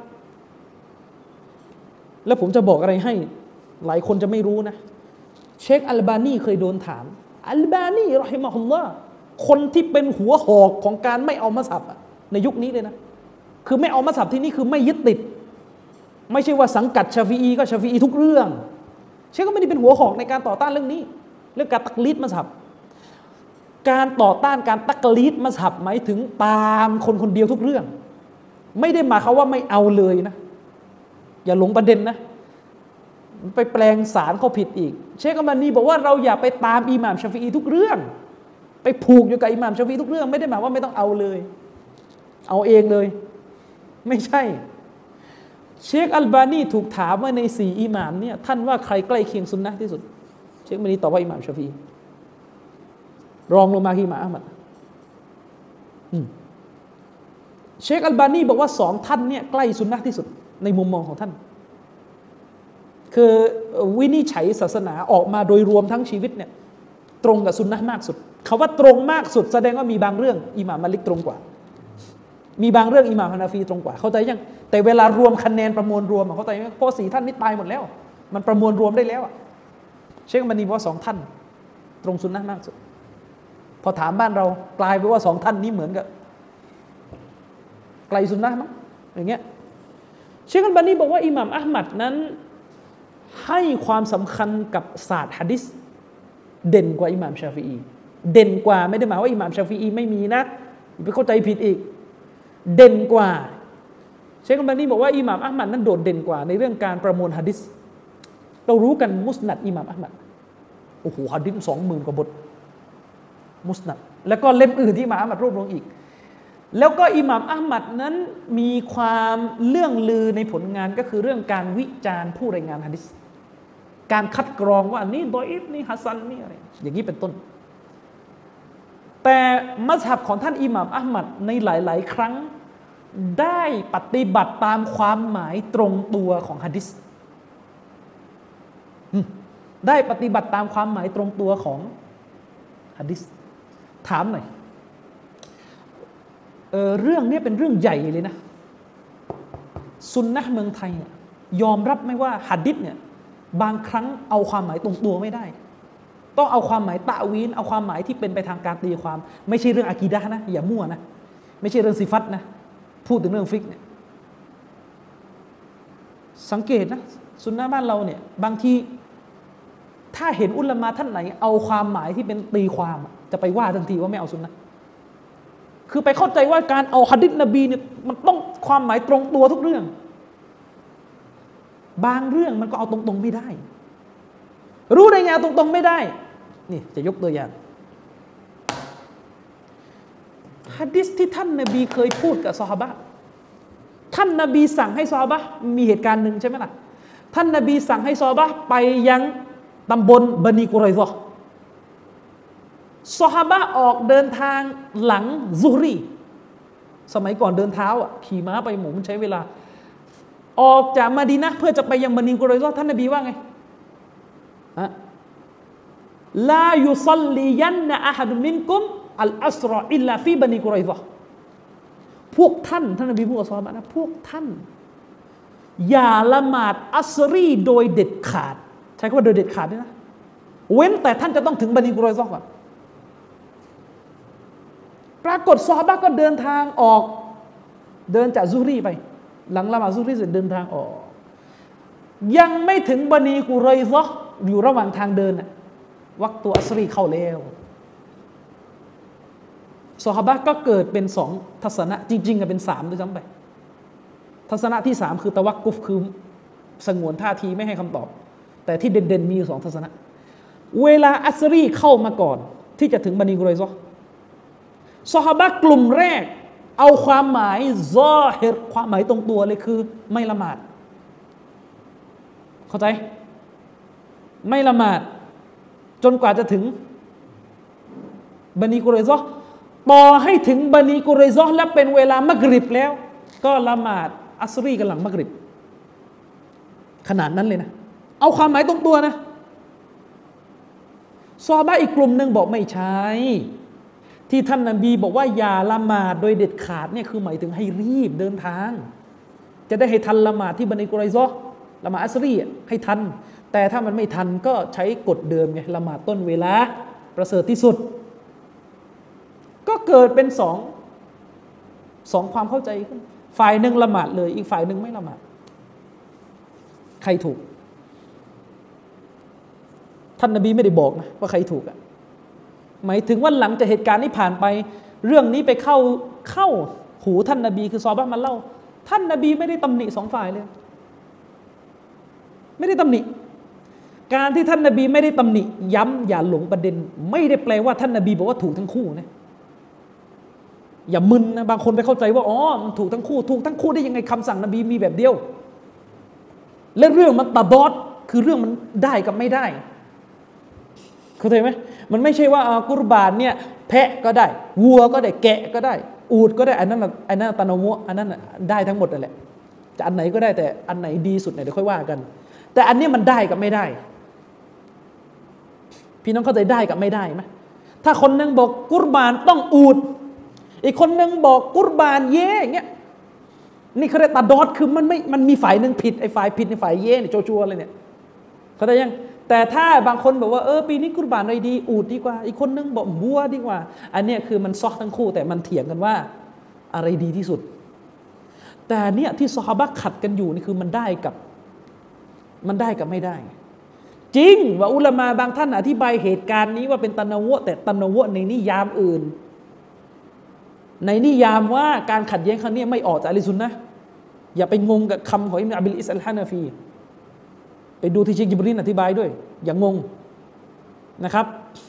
แล้วผมจะบอกอะไรให้หลายคนจะไม่รู้นะเชคอัลบานีเคยโดนถามอัลบานีรอฮิมะฮุลลอฮ์คนที่เป็นหัวหอกของการไม่เอามัซฮับในยุคนี้เลยนะคือไม่เอามัซฮับที่นี่คือไม่ยึดติดไม่ใช่ว่าสังกัดชาฟีอีก็ชาฟีอีทุกเรื่องเชคก็ไม่ได้เป็นหัวหอกในการต่อต้านเรื่องนี้เรื่องการตักลีดมัซฮับการต่อต้านการตักลีดมัซฮับหมายถึงตามคนคนเดียวทุกเรื่องไม่ได้หมายความว่าไม่เอาเลยนะอย่าหลงประเด็นนะไปแปลงสารเขาผิดอีกเชคอัลบานีบอกว่าเราอย่าไปตามอิหม่ามชาฟีอีทุกเรื่องไปผูกอยู่กับอิหม่ามชาฟีอีทุกเรื่องไม่ได้หมายว่าไม่ต้องเอาเลยเอาเองเลยไม่ใช่เชคอัลบานีถูกถามว่าในสี่อิหม่ามเนี่ยท่านว่าใครใกล้เคียงซุนนะห์ที่สุดเชคอัลบานีตอบว่าอิหม่ามชาฟีอีรองลงมาคืออิหม่ามอะห์มัดเชคอัลบานีบอกว่าสองท่านเนี่ยใกล้ซุนนะห์ที่สุดในมุมมองของท่านคือวินิจฉัยศาสนาออกมาโดยรวมทั้งชีวิตเนี่ยตรงกับซุนนะห์มากสุดคำว่าตรงมากสุดแสดงว่ามีบางเรื่องอิหม่ามมาลิกตรงกว่ามีบางเรื่องอิหม่ามฮานาฟีตรงกว่าเข้าใจยังแต่เวลารวมคะแนนประมวลรวมเข้าใจไหมเพราะสี่ท่านนี้ตายหมดแล้วมันประมวลรวมได้แล้วเชคอัลบานีบอกว่าสองท่านตรงซุนนะห์มากสุดพอถามบ้านเรากลายไปว่าสองท่านนี้เหมือนกับไกลซุนนะห์มั้งอย่างเงี้ยเชคอัลบานีบอกว่าอิหม่ามอะห์มัดนั้นให้ความสำคัญกับศาสตร์หะดีษเด่นกว่าอิหม่ามชาฟิอีเด่นกว่าไม่ได้หมายว่าอิหม่ามชาฟิอีไม่มีนะไปเข้าใจผิดอีกเด่นกว่าเชคอัลบานีบอกว่าอิหม่ามอะห์มัดนั้นโดดเด่นกว่าในเรื่องการประมวลหะดีษเรารู้กันมุสนัดอิหม่ามอะห์มัดโอ้โหหะดีษ สองหมื่น กว่าบทมุสนัดแล้วก็เล่มอื่นที่อิหม่ามอะห์มัดรวบรวมอีกแล้วก็อิหม่ามอะห์มัดนั้นมีความเรื่องลือในผลงานก็คือเรื่องการวิจารณ์ผู้รายงานหะดีษการคัดกรองว่านี่ดออีฟนี่ฮัสซันนี่อะไรอย่างนี้เป็นต้นแต่มัซฮับของท่านอิหม่ามอะห์มัดในหลายๆครั้งได้ปฏิบัติตามความหมายตรงตัวของหะดีษได้ปฏิบัติตามความหมายตรงตัวของหะดีษถามหน่อยเออเรื่องนี้เป็นเรื่องใหญ่เลยนะซุนนะห์เมืองไทยยอมรับไหมว่าหะดีษเนี่ยบางครั้งเอาความหมายตรงตัวไม่ได้ต้องเอาความหมายตะวีนเอาความหมายที่เป็นไปทางการตีความไม่ใช่เรื่องอะกีดะห์นะอย่ามั่วนะไม่ใช่เรื่องซิฟัตนะพูดถึงเรื่องฟิกเนี่ยสังเกตนะซุนนะห์บ้านเราเนี่ยบางทีถ้าเห็นอุลามะท่านไหนเอาความหมายที่เป็นตีความจะไปว่าทันทีว่าไม่เอาซุนนะห์คือไปเข้าใจว่าการเอาหะดีษนบีเนี่ยมันต้องความหมายตรงตัวทุกเรื่องบางเรื่องมันก็เอาตรงๆไม่ได้รู้ได้ไงตรงๆไม่ได้นี่จะยกตัวอย่างหะดีษที่ท่านนบีเคยพูดกับซอฮาบะห์ท่านนบีสั่งให้ซอฮาบะห์มีเหตุการณ์หนึ่งใช่ไหมล่ะท่านนบีสั่งให้ซอฮาบะห์ไปยังตำบลบะนีกุรอยซอซอฮาบะห์ออกเดินทางหลังซุฮรีสมัยก่อนเดินเท้าอ่ะขี่ม้าไปหมู่มันใช้เวลาออกจากมะดีนะห์เพื่อจะไปยังบะนีกุรอยซอท่านนบีว่าไงอะลายุซัลลียันนะอะฮัดุมินกุมอัลอัสรออิลลาฟีบะนีกุรอยซอพวกท่านท่านนบีพูดกับซอฮาบะห์นะพวกท่านอย่าละหมาดอัสรีโดยเด็ดขาดใช้คำว่าโดยเด็ดขาดด้วยนะเว้นแต่ท่านจะต้องถึงบะนีกุรอยซอก่อนปรากฏซอฮาบะห์ก็เดินทางออกเดินจากซุฮรีไปหลังละหมาดซุฮรีเสร็จเดินทางออกยังไม่ถึงบะนีกุรอยซออยู่ระหว่างทางเดินน่ะวักตัวอัสรีเข้าแล้วซอฮาบะห์ก็เกิดเป็นสองทัศนะจริงๆก็เป็นสามด้วยซ้ำไปทัศนะที่สามคือตะวักกุฟคือสงวนท่าทีไม่ให้คำตอบแต่ที่เด่นๆมีอยู่สองทัศนะเวลาอัสรีเข้ามาก่อนที่จะถึงบะนีกุรอยซอซอฮาบะห์กลุ่มแรกเอาความหมายซอฮิรความหมายตรงตัวเลยคือไม่ละหมาดเข้าใจไม่ละหมาดจนกว่าจะถึงบะนีกุรอยซอต่อให้ถึงบะนีกุรอยซอและเป็นเวลามักริบแล้วก็ละหมาดอัสรีกันหลังมักริบขนาดนั้นเลยนะเอาความหมายตรงตัวนะซอฮาบะห์อีกกลุ่มหนึ่งบอกไม่ใช่ที่ท่านนบีบอกว่าอย่าละหมาดโดยเด็ดขาดเนี่ยคือหมายถึงให้รีบเดินทางจะได้ให้ทันละหมาดที่บะนีกุรอยซอละหมาดอัสรีให้ทันแต่ถ้ามันไม่ทันก็ใช้กฎเดิมไงละหมาดต้นเวลาประเสริฐที่สุดก็เกิดเป็นสองสองความเข้าใจขึ้นฝ่ายหนึ่งละหมาดเลยอีกฝ่ายหนึ่งไม่ละหมาดใครถูกท่านนบีไม่ได้บอกนะว่าใครถูกอ่ะหมายถึงว่าหลังจากเหตุการณ์นี้ผ่านไปเรื่องนี้ไปเข้าเข้าหูท่านนบีคือซอฮาบะห์มาเล่าท่านนบีไม่ได้ตำหนิสองฝ่ายเลยไม่ได้ตำหนิการที่ท่านนบีไม่ได้ตำหนิย้ำอย่าหลงประเด็นไม่ได้แปลว่าท่านนบีบอกว่าถูกทั้งคู่นะอย่ามึนนะบางคนไปเข้าใจว่าอ๋อมันถูกทั้งคู่ถูกทั้งคู่ได้ยังไงคำสั่งนบีมีแบบเดียวและเรื่องมันตะดอดคือเรื่องมันได้กับไม่ได้เข้าใจไหมมันไม่ใช่ว่ากุรบานเนี่ยแพะก็ได้วัวก็ได้แกะก็ได้อูฐก็ได้อันนั้นอันนั้นตะนาวะอันนั้นได้ทั้งหมดนั่นแหละจะอันไหนก็ได้แต่อันไหนดีสุดเนี่ยเดี๋ยวค่อยว่ากันแต่อันนี้มันได้กับไม่ได้พี่น้องเข้าใจได้กับไม่ได้ไหมถ้าคนนึงบอกกุรบานต้องอูฐอีกคนนึงบอกกุรบานเย่อย่างเงี้ยนี่เขาเรียกตาดอดคือมันไม่มันมีฝ่ายหนึ่งผิดไอ้ฝ่ายผิดในฝ่ายเย่เนี่ยชัวร์ๆเลยเนี่ยเข้าใจยังแต่ถ้าบางคนบอกว่าเออปีนี้กุรบานอะไรดีอูฐดีกว่าอีกคนนึงบอกวัวดีกว่าอันเนี้ยคือมันซอฮทั้งคู่แต่มันเถียงกันว่าอะไรดีที่สุดแต่เนี่ยที่ซอฮาบะห์ขัดกันอยู่นี่คือมันได้กับมันได้กับไม่ได้จริงว่าอุลามะบางท่านอธิบายเหตุการณ์นี้ว่าเป็นตะนาวะแต่ตะนาวะในนิยามอื่นในนิยามว่าการขัดแย้งครั้งนี้ไม่ออกจากอะห์ลุสซุนนะห์อย่าไปงงกับคำของอิบนุอับดุลอิสอัลฮานาฟีไปดูที่เชคญิบรีนอธิบายด้วยอย่างงงนะครับ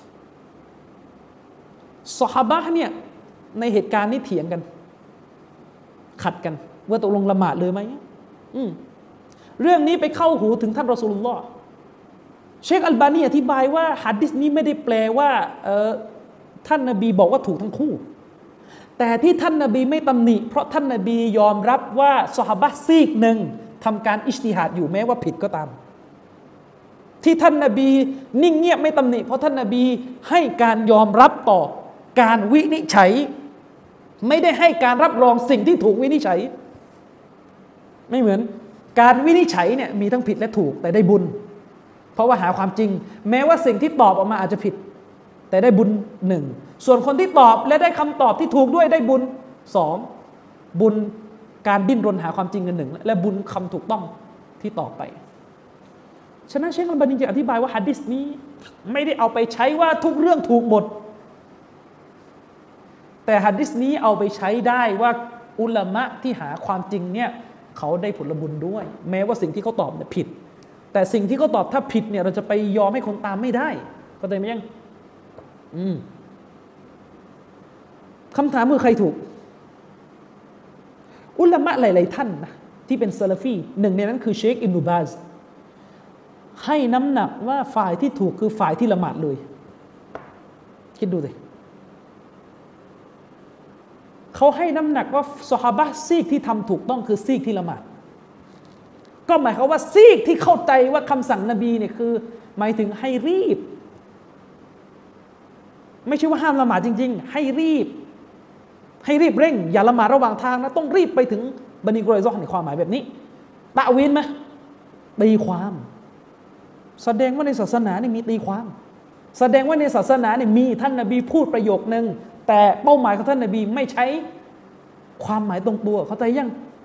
ซอฮาบะห์เนี่ยในเหตุการณ์นี้เถียงกันขัดกันว่าตกลงละหมาดเลยไหมอืมเรื่องนี้ไปเข้าหูถึงท่านรอซูลุลลอฮ์เชคอัลบานีอธิบายว่าหะดีษนี้ไม่ได้แปลว่าเอ่อท่านนบีบอกว่าถูกทั้งคู่แต่ที่ท่านนบีไม่ตำหนิเพราะท่านนบียอมรับว่าซอฮาบะห์ซีกหนึ่งทำการอิจติฮาดอยู่แม้ว่าผิดก็ตามที่ท่านนบีนิ่งเงียบไม่ตำหนิเพราะท่านนบีให้การยอมรับต่อการวินิจฉัยไม่ได้ให้การรับรองสิ่งที่ถูกวินิจฉัยไม่เหมือนการวินิจฉัยเนี่ยมีทั้งผิดและถูกแต่ได้บุญเพราะว่าหาความจริงแม้ว่าสิ่งที่ตอบออกมาอาจจะผิดแต่ได้บุญหนึ่งส่วนคนที่ตอบและได้คำตอบที่ถูกด้วยได้บุญสองบุญการดิ้นรนหาความจริงกันหนึ่งและบุญคำถูกต้องที่ตอบไปฉะนั้นเชคอัลบานีจะอธิบายว่าหะดีษนี้ไม่ได้เอาไปใช้ว่าทุกเรื่องถูกหมดแต่หะดีษนี้เอาไปใช้ได้ว่าอุลามะที่หาความจริงเนี่ยเขาได้ผลบุญด้วยแม้ว่าสิ่งที่เขาตอบเนี่ยผิดแต่สิ่งที่เขาตอบถ้าผิดเนี่ยเราจะไปยอมให้คนตามไม่ได้เข้าใจไหมยังอืมคำถามคือใครถูกอุลามะหลายๆท่านนะที่เป็นซะลาฟีหนึ่งในนั้นคือเชคอิบนุบาซให้น้ำหนักว่าฝ่ายที่ถูกคือฝ่ายที่ละหมาดเลยคิดดูสิเขาให้น้ำหนักว่าซอฮาบะห์ซีกที่ทำถูกต้องคือซีกที่ละหมาดก็หมายความว่าซีกที่เข้าใจว่าคำสั่งนบีเนี่ยคือหมายถึงให้รีบไม่ใช่ว่าห้ามละหมาดจริงๆให้รีบให้รีบเร่งอย่าละหมาดระหว่างทางนะต้องรีบไปถึงบันิกรอยซอฮ์ในความหมายแบบนี้ตะวีนไหมตีความแสดงว่าในศาสนาเนี่ยมีตีความแสดงว่าในศาสนาเนี่ยมีท่านนบีพูดประโยคนึงแต่เป้าหมายของท่านนบีไม่ใช้ความหมายตรงตัวเข้าใจยัง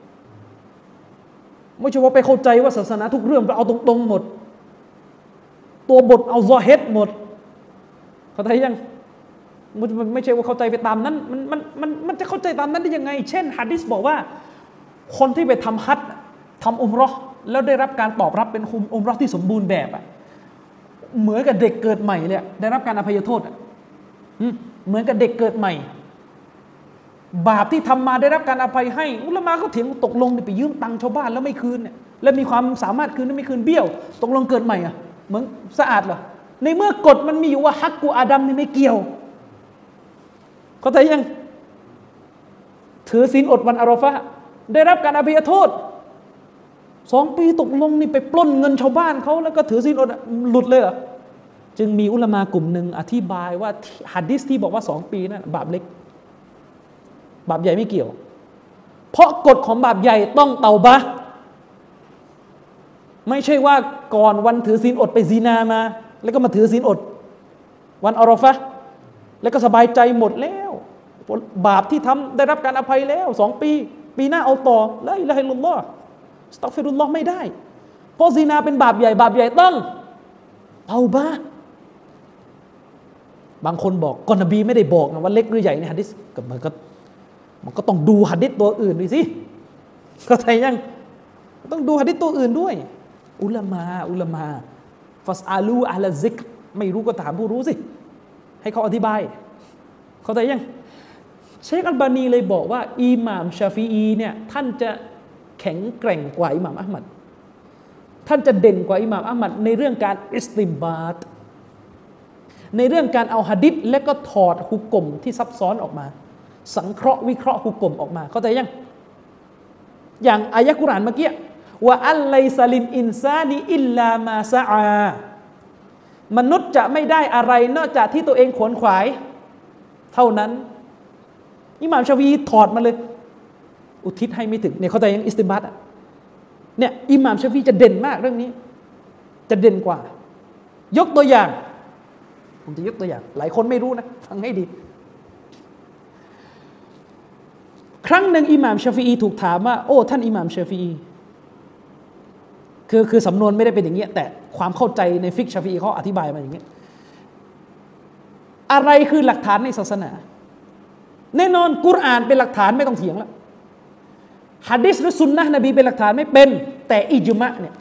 ไม่ใช่ว่าไปเข้าใจว่าศาสนาทุกเรื่องไปเอาตรงๆหมดตัวบทเอาซอฮิรหมดเข้าใจยังมันไม่ใช่ว่าเข้าใจไปตามนั้นมันมันมันมันจะเข้าใจตามนั้นได้ยังไงเช่นหะดีษบอกว่าคนที่ไปทำฮัจญ์ทำอุมเราะห์แล้วได้รับการตอบรับเป็นอุมเราะห์ที่สมบูรณ์แบบอ่ะเหมือนกับเด็กเกิดใหม่เลยได้รับการอภัยโทษอ่ะเหมือนกับเด็กเกิดใหม่บาปที่ทำมาได้รับการอภัยให้อุลามะเขาเถียงตกลงไปยืมตังค์ชาวบ้านแล้วไม่คืนเนี่ยแล้วมีความสามารถคืนไม่คืนเบี้ยวตกลงเกิดใหม่อ่ะเหมือนสะอาดเหรอในเมื่อกฎมันมีอยู่ว่าฮักกูอาดัมนี่ไม่เกี่ยวเข้าใจยังถือศีลอดวันอาราฟะห์ได้รับการอภัยโทษสองปีตกลงนี่ไปปล้นเงินชาวบ้านเขาแล้วก็ถือศีลอดหลุดเลยเหรอจึงมีอุลามะกลุ่มหนึ่งอธิบายว่าหะดีษที่บอกว่าสองปีนั้นบาปเล็กบาปใหญ่ไม่เกี่ยวเพราะกฎของบาปใหญ่ต้องเตาบะห์ไม่ใช่ว่าก่อนวันถือศีลอดไปซีนามาแล้วก็มาถือศีลอดวันอาราฟะห์แล้วก็สบายใจหมดแล้วบาปที่ทำได้รับการอภัยแล้วสองปีปีหน้าเอาต่อละอิลาฮะอิลลัลลอฮ์อัสตัฆฟิรุลลอฮ์ไม่ได้เพราะซีนาเป็นบาปใหญ่บาปใหญ่ต้องเตาบะห์บางคนบอกก็นบีไม่ได้บอกนะว่าเล็กหรือใหญ่ในหะดีษก็มันก็มันก็ต้องดูหะดีษตัวอื่นด้วยสิเข้าใจยังต้องดูหะดีษตัวอื่นด้วยอุลามะอุลามะฟัสอาลูอะละซิกรไม่รู้ก็ถามผู้รู้สิให้เขาอธิบายเข้าใจยังเชคอัลบานีเลยบอกว่าอิหม่ามชาฟีอีเนี่ยท่านจะแข็งแกร่งกว่าอิหม่ามอะห์มัดท่านจะเด่นกว่าอิหม่ามอะห์มัดในเรื่องการอิสติมบาตในเรื่องการเอาหะดีษและก็ถอดฮุกกลมที่ซับซ้อนออกมาสังเคราะห์วิเคราะห์ฮุกกลมออกมาเข้าใจยังอย่างอายะกุรอานเมื่อกี้ว่าอัลไลซาลินอินซานีอิลลามาซะอามนุษย์จะไม่ได้อะไรนอกจากที่ตัวเองขวนขวายเท่านั้นอิหม่ามชาฟีถอดมาเลยอุทิศให้ไม่ถึงเนี่ยเข้าใจยังอิสติมบัตอ่ะเนี่ยอิหม่ามชาฟีจะเด่นมากเรื่องนี้จะเด่นกว่ายกตัวอย่างผมจะยกตัวอย่างหลายคนไม่รู้นะฟังให้ดีครั้งหนึ่งอิหม่ามชาฟีอีถูกถามว่าโอ้ท่านอิหม่ามชาฟีอีคือคือสำนวนไม่ได้เป็นอย่างเงี้ยแต่ความเข้าใจในฟิกชาฟีอีเขาอธิบายมาอย่างเงี้ยอะไรคือหลักฐานในศาสนาแน่นอนกุรอานเป็นหลักฐานไม่ต้องเถียงแล้วหะดีษหรือซุนนะห์นบีเป็นหลักฐานไม่เป็นแต่อิจมะเนี่ย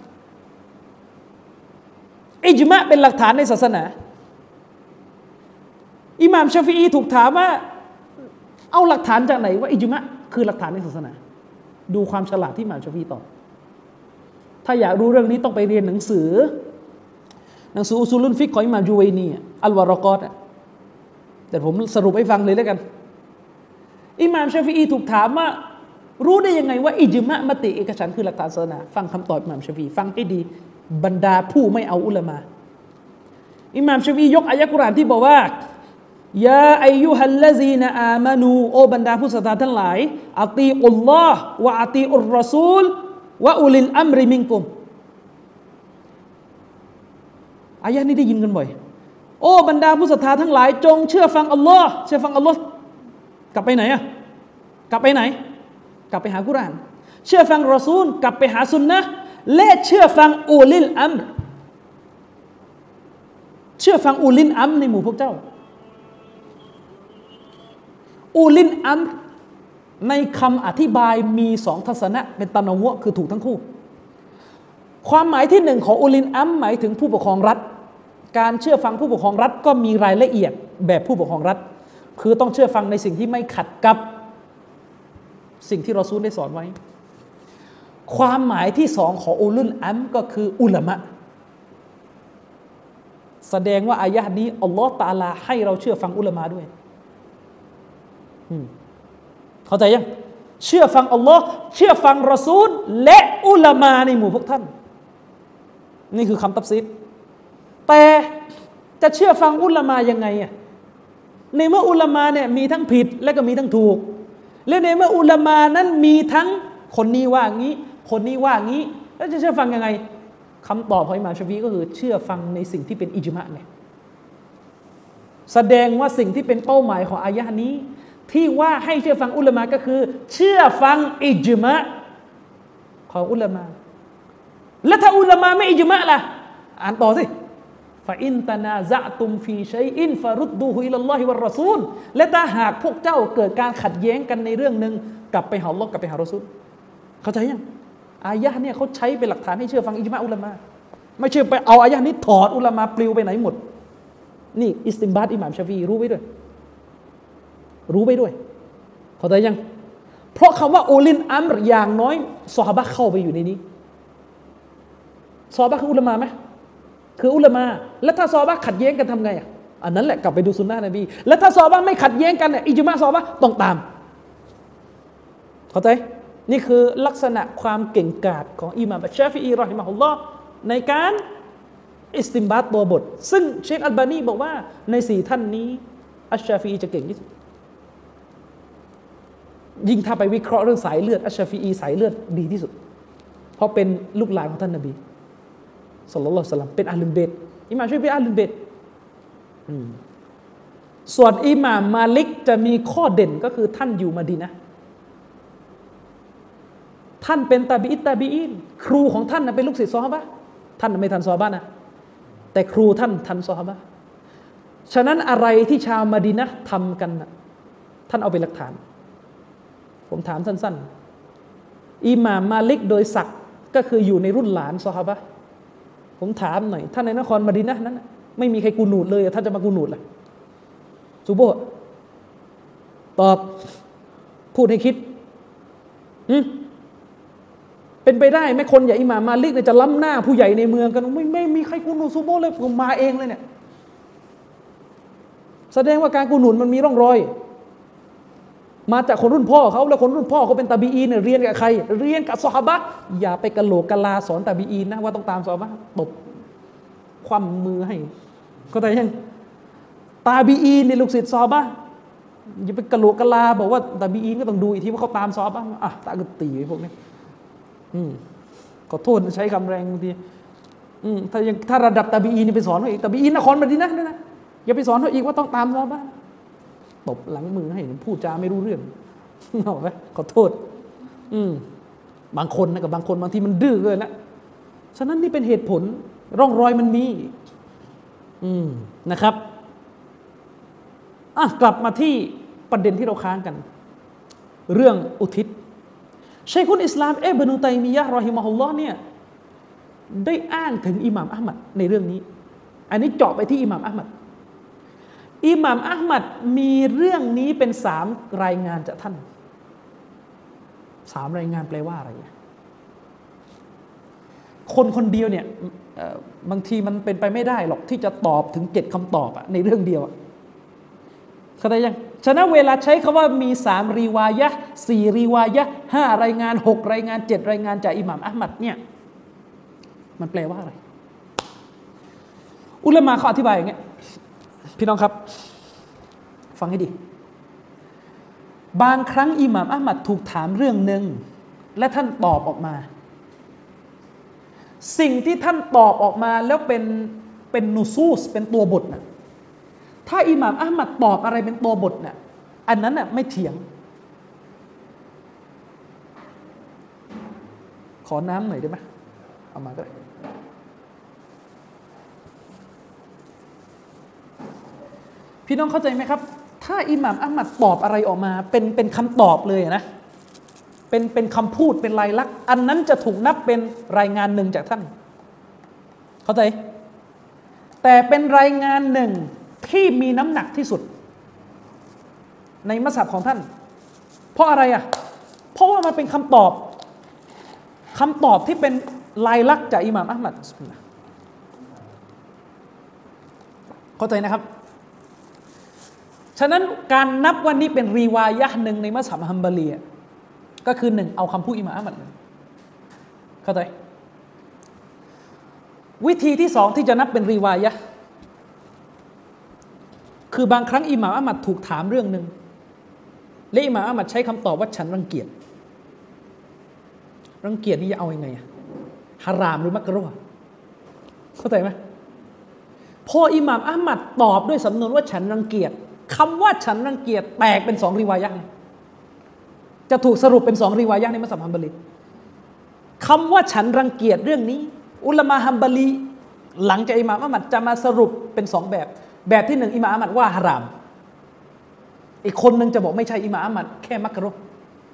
อิจมะเป็นหลักฐานในศาสนาอิหม่ามชาฟีอีถูกถามว่าเอาหลักฐานจากไหนว่าอิจมะคือหลักฐานในศาสนาดูความฉลาดที่อิหม่ามชาฟีอีตอบถ้าอยากรู้เรื่องนี้ต้องไปเรียนหนังสือหนังสืออุซูลุลฟิกของอิหม่ามจูไวนีอัลวารอกอตแต่ผมสรุปให้ฟังเลยแล้วกันอิหม่ามชาฟีอีถูกถามว่ารู้ได้ยังไงว่าอิจมะมติเอกฉันท์คือหลักฐานศาสนาฟังคำตอบอิหม่ามชาฟีอีฟังให้ดีบรรดาผู้ไม่เอาอุลามะอิหม่ามชาฟีอียกอายะกุรอานที่บอกว่ายาอัยยูฮัลลซีนอามานูโอบรรดาผู้ศรัทธาทั้งหลายอัตีอุลลอฮ์วะอัตีอุรรอซูลวะอุลิลอัมริมินกุมอายะนี้ได้ยินกันบ่อยโอ้บรรดาผู้ศรัทธาทั้งหลายจงเชื่อฟังอัลลอฮ์เชื่อฟังอัลลอฮ์กลับไปไหนอะกลับไปไหนกลับไปหากุรอานเชื่อฟังรอซูลกลับไปหาสุนนะห์และเชื่อฟังอูลิลอัมรเชื่อฟังอูลิลอัมรในหมู่พวกเจ้าอูลินอัมในคำอธิบายมีสองทัศนะเป็นตะนาวะคือถูกทั้งคู่ความหมายที่หนึ่งของอูลินอัมหมายถึงผู้ปกครองรัฐการเชื่อฟังผู้ปกครองรัฐก็มีรายละเอียดแบบผู้ปกครองรัฐคือต้องเชื่อฟังในสิ่งที่ไม่ขัดกับสิ่งที่รอซูลได้สอนไว้ความหมายที่สองของอูลุลอัมก็คืออุลามะแสดงว่าอายะห์นี้อัลลอฮฺตะอาลาให้เราเชื่อฟังอุลามะด้วยเข้าใจยังเชื่อฟังอัลลอฮ์เชื่อฟังรอซูลและอุลามะในหมู่พวกท่านนี่คือคำตัฟซีรแต่จะเชื่อฟังอุลามะยังไงอ่ะในเมื่ออุลามะเนี่ยมีทั้งผิดและก็มีทั้งถูกและในเมื่ออุลามะนั้นมีทั้งคนนี้ว่างี้คนนี้ว่างี้แล้วจะเชื่อฟังยังไงคำตอบของอิหม่ามชาฟีอีก็คือเชื่อฟังในสิ่งที่เป็นอิจมะไงแสดงว่าสิ่งที่เป็นเป้าหมายของอายะห์นี้ที่ว่าให้เชื่อฟังอุลามะก็คือเชื่อฟังอิจมะของอุลามะแล้วถ้าอุลามะไม่อิจมะล่ะอ่านต่อสิฟาอินตะนาซะตุมฟีชัยอินฟารุดดูฮุอิลลอฮิวัรรอซูลและถ้าหากพวกเจ้าเกิดการขัดแย้งกันในเรื่องนึงกลับไปหาอัลเลาะห์กลับไปหารอซูลเข้าใจยังอายะห์เนี่ยเขาใช้เป็นหลักฐานให้เชื่อฟังอิจมะอุลามะไม่เชื่อไปเอาอายะห์นี้ถอดอุลามะปลิวไปไหนหมดนี่อิสติมบาตอิหม่ามชาฟีอีรู้ไว้ด้วยรู้ไว้ด้วยเข้าใจยังเพราะคำว่าอูลินอัมรอย่างน้อยซอฮาบะห์เข้าไปอยู่ในนี้ซอฮาบะห์คืออุลามะไหมคืออุลามะแล้วถ้าซอฮาบะห์ขัดแย้งกันทำไงอ่ะอันนั้นแหละกลับไปดูสุนนะนบีแล้วถ้าซอฮาบะห์ไม่ขัดแย้งกันเนี่ยอิจมะซอฮาบะห์ต้องตามเข้าใจนี่คือลักษณะความเก่งกาจของอิหม่ามอัชชาฟิอีรอฮิมะฮุลลอฮ์ในการอิสติมบาตตัวบทซึ่งเชคอัลบานีบอกว่าในสี่ท่านนี้อัชชาฟิอีจะเก่งที่สุดยิ่งถ้าไปวิเคราะห์เรื่องสายเลือดอัชชาฟีอีสายเลือดดีที่สุดเพราะเป็นลูกหลานของท่านนบีศ็อลลัลลอฮุอะลัยฮิวะซัลลัมเป็นอะห์ลุลเบตอิหม่ามชาฟีอีอะห์ลุลเบตส่วนอิหม่ามมาลิกจะมีข้อเด่นก็คือท่านอยู่มะดีนะห์ท่านเป็นตาบีอิตตาบีอีนครูของท่านเป็นลูกศิษย์ซอฮาบะห์ท่านไม่ทันซอฮาบะห์นะแต่ครูท่านทันซอฮาบะห์ฉะนั้นอะไรที่ชาวมะดีนะห์ทำกันท่านเอาเป็นหลักฐานผมถามสั้นๆอิหม่ามมาลิกโดยศักดิ์ก็คืออยู่ในรุ่นหลานซอฮาบะห์ผมถามหน่อยท่านในนครมะดีนะห์นั้นไม่มีใครกูนูดเลยท่านจะมากูนูดล่ะซุโบฮ์ตอบพูดให้คิดอืมเป็นไปได้ไหมคนใหญ่อิหม่ามมาลิกเนี่ยจะล้ำหน้าผู้ใหญ่ในเมืองกันไม่ไม่มีใครกูนูซูโบเลยผมมาเองเลยเนี่ยแสดงว่าการกูนูนมันมีร่องรอยมาจากคนรุ่นพ่อเขาแล้วคนรุ่นพ่อเขาเป็นตาบีอีนเนี่ยเรียนกับใครเรียนกับซอฮาบะห์อย่าไปกะโหลกกะลาสอนตาบีอีนนะว่าต้องตามซอฮาบะห์ตบคว่ำมือให้เข้าใจยังตาบีอีนเนี่ยลูกศิษย์ซอฮาบะห์อย่าไปกะโหลกกะลาบอกว่าตาบีอีนก็ต้องดูอีกทีว่าเขาตามซอฮาบะห์อ่ะตากึตีพวกนี้อืมขอโทษใช้คำแรงบางทีอืมถ้ายังถ้าระดับตาบีอีนนี่ไปสอนเขาอีกตาบีอีนนครมะดีนะห์นะอย่าไปสอนเขาอีกว่าต้องตามซอฮาบะห์ตบหลังมือให้พูดจาไม่รู้เรื่องเอาไหมขอโทษอืมบางคนนะกับบางคนบางทีมันดื้อเลยนะฉะนั้นนี่เป็นเหตุผลร่องรอยมันมีอืมนะครับอ่ะกลับมาที่ประเด็นที่เราค้างกันเรื่องอุทิศชัยคุลอิสลามอิบนุตัยมียะห์รอฮิมะฮุลลอฮ์เนี่ยได้อ้างถึงอิหม่ามอะห์มัดในเรื่องนี้อันนี้เจาะไปที่อิหม่ามอะห์มัดอิหม่ามอะห์มัดมีเรื่องนี้เป็นสามรายงานจากท่านสามรายงานแปลว่าอะไรคนคนเดียวเนี่ยบางทีมันเป็นไปไม่ได้หรอกที่จะตอบถึงเจ็ดคำตอบอะในเรื่องเดียวเข้าใจยังฉะนั้นเวลาใช้คำว่ามีสามรีวายะห์สี่รีวายะห์ห้ารายงานหกรายงานเจ็ดรายงานจากอิหม่ามอะห์มัดเนี่ยมันแปลว่าอะไรอุลามะเขาอธิบายอย่างเงี้ยพี่น้องครับฟังให้ดีบางครั้งอิหม่ามอะห์มัดถูกถามเรื่องหนึ่งและท่านตอบออกมาสิ่งที่ท่านตอบออกมาแล้วเป็นเป็นนูซูสเป็นตัวบทนะถ้าอิหม่ามอะห์มัดตอบอะไรเป็นตัวบทน่ะอันนั้นน่ะไม่เถียงขอน้ำหน่อยได้ไหมเอามาด้วยพี่น้องเข้าใจไหมครับถ้าอิหม่ามอะห์มัดตอบอะไรออกมาเป็นเป็นคำตอบเลยนะเป็นเป็นคำพูดเป็นลายลักษณ์อันนั้นจะถูกนับเป็นรายงานหนึ่งจากท่านเข้าใจแต่เป็นรายงานหนึ่งที่มีน้ำหนักที่สุดในมัสฮับของท่านเพราะอะไรอ่ะเพราะว่ามันเป็นคำตอบคำตอบที่เป็นลายลักษณ์จากอิหม่ามอะห์มัดเข้าใจนะครับฉะนั้นการนับวันนี้เป็นรีวายะห์หนึ่งในมัสฮับฮัมบารีก็คือหนึ่งเอาคำพูดอิหม่ามอะห์มัดเข้าใจวิธีที่สองที่จะนับเป็นรีวายะห์คือบางครั้งอิหม่ามอะห์มัดถูกถามเรื่องหนึ่งและอิหม่ามอะห์มัดใช้คำตอบว่าฉันรังเกียจรังเกียจนี่จะเอาอยัางไงฮารามหรือมักรุฮ์เข้าใจไหมพออิหม่ามอะห์มัดตอบด้วยสำนวนว่าฉันรังเกียจคำว่าฉันรังเกียจแตกเป็นสองริวายะห์จะถูกสรุปเป็นสองริวายะห์ในมัสฮับฮัมบารีคำว่าฉันรังเกียจเรื่องนี้อุลามะฮัมบารีหลังจากอิหม่ามอะห์มัดจะมาสรุปเป็นสองแบบแบบที่หนึ่งอิหม่ามอะห์มัดว่าฮารามอีกคนนึงจะบอกไม่ใช่อิหม่ามอะห์มัดแค่มักรุฮ์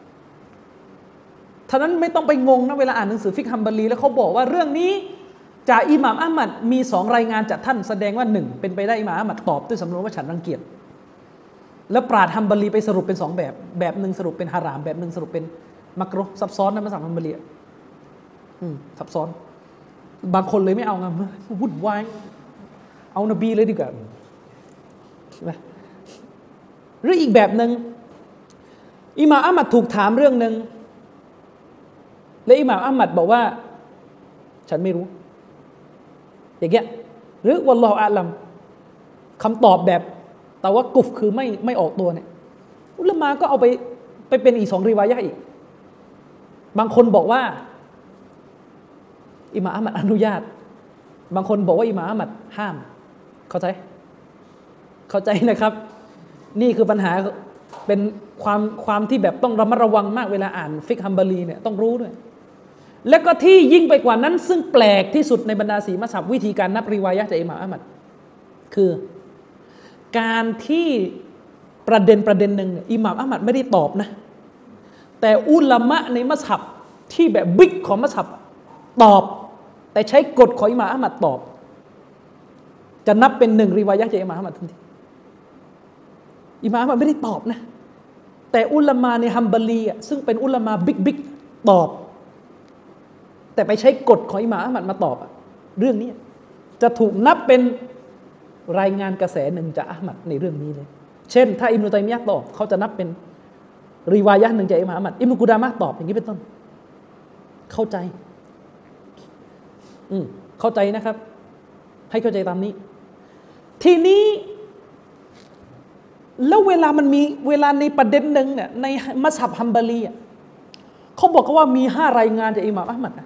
ท่านั้นไม่ต้องไปงงนะเวลาอ่านหนังสือฟิกฮัมบารีแล้วเขาบอกว่าเรื่องนี้จากอิหม่ามอะห์มัดมีสองรายงานจากท่านแสดงว่าหนึ่งเป็นไปได้อิหม่ามอะห์มัดตอบด้วยสำนวนว่าฉันรังเกียจแล้วปราชญ์ฮัมบารีไปสรุปเป็นสองแบบแบบหนึ่งสรุปเป็นฮารามแบบหนึ่งสรุปเป็นมักรุฮ์ซับซ้อนนะมัสฮับฮัมบารีอืมซับซ้อนบางคนเลยไม่เอาไงวุ่นวายเอานบีเลยดีกว่าใช่ไหมหรืออีกแบบหนึ่งอิหม่ามอะห์มัดถูกถามเรื่องหนึ่งและอิหม่ามอะห์มัดบอกว่าฉันไม่รู้อย่างเงี้ยหรือวัลลอฮุอาลัมคำตอบแบบแต่ว่ากุฟคือไม่ไม่ออกตัวเนี่ยอุลามะก็เอาไปไปเป็นอีกสองริวายะห์อีกบางคนบอกว่าอิหม่ามอะห์มัดอนุญาตบางคนบอกว่าอิหม่ามอะห์มัดห้ามเข้าใจเข้าใจนะครับนี่คือปัญหาเป็นความความที่แบบต้องระมัดระวังมากเวลาอ่านฟิกฮัมบารีเนี่ยต้องรู้ด้วยและก็ที่ยิ่งไปกว่านั้นซึ่งแปลกที่สุดในบรรดาสีมัสฮับวิธีการนับริวายะห์จากอิหม่ามอะห์มัดคือการที่ประเด็นประเด็นหนึ่งอิหม่ามอะห์มัดไม่ได้ตอบนะแต่อุลามะในมัสฮับที่แบบบิ๊กของมัสฮับตอบแต่ใช้กฎของอิหม่ามอะห์มัดตอบจะนับเป็นหนึ่งริวายะห์จากอิหม่ามอะห์มัดทันทีอิหม่ามอะห์มัดไม่ได้ตอบนะแต่อุลามะในฮัมบารีอ่ะซึ่งเป็นอุลามะบิ๊กบิ๊กตอบแต่ไปใช้กฎของอิหม่ามอะห์มัดมาตอบอ่ะเรื่องนี้จะถูกนับเป็นรายงานกระแสหนึ่งจากอะห์มัดในเรื่องนี้เลยเช่นถ้าอิบนุตัยมียะห์ตอบเขาจะนับเป็นริวายะห์หนึ่งจากอิหม่ามอะห์มัดอิบนุกุดามะห์ตอบอย่างนี้เป็นต้นเข้าใจอืมเข้าใจนะครับให้เข้าใจตามนี้ทีนี้แล้วเวลามันมีเวลาในประเด็นหนึ่งเนี่ยในมัซฮับฮัมบารีอ่ะเขาบอกว่ามีห้ารายงานจากอิหม่ามอะห์มัดนะ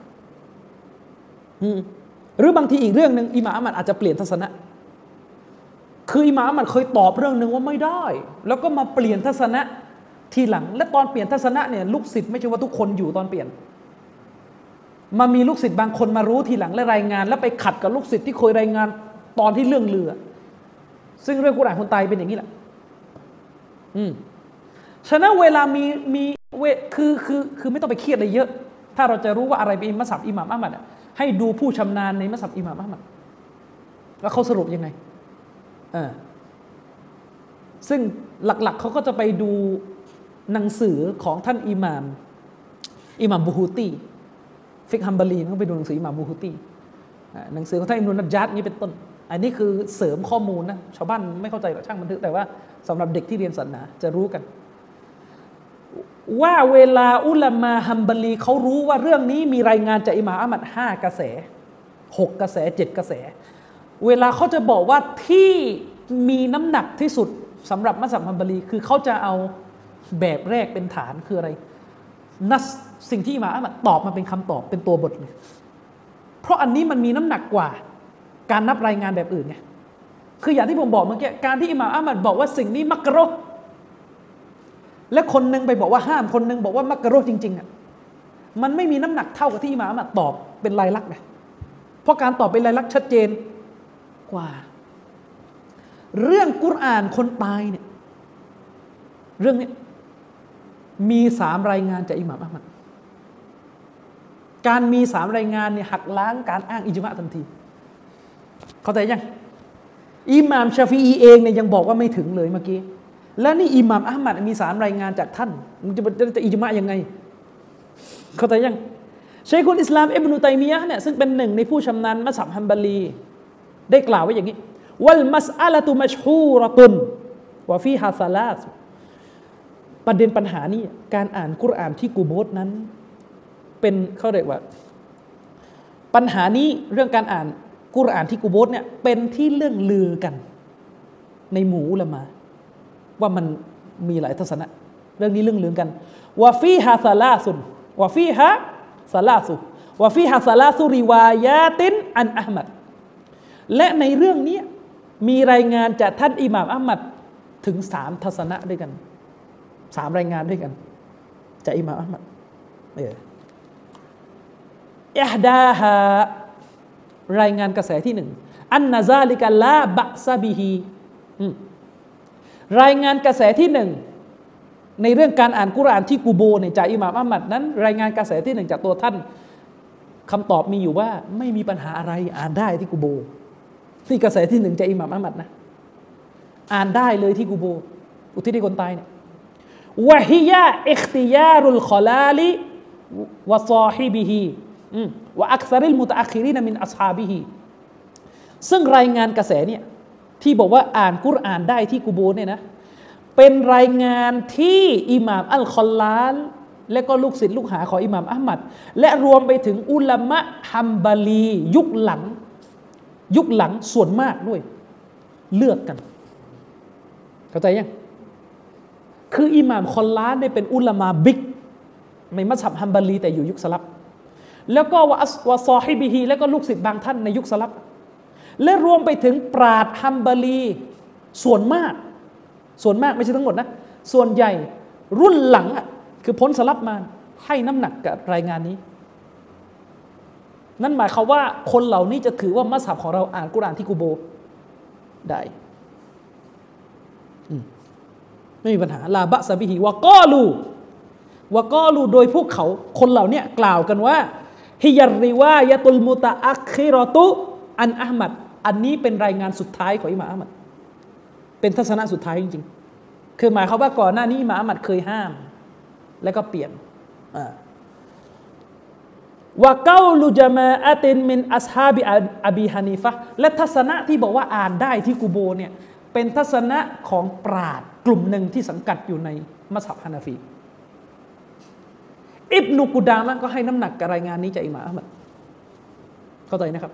หรือบางทีอีกเรื่องหนึ่งอิหม่ามอะห์มัดอาจจะเปลี่ยนทัศนะคืออิหม่ามอะห์มัดเคยตอบเรื่องหนึ่งว่าไม่ได้แล้วก็มาเปลี่ยนทัศนะทีหลังและตอนเปลี่ยนทัศนะเนี่ยลูกศิษย์ไม่ใช่ว่าทุกคนอยู่ตอนเปลี่ยนมามีลูกศิษย์บางคนมารู้ทีหลังและรายงานแล้วไปขัดกับลูกศิษย์ที่เคยรายงานตอนที่เรื่องเรือซึ่งเรื่องกุรอานคนตายเป็นอย่างนี้แหละอืมฉะนั้นเวลามีมีเวคือคือคือไม่ต้องไปเครียดอะไรเยอะถ้าเราจะรู้ว่าอะไรเป็นมัซฮับอิหม่ามอะห์มัดให้ดูผู้ชำนาญในมัซฮับอิหม่ามอะห์มัดว่าเขาสรุปยังไงอ่าซึ่งหลักๆเขาก็จะไปดูหนังสือของท่านอิหม่ามอิหม่ามบูฮูตีฟิกฮัมบารีเขาไปดูหนังสืออิหม่ามบูฮูตีหนังสือของท่านอิบนุนัจญาดนี่เป็นต้นอันนี้คือเสริมข้อมูลนะชาวบ้านไม่เข้าใจหรอกช่างมันเถอะแต่ว่าสำหรับเด็กที่เรียนศาสนาจะรู้กันว่าเวลาอุลามะฮัมบารีเขารู้ว่าเรื่องนี้มีรายงานจากอิหม่ามอะห์มัดห้ากระแสหกกระแสเจ็ดกระแสเวลาเขาจะบอกว่าที่มีน้ำหนักที่สุดสำหรับมัซฮับฮัมบารีคือเขาจะเอาแบบแรกเป็นฐานคืออะไรนัสสิ่งที่อิหม่ามอะห์มัดตอบมาเป็นคำตอบเป็นตัวบทเลยเพราะอันนี้มันมีน้ำหนักกว่าการนับรายงานแบบอื่นไงคืออย่างที่ผมบอกเมื่อกี้การที่อิหม่ามอะห์มัดบอกว่าสิ่งนี้มักรุฮ์และคนนึงไปบอกว่าห้ามคนนึงบอกว่ามักรุฮ์จริงๆอ่ะมันไม่มีน้ำหนักเท่ากับที่อิหม่ามอะห์มัดตอบเป็นลายลักษณ์ไงเพราะการตอบเป็นลายลักษณ์ชัดเจนกว่าเรื่องกุรอานคนตายเนี่ยเรื่องนี้มีสามรายงานจากอิหม่ามอะห์มัดการมีสามรายงานเนี่ยหักล้างการอ้างอิจมะทันทีเข้าใจยังอิหม่ามชาฟีอีเองเนี่ยยังบอกว่าไม่ถึงเลยเมื่อกี้แล้วนี่อิหม่ามอะห์มัดมีสามรายงานจากท่านมันจะจะอิจมะยังไงเข้าใจยังชัยคุลอิสลามอิบนุตัยมียะห์เนี่ยซึ่งเป็นหนึ่งในผู้ชำนาญมัซฮับฮัมบารีได้กล่าวไว้อย่างนี้วัลมัสอะละตุมัชฮูเราะตุนวะฟีฮาซาลาสประเด็นปัญหานี้การอ่านกุรอานที่กุโบร์นั้นเป็นเขาเรียกว่าปัญหานี้เรื่องการอ่านกุรอานที่กุโบร์เนี่ยเป็นที่เรื่องลือกันในหมู่อุลามะว่ามันมีหลายทัศนะเรื่องนี้เรื่องลือกันวะฟีฮาซาลาซุนวะฟีฮาซาลาซุวะฟีฮาซาลาซุริวายาตินอันอะห์มัดและในเรื่องนี้มีรายงานจากท่านอิหม่ามอะห์มัดถึงสามทัศนะด้วยกันสามรายงานด้วยกันจากอิหม่ามอะห์มัดเอออิฮดาฮารายงานกระแสที่หนึ่งอันนะซาลิกะลาบะซะบิฮิรายงานกระแสที่หนึ่งในเรื่องการอ่านกุรอานที่กูโบเนี่ยจากอิหม่ามอะห์มัดนั้นรายงานกระแสที่หนึ่งจากตัวท่านคำตอบมีอยู่ว่าไม่มีปัญหาอะไรอ่านได้ที่กูโบนี่กระแสที่หนึ่งจากอิหม่ามอะห์มัดนะอ่านได้เลยที่กูโบอุทิศให้คนตายเนี่ยวะฮิยะอิคติยารุลคอลาลิวะซอฮิบิฮิวะอักษริลมุตะอัคคิรีนมินอัศฮาบิฮิซึ่งรายงานกระแสเนี่ยที่บอกว่าอ่านกุรอานได้ที่กูโบเนี่ยนะเป็นรายงานที่อิหม่ามอัลคอลลาลและก็ลูกศิษย์ลูกหาของอิหม่ามอะห์มัดและรวมไปถึงอุลามะฮัมบารียุคหลังยุคหลังส่วนมากด้วยเลือกกันเข้าใจยังคืออิหม่ามคอลลาลเนี่ยเป็นอุลามะบิ๊กในมัซฮับฮัมบารีแต่อยู่ยุคสลับแล้วก็วะอัสวะซอฮิบิฮีแล้วก็ลูกศิษย์บางท่านในยุคสลับและรวมไปถึงปราชญ์ฮัมบารีส่วนมากส่วนมากไม่ใช่ทั้งหมดนะส่วนใหญ่รุ่นหลังอ่ะคือพ้นสลับมาให้น้ำหนักกับรายงานนี้นั่นหมายความว่าคนเหล่านี้จะถือว่ามัซฮับของเราอ่านกุรอานที่กูโบได้ไม่มีปัญหาลาบะซะบิฮิวะกอลูวะกอลูโดยพวกเขาคนเหล่านี้กล่าวกันว่าฮิยัรริวายะตุลมุตะอัคคิเราะตุอันอะห์มัดอันนี้เป็นรายงานสุดท้ายของอิหม่ามอะห์มัดเป็นทัศนะสุดท้ายจริงคือหมายความว่าก่อนหน้านี้อิหม่ามอะห์มัดเคยห้ามแล้วก็เปลี่ยนว่าเกาลุจามาอะตินมินอัศฮาบิอบีฮานีฟะห์และทัศนะที่บอกว่าอ่านได้ที่กุโบร์เนี่ยเป็นทัศนะของปราชญ์กลุ่มหนึ่งที่สังกัดอยู่ในมัซฮับฮานาฟีอิบนุกุดามะห์ก็ให้น้ำหนักกับรายงานนี้จากอิหม่ามอะห์มัดเข้าใจนะครับ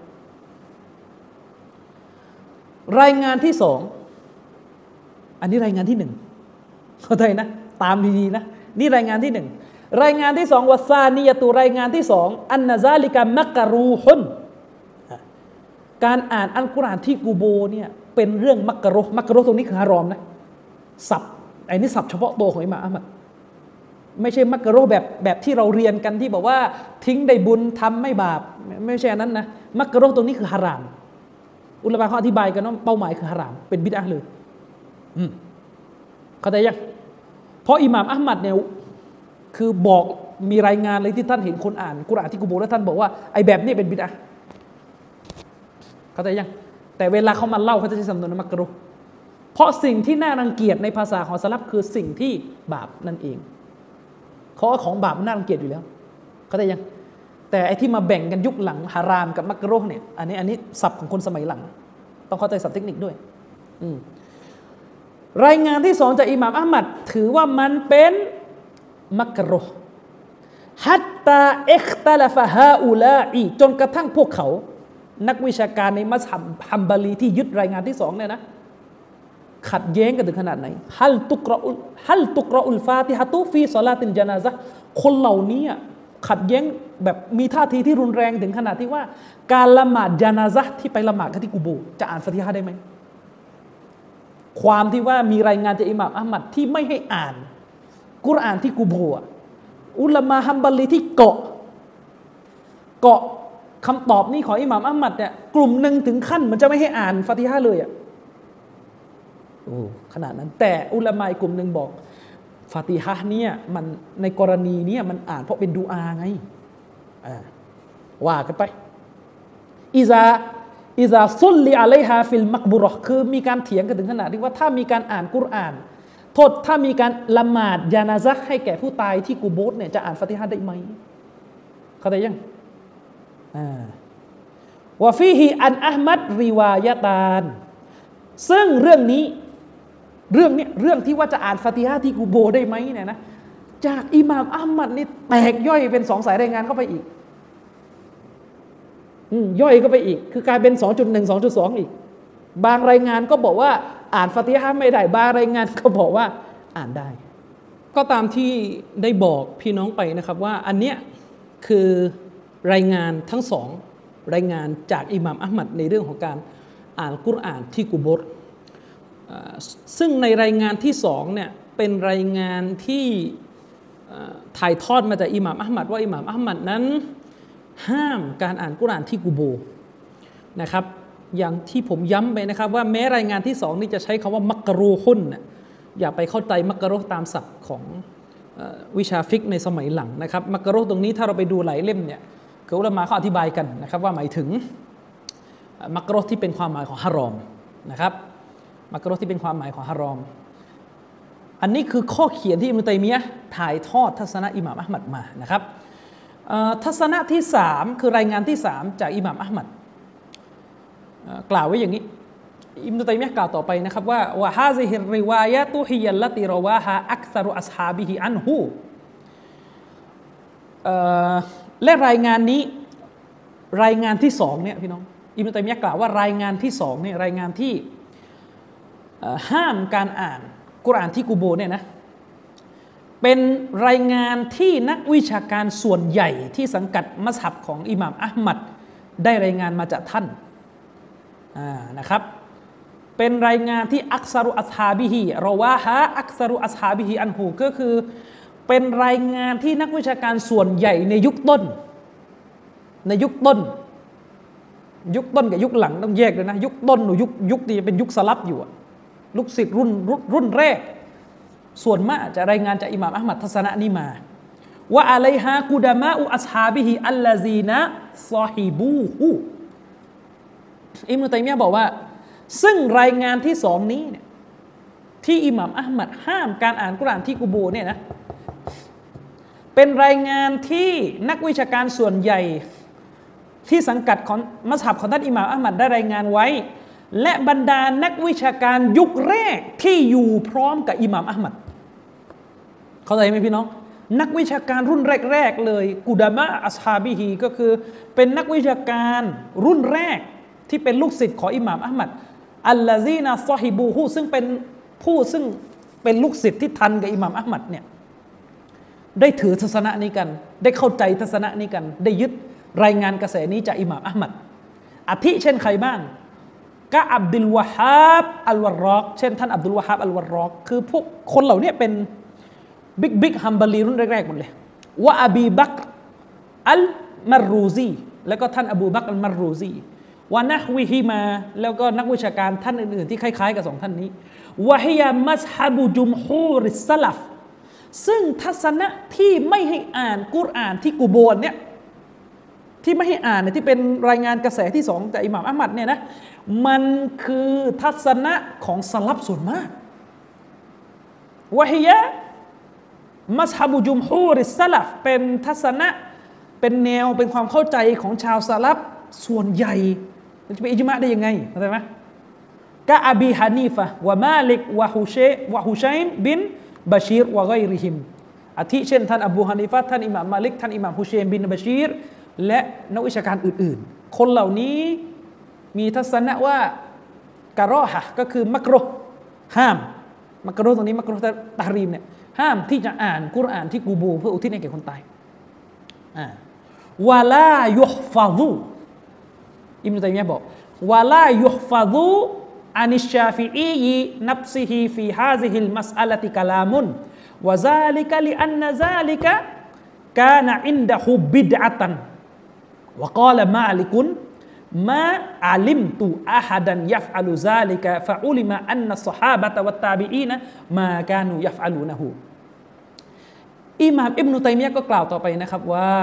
รายงานที่สองอันนี้รายงานที่หนึ่งเข้าใจนะตามดีๆนะนี่รายงานที่หนึ่งรายงานที่สองวัซานียะตุรายงานที่สองอันนะซาลิกะมักรูฮุนการอ่านอัลกุรอานที่กูโบเนี่ยเป็นเรื่องมักรุฮ์มักรุฮ์ตรงนี้คือฮารอมนะศัพท์ไอ้นี่ศัพท์เฉพาะตัวของอิหม่ามอะห์มัดไม่ใช่มักรุฮ์แบบแบบที่เราเรียนกันที่บอกว่าทิ้งได้บุญทำไม่บาปไม่ใช่อันนั้นนะมักรุฮ์ตรงนี้คือฮารามอุลามะเขาอธิบายกันว่าเป้าหมายคือฮารามเป็นบิดอะห์เลยอืมเข้าใจยังเพราะอิหม่ามอะห์มัดเนี่ยคือบอกมีรายงานเลยที่ท่านเห็นคนอ่านกุรอานที่กุโบร์แล้วท่านบอกว่าไอ้แบบนี้เป็นบิดอะห์เข้าใจยังแต่เวลาเขามาเล่าเขาจะใช้สำนวนมักรุฮ์เพราะสิ่งที่น่ารังเกียจในภาษาของสลับคือสิ่งที่บาปนั่นเองเขาว่าของบาปมันน่ารังเกียจอยู่แล้วเข้าใจยังแต่ไอ้ที่มาแบ่งกันยุคหลังฮารามกับมักรุฮ์เนี่ยอันนี้อันนี้ศัพท์ของคนสมัยหลังต้องเข้าใจศัพท์เทคนิคด้วยอืมรายงานที่สองจากอิหม่ามอะห์มัดถือว่ามันเป็นมักรุฮ์ฮัตตาอิคตัลฟะฮาอูลาอีจนกระทั่งพวกเขานักวิชาการในมัซฮับฮัมบาลีที่ยึดรายงานที่สองเนี่ยนะขัดแย้งกันถึงขนาดไหนฮัลตุกรออุลฮัลตุกรออุลฟาติฮะตุฟีศอลาติลญะนาซะห์คนเหล่านี้ขัดแย้งแบบมีท่าทีที่รุนแรงถึงขนาดที่ว่าการละหมาดญะนาซะห์ที่ไปละหมาดกันที่กุโบร์จะอ่านฟาติฮะห์ได้ไหมความที่ว่ามีรายงานจากอิหม่ามอะห์มัดที่ไม่ให้อ่านกุรอานที่กุโบร์อุลามะฮัมบาลีที่เกาะเกาะคำตอบนี้ของอิหม่ามอะห์มัดเนี่ยกลุ่มหนึ่งถึงขั้นมันจะไม่ให้อ่านฟาติฮะห์เลยอ่ะโอ้ขนาดนั้นแต่อุลามะอีกกลุ่มหนึ่งบอกฟาติฮะห์เนี่ยมันในกรณีนี้มันอ่านเพราะเป็นดุอาไงอ่าว่ากันไปอิซาอิซาซุลลิอะลัยฮาฟิลมักบุเราะห์คือมีการเถียงกันถึงขนาดที่ว่าถ้ามีการอ่านกุรอานโทษถ้ามีการละหมาดญะนาซะห์ให้แก่ผู้ตายที่กุโบร์เนี่ยจะอ่านฟาติฮะห์ได้ไหมเข้าใจยังอ่าวะฟีฮิอันอะห์มัดริวายะตานซึ่งเรื่องนี้เรื่องนี้เรื่องที่ว่าจะอ่านฟาติฮะห์ที่กุโบร์ได้ไหมเนี่ยนะจากอิหม่ามอะห์มัดนี่แตกย่อยเป็นสองสายรายงานเข้าไปอีกอืมย่อยเข้าไปอีกคือกลายเป็น สองจุดหนึ่ง สองจุดสอง อีกบางรายงานก็บอกว่าอ่านฟาติฮะห์ไม่ได้บางรายงานก็บอกว่าอ่านได้ก็ตามที่ได้บอกพี่น้องไปนะครับว่าอันเนี้ยคือรายงานทั้งสองรายงานจากอิหม่ามอะห์มัดในเรื่องของการอ่านกุรอานที่กุโบร์ซึ่งในรายงานที่สองเนี่ยเป็นรายงานที่ถ่ายทอดมาจากอิหม่ามอะห์มัดว่าอิหม่ามอะห์มัดนั้นห้ามการอ่านกุรอานที่กุโบร์นะครับอย่างที่ผมย้ำไปนะครับว่าแม้รายงานที่สองนี่จะใช้คำว่ามักรูฮุนนะอย่าไปเข้าใจมักรูฮ์ตามศัพท์ของวิชาฟิกในสมัยหลังนะครับมักรูฮ์ตรงนี้ถ้าเราไปดูหลายเล่มเนี่ยคืออุลามะเขาอธิบายกันนะครับว่าหมายถึงมักรูฮ์ที่เป็นความหมายของฮารอมนะครับมักรูฮ์ที่เป็นความหมายของฮารอมอันนี้คือข้อเขียนที่อิบนุตัยมียะห์ถ่ายทอดทัศนะอิหม่ามอะห์มัดมานะครับทัศนะที่สามคือรายงานที่สามจากอิหม่ามอะห์มัดกล่าวไว้อย่างนี้อิบนุตัยมียะห์กล่าวต่อไปนะครับว่าวะฮาซิฮิรริวายะตุฮิยัลลติรอวาฮาอักซารุอัศฮาบิฮิอันฮูและรายงานนี้รายงานที่สองเนี่ยพี่น้องอิบนุตัยมียะห์กล่าวว่ารายงานที่สองเนี่ยรายงานที่ห้ามการอ่านกุรอานที่กุโบร์เนี่ยนะเป็นรายงานที่นักวิชาการส่วนใหญ่ที่สังกัดมัซฮับของอิหม่ามอะห์มัดได้รายงานมาจากท่านนะครับเป็นรายงานที่อักซารุอัศฮาบิฮิรอวาฮะอักซารุอัศฮาบิฮิอันฮูก็คือเป็นรายงานที่นักวิชาการส่วนใหญ่ในยุคต้นในยุคต้นยุคต้นกับยุคหลังต้องแยกเลยนะยุคต้นหรือยุคยุคที่เป็นยุคสลับอยู่ลูกศิษย์รุ่นรุ่นแรกส่วนมากจะรายงานจากอิหม่ามอะห์มัดทัศนะนี้มาว่าอะลัยฮากุดามะอุอัศฮาบิฮิอัลลาซีนะซอฮิบูฮูอิบนุตัยมียะห์บอกว่าซึ่งรายงานที่สองนี้เนี่ยที่อิหม่ามอะห์มัดห้ามการอ่านกุรอานที่กุโบร์เนี่ยนะเป็นรายงานที่นักวิชาการส่วนใหญ่ที่สังกัดของมัซฮับของท่านอิหม่ามอะห์มัดได้รายงานไว้และบรรดานักวิชาการยุคแรกที่อยู่พร้อมกับอิหม่ามอะห์มัดเข้าใจไหมพี่น้องนักวิชาการรุ่นแรกๆเลยกุดามะอัศฮาบิฮีก็คือเป็นนักวิชาการรุ่นแรกที่เป็นลูกศิษย์ของอิหม่ามอะห์มัดอัลลาซีนาซอฮิบูฮูซึ่งเป็นผู้ซึ่งเป็นลูกศิษย์ที่ทันกับอิหม่ามอะห์มัดเนี่ยได้ถือทัศนะนี้กันได้เข้าใจทัศนะนี้กันได้ยึดรายงานกระแสนี้จากอิหม่ามอะห์มัดอาทิเช่นใครบ้างกะอับดุลวะฮาบอัลวะรอกเช่นท่านอับดุลวะฮาบอัลวะรอกคือพวกคนเหล่านี้เป็นบิ๊กบิ๊กฮัมบาลีรุ่นแรกๆหมดเลยวะอบีบักรอัลมัรรูซีแล้วก็ท่านอบูบักรอัลมัรรูซีวะนะฮวิฮิมาแล้วก็นักวิชาการท่านอื่นๆที่คล้ายๆกับสองท่านนี้วะฮิยามัซฮับุจุมฮูริสซะลัฟซึ่งทัศนะที่ไม่ให้อ่านกุรอานที่กุโบร์เนี่ยที่ไม่ให้อ่านเนี่ยที่เป็นรายงานกระแสที่สองจากอิหม่ามอะห์มัดเนี่ยนะมันคือทัศนะของสลับส่วนมากวะฮิยามัซฮับุจุมฮูริสซะลัฟเป็นทัศนะเป็นแนวเป็นความเข้าใจของชาวสลับส่วนใหญ่มันจะเป็นอิจมาได้ยังไงเข้าใจไหมกะอบีฮานีฟะวะมาลิกวะฮุเชวะฮุชัยน์บินบาชีรวะฆอยริฮิมอาทิเช่นท่านอบูฮานีฟะท่านอิหม่ามมาลิกท่านอิหม่ามฮุชัยน์บินบาชีรและนักวิชาการอื่นๆคนเหล่านี้มีทัศนะว่ากะรอฮะก็คือมักรุฮ์ห้ามมักรุฮ์ตรงนี้มักรุฮ์ตะฮรีมเนี่ยห้ามที่จะอ่านกุรอานที่กูโบเพื่ออุทิศให้แก่คนตายอ่าวะลายุฮฟะซุอิบนุตัยมียะห์บอกวะลายุฮฟะซุอานิชชาฟิอีนับซิฮิฟีฮาซิฮิลมัสอะละติกะลามุนวะซาลิกะลิอันนะซาลิกะกานะอินดะฮุบิดอะตันวะกาลมาลิกุนมาอาลิมตุอะฮัดันยัฟอะลุซาลิกะฟะอุลิมะอันนัสศอฮาบะตะวัตตาบิอีนะมากานูยัฟอะลูนะฮูอิหม่ามอิบนุตัยมียะห์ก็กล่าวต่อไปนะครับว่า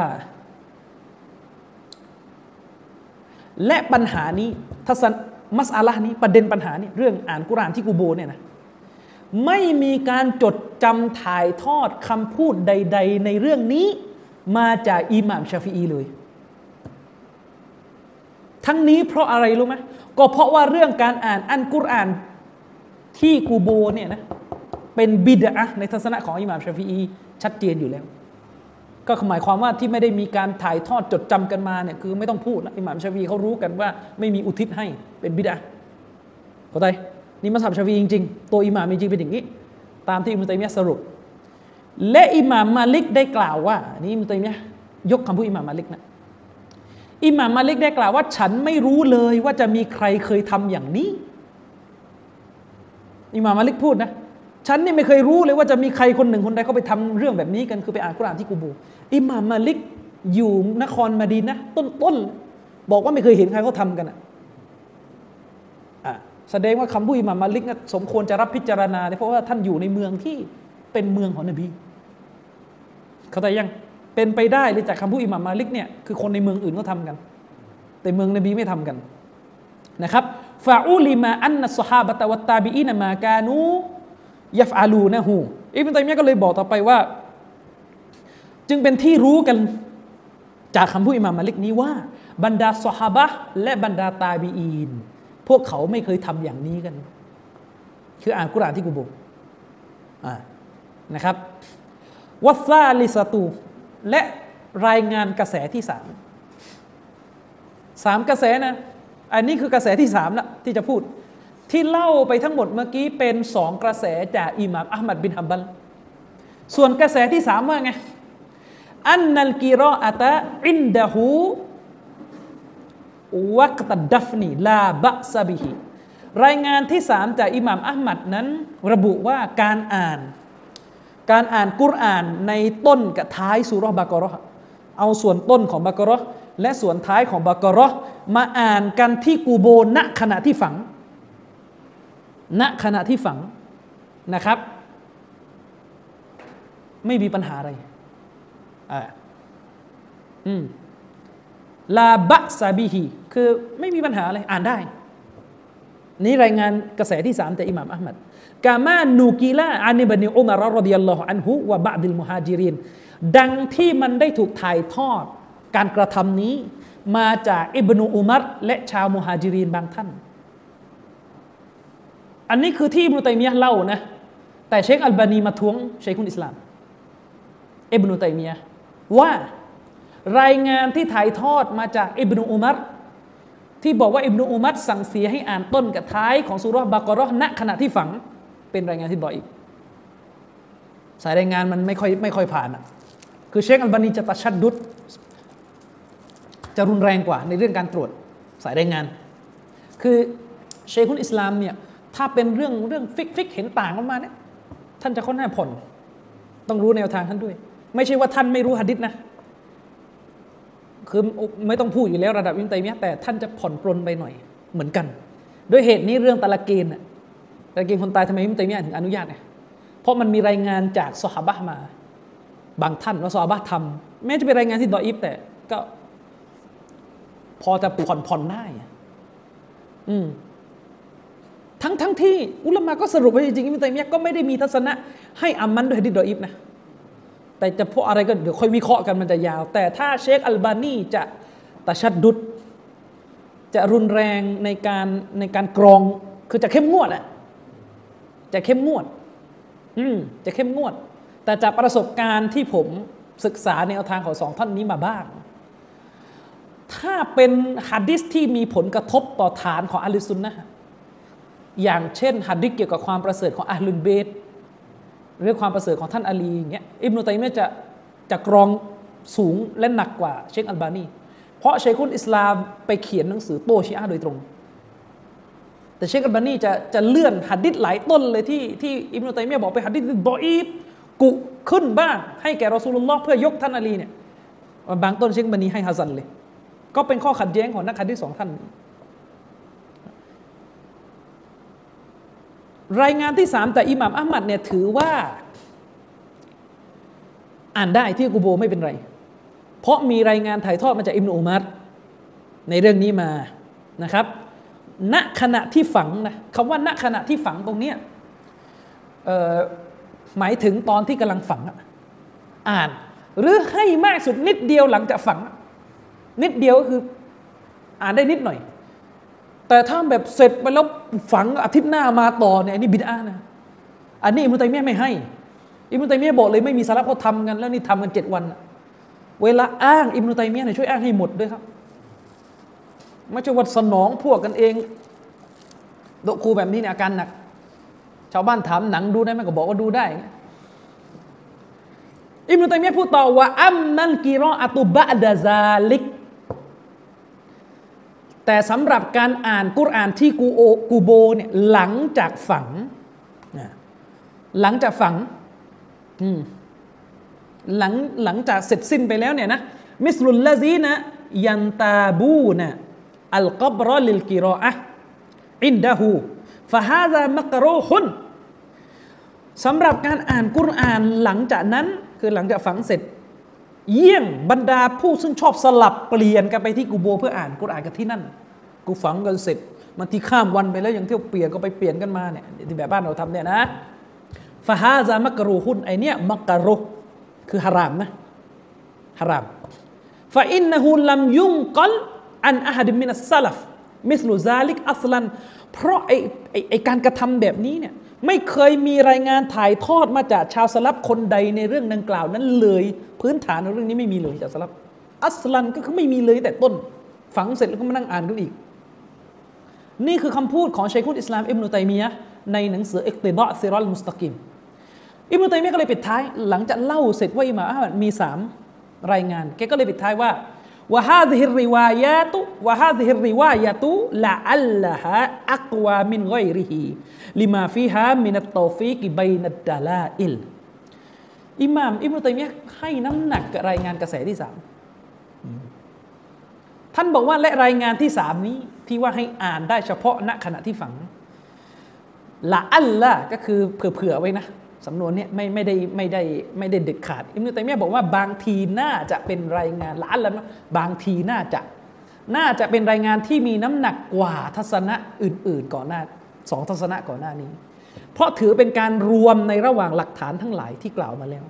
และปัญหานี้ทัศนมัสอะละห์นี้ประเด็นปัญหานี้เรื่องอ่านกุรอานที่กุโบร์เนี่ยนะไม่มีการจดจำถ่ายทอดคำพูดใดๆในเรื่องนี้มาจากอิหม่ามชาฟิอีเลยทั้งนี้เพราะอะไรรู้ไหมก็เพราะว่าเรื่องการอ่านอัลกุรอานที่กุโบร์เนี่ยนะเป็นบิดอะห์ในทัศนะของอิหม่ามชาฟิอีชัดเจนอยู่แล้วก็หมายความว่าที่ไม่ได้มีการถ่ายทอดจดจำกันมาเนี่ยคือไม่ต้องพูดแล้วอิหม่ามชาฟีเขารู้กันว่าไม่มีอุทิศให้เป็นบิดอะห์เข้าใจนี่มัซฮับชาฟีจริงๆตัวอิหม่ามจริงๆเป็นอย่างนี้ตามที่อิบนุตัยมียะห์สรุปและอิหม่ามมาลิกได้กล่าวว่านี่อิบนุตัยมียะห์ยกคำพูดอิหม่ามมาลิกนะอิหม่ามมาลิกได้กล่าวว่าฉันไม่รู้เลยว่าจะมีใครเคยทำอย่างนี้อิหม่ามมาลิกพูดนะฉันนี่ไม่เคยรู้เลยว่าจะมีใครคนหนึ่งคนใดเขาไปทำเรื่องแบบนี้กันคือไปอ่านกุรอานที่กูโบร์อิหม่ามมาลิกอยู่นครมะดีนะห์ต้นๆบอกว่าไม่เคยเห็นใครเขาทำกันอ่ะแสดงว่าคำพูดอิหม่ามมาลิกนะสมควรจะรับพิจารณาเพราะว่าท่านอยู่ในเมืองที่เป็นเมืองของนบีเข้าใจยังเป็นไปได้หรือจากคำพูดอิหม่ามมาลิกเนี่ยคือคนในเมืองอื่นเขาทำกันแต่เมืองนบีไม่ทำกันนะครับฟาอูลิมาอันนัสศอฮาบะตะวัตตาบีอีนะมากานูยัฟอาลูนะฮูอิบนุตัยมียะห์ก็เลยบอกต่อไปว่าจึงเป็นที่รู้กันจากคำพูดอิหม่ามมาลิกนี้ว่าบรรดาซอฮาบะห์และบรรดาตาบีอีนพวกเขาไม่เคยทำอย่างนี้กันคืออ่านกุรอานที่กุโบร์นะครับวัซซาลิซะตูและรายงานกระแสที่สามสามกระแสนะอันนี้คือกระแสที่สามละที่จะพูดที่เล่าไปทั้งหมดเมื่อกี้เป็นสองกระแสจากอิหม่ามอะห์มัดบินฮัมบัลส่วนกระแสที่สามว่าไงอันนัลกิรออะตะอินดะฮูวักตัดดัฟนีลาบะซะบิฮิรายงานที่สามจากอิหม่ามอะห์มัดนั้นระบุว่าการอ่านการอ่านกุรอานในต้นกับท้ายซูเราะห์บะเกาะเราะห์เอาส่วนต้นของบะเกาะเราะห์และส่วนท้ายของบะเกาะเราะห์มาอ่านกันที่กูโบร์ณขณะที่ฝังณขณะที่ฝังนะครับไม่มีปัญหาอะไรอ่าอืมลาบะซาบิฮีคือไม่มีปัญหาอะไรอ่านได้นี่รายงานกระแสที่สามจากอิหม่ามอะห์มัดกามานูกีลาอันอิบนุอุมารรอฎิยัลลอฮุอันฮุวะบะดิลมุฮาจิรินดังที่มันได้ถูกถ่ายทอดการกระทำนี้มาจากอิบนุอุมัรและชาวมุฮาจิรินบางท่านอันนี้คือที่อิบนุตัยมียะห์เล่านะแต่เชคอัลบานีมาท้วงเชคุลอิสลามอิบนุตัยมียะห์ว่ารายงานที่ถ่ายทอดมาจากอิบนุอุมัรที่บอกว่าอิบนุอุมัรสั่งเสียให้อ่านต้นกับท้ายของซูเราะห์บะเกาะเราะห์ณขณะที่ฝังเป็นรายงานที่ดออีฟสายรายงานมันไม่ค่อยไม่ค่อยผ่านอ่ะคือเชคอัลบานีจะตัชชัดดุดจะรุนแรงกว่าในเรื่องการตรวจสายรายงานคือเชคุลอิสลามเนี่ยถ้าเป็นเรื่องเรื่องฟิกฟิกเห็นต่างกันมาเนี่ยท่านจะค่อนข้างผ่อนต้องรู้แนวทางท่านด้วยไม่ใช่ว่าท่านไม่รู้หะดีษนะคือไม่ต้องพูดอยู่แล้วระดับอิบนุตัยมียะห์แต่ท่านจะผ่อนปลนไปหน่อยเหมือนกันด้วยเหตุนี้เรื่องตะละเกณฑ์ตะละเกณฑ์คนตายทำไมอิบนุตัยมียะห์ถึงอนุญาตเนี่ยเพราะมันมีรายงานจากซอฮาบะห์มาบางท่านว่าซอฮาบะห์ทำแม้จะเป็นรายงานที่ดออีฟแต่ก็พอจะผ่อนผ่อนได้อืมทั้งทั้งที่อุลามะก็สรุปไว้จริงๆอิบนุตัยมียะห์ก็ไม่ได้มีทัศนะให้อามันด้วยหะดีษดออีฟนะแต่จะพวกอะไรก็เดี๋ยวค่อยวิเคราะห์กันมันจะยาวแต่ถ้าเชคอัลบานีจะตัชชัดดุดจะรุนแรงในการในการกรองคือจะเข้มงวดอะจะเข้มงวดอืมจะเข้มงวดแต่จากประสบการณ์ที่ผมศึกษาแนวทางของสองท่านนี้มาบ้างถ้าเป็นหะดีษที่มีผลกระทบต่อฐานของอะห์ลุสซุนนะห์อย่างเช่นหะดีษเกี่ยวกับความประเสริฐของอะห์ลุลเบตเรื่องความประเสริฐของท่านอาลีอย่างเงี้ยอิบนุตัยมียะห์จะจะกรองสูงและหนักกว่าเชคอัลบานีเพราะเชคุลอิสลามไปเขียนหนังสือโต้ชีอะห์โดยตรงแต่เชคอัลบานีจะจะเลื่อนหะดีษหลายต้นเลยที่ที่อิบนุตัยมียะห์บอกไปหะดีษดออีฟกุขึ้นบ้างให้แก่รอซูลุลลอฮ์เพื่อยกท่านอาลีเนี่ยบางต้นเชคอัลบานีให้ฮะซันเลยก็เป็นข้อขัดแย้งของนักหะดีษสองท่านรายงานที่สามแต่อิหม่ามอะห์มัดเนี่ยถือว่าอ่านได้ที่กุโบไม่เป็นไรเพราะมีรายงานถ่ายทอดมาจากอิบนุอุมัรในเรื่องนี้มานะครับณขณะที่ฝังนะคำว่าณขณะที่ฝังตรงเนี้ยหมายถึงตอนที่กำลังฝังอ่านหรือให้มากสุดนิดเดียวหลังจากฝังนิดเดียวก็คืออ่านได้นิดหน่อยแต่ถ้าแบบเสร็จไปแล้วฝังอาทิตย์หน้ามาต่อเนี่ยอันนี้บิดอะห์นะอันนี้อิบนุตัยมียะห์ไม่ให้อิบนุตัยมียะห์บอกเลยไม่มีสลัฟเขาทำกันแล้วนี่ทำกันเจ็ดวันเวลาอ้างอิบนุตัยมียะห์เนี่ยช่วยอ้างให้หมดด้วยครับไม่ใช่ว่าสนองพวกกันเองโดครูแบบนี้เนี่ยอาการหนักชาวบ้านถามหนังดูได้ไหมก็บอกว่าดูได้อิบนุตัยมียะห์พูดต่อว่าอัมมันกิรออะตุบะดะซาลิกแต่สำหรับการอ่านกุรอานที่กูโอกูโบเนี่ยหลังจากฝังหลังจากฝังหลังหลังจากเสร็จสิ้นไปแล้วเนี่ยนะมิสลุลลาซีนะยันตาบูนะอัลกับรอลิลกิรออะห์อินดะฮูฟะฮาซามักรูฮุนสำหรับการอ่านกุรอานหลังจากนั้นคือหลังจากฝังเสร็จเยี่ยงบรรดาผู้ซึ่งชอบสลับเปลี่ยนกันไปที่กูโบเพื่ออ่านกุรอานกันที่นั่นกูฝังกันเสร็จบางทีข้ามวันไปแล้วยังเที่ยวเปลี่ยนก็ไปเปลี่ยนกันมาเนี่ยที่แบบบ้านเราทำเนี่ยนะฟะฮาซามักรูฮุนไอเนี้ยมักรูคือฮารามนะฮารามฟะอินนะฮูลัมยุงกัลอันอะฮัดมินัสซะลัฟมิสลุซาลิกอัสลันเพราะไอไอไอการกระทำแบบนี้เนี่ยไม่เคยมีรายงานถ่ายทอดมาจากชาวสลับคนใดในเรื่องดังกล่าวนั้นเลยพื้นฐานในเรื่องนี้ไม่มีเลยจากสลับอัสลันก็คือไม่มีเลยแต่ต้นฝังเสร็จแล้วก็มานั่งอ่านกันอีกนี่คือคำพูดของชัยคุลอิสลามอิบนุตัยมียะห์ในหนังสืออิกติฎอซิรอลมุสตะกิมอิบนุตัยมียะห์ก็เลยปิดท้ายหลังจากเล่าเสร็จว่าอิหม่ามอะห์มัดมีสามรายงานแกก็เลยปิดท้ายว่าวะฮาซิฮิรริวายาตุวะฮาซิฮิรริวายะตุละอัลละฮะอักวามินฆอยริฮิลิมาฟีฮามินัตตอฟีกบัยนัดดะลาอิลอิหม่ามอิบนุตัยมียะห์ให้น้ำหนักกับรายงานกระแสที่สามท่านบอกว่าและรายงานที่สามนี้ที่ว่าให้อ่านได้เฉพาะณขณะที่ฝังละอัลละก็คือเผื่อๆไว้นะสำนวนนี้ไม่ไม่ได้ไม่ได้ไม่ได้เด็ดขาดอิบนุตัยมียะห์บอกว่าบางทีน่าจะเป็นรายงานละอัลละบางทีน่าจะน่าจะเป็นรายงานที่มีน้ำหนักกว่าทัศนะอื่นๆก่อนหน้าสองทัศนะก่อนหน้านี้เพราะถือเป็นการรวมในระหว่างหลักฐานทั้งหลายที่กล่าวมาแล้ว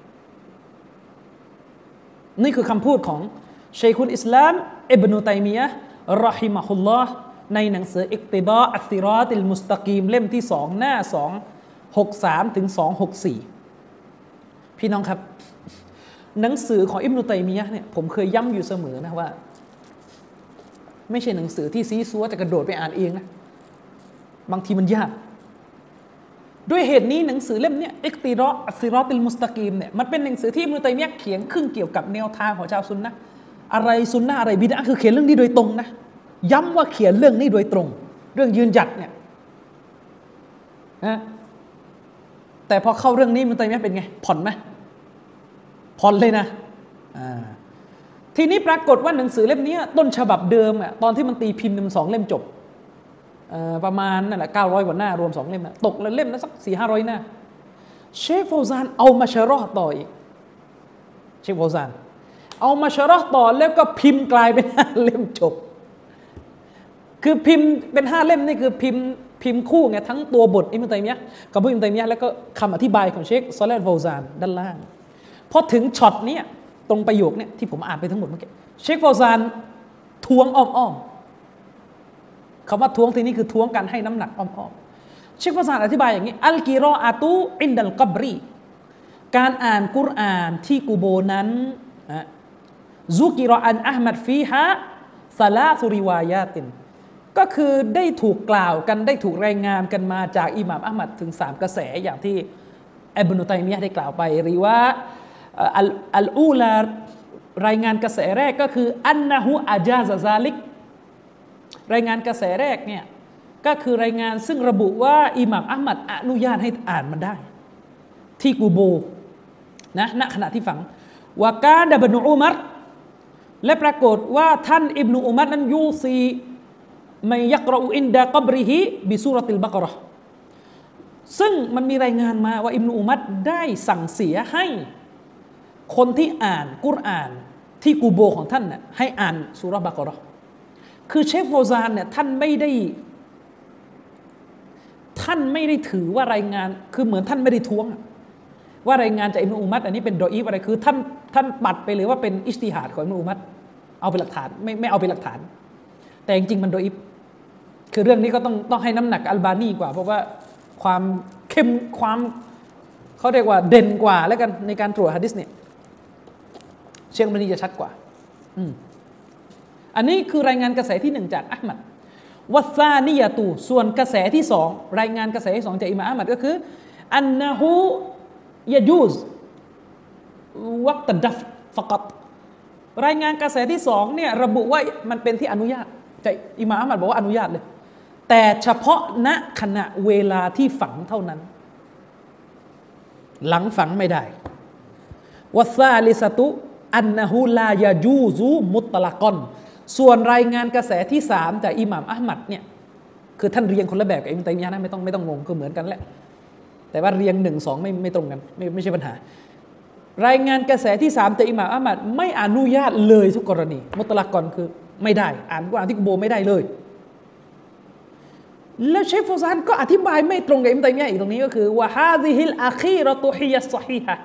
นี่คือคำพูดของชัยคุลอิสลามอิบนุตัยมียะห์รอฮิมะฮุลลอฮ์ในหนังสืออิกติดาอัสซิรอติลมุสตะกีมเล่มที่สองหน้าสองร้อยหกสิบสามถึงสองร้อยหกสิบสี่พี่น้องครับหนังสือของอิบนุตัยมียะห์เนี่ยผมเคยย้ำอยู่เสมอนะว่าไม่ใช่หนังสือที่ซีซัวจะกระโดดไปอ่านเองนะบางทีมันยากด้วยเหตุนี้หนังสือเล่มนี้อิกติรออัสซิรอติลมุสตะกีมเนี่ยมันเป็นหนังสือที่อิบนุตัยมียะห์เขียนขึ้นเกี่ยวกับแนวทางของชาวซุนนะห์อะไรซุนนะห์อะไรบิดอะห์คือเขียนเรื่องนี้โดยตรงนะย้ำว่าเขียนเรื่องนี้โดยตรงเรื่องยืนหยัดเนี่ยนะแต่พอเข้าเรื่องนี้อิบนุตัยมียะห์เป็นไงผ่อนไหมผ่อนเลยนะอ่าทีนี้ปรากฏว่าหนังสือเล่มนี้ต้นฉบับเดิมอ่ะตอนที่มันตีพิมพ์สองเล่มจบประมาณนั่นแหละเก้าร้อยกว่าหน้ารวมสองเล่มนะตกละเล่มละสัก สี่ห้าร้อย หน้าเชคฟาวซานเอามาชะเราะห์ต่ออีกเชคฟาวซานเอามาชะเราะห์ต่อแล้วก็พิมพ์กลายเป็นห้าเล่มจบคือพิมพ์เป็นห้าเล่มนี่คือพิมพ์พิมพ์คู่ไงทั้งตัวบทอิบนุตัยมียะห์กับบทอิบนุตัยมียะห์แล้วก็คำอธิบายของเชคซอเลห์ อัล ฟาวซานด้านล่างพอถึงช็อตนี้ตรงประโยคเนี่ยที่ผมอ่านไปทั้งหมดเมื่อกี้เชคฟาวซานทวงอ้อมๆคำว่าทวงที่นี่คือทวงการให้น้ำหนักอ้อมๆเชคฟาวซานอธิบายอย่างนี้อัลกิรออะตุอินดัลกับรีการอ่านกุรอานที่กุโบนั้นซุกิรออันอะห์มัดฟีฮะซะลาซุริวายาตินก็คือได้ถูกกล่าวกันได้ถูกรายงานกันมาจากอิหม่ามอะห์มัดถึงสามกระแสอย่างที่อิบนุตัยมียะห์ได้กล่าวไปหรือว่าอัลอัลอูลารายงานกระแสแรกก็คืออันนะฮูอาจาซะซาลิกรายงานกระแสแรกเนี่ยก็คือรายงานซึ่งระบุว่าอิหม่ามอะห์มัดอนุญาตให้อ่านมันได้ที่กูโบนะณขณะที่ฝังวะกาดะบนุอุมัรและปรากฏว่าท่านอิบนุอุมัรนั้นยูซีมัยยักรออินดะกับริฮิบิซูเราะติลบะเกาะเราะห์ซึ่งมันมีรายงานมาว่าอิบนุอุมัรได้สั่งเสียให้คนที่อ่านกุรอานที่กูโบของท่านน่ะให้อ่านซูเราะห์บะเกาะเราะห์คือเชคฟาวซานเนี่ยท่านไม่ได้ท่านไม่ได้ถือว่ารายงานคือเหมือนท่านไม่ได้ท้วงว่ารายงานจากอิบนุอุมัรอันนี้เป็นดออีฟอะไรคือท่านท่านปัดไปเลยว่าเป็นอิจติฮาดของอิบนุอุมัรเอาเป็นหลักฐานไม่ไม่เอาเป็นหลักฐานแต่จริงๆมันดออีฟคือเรื่องนี้ก็ต้องต้องให้น้ำหนักอัลบานีกว่าเพราะว่าความเข้มความเขาเรียกว่าเด่นกว่าแล้วกันในการตรวจหะดีษเนี่ยเชคอัลบานีจะชัดกว่าอืมอันนี้คือรายงานกระแสที่หนึ่งจากอะห์มัดวัซซานียะตูส่วนกระแสที่สองรายงานกระแสที่สองจากอิหม่ามอะห์มัดก็คืออันนะฮูยะจูซวักตะดัฟฟะกัตรายงานกระแสที่สองเนี่ยระบุว่ามันเป็นที่อนุญาตจากอิหม่ามอะห์มัดบอกว่าอนุญาตเลยแต่เฉพาะณขณะเวลาที่ฝังเท่านั้นหลังฝังไม่ได้วัซซาลิซะตุอันนะฮูลายะจูซุมุตตละกอนส่วนรายงานกระแสที่สามจากอิหม่ามอะห์มัดเนี่ยคือท่านเรียงคนละแบบกับอิบนุตัยมียะห์นะไม่ต้องไม่ต้องงงคือเหมือนกันแหละแต่ว่าเรียงหนึ่งสองไม่ไม่ตรงกันไม่ไม่ใช่ปัญหารายงานกระแสที่สามจากอิหม่ามอะห์มัดไม่อนุญาตเลยทุกกรณีมุตตละกอนคือไม่ได้อ่านกุรอานที่กุโบไม่ได้เลยแล้วเชคฟาวซานก็อธิบายไม่ตรงกับอิบนุตัยมียะห์อีกตรงนี้ก็คือว่าฮาซิฮิลอะคีเราะตุฮิยัสซอฮีฮะ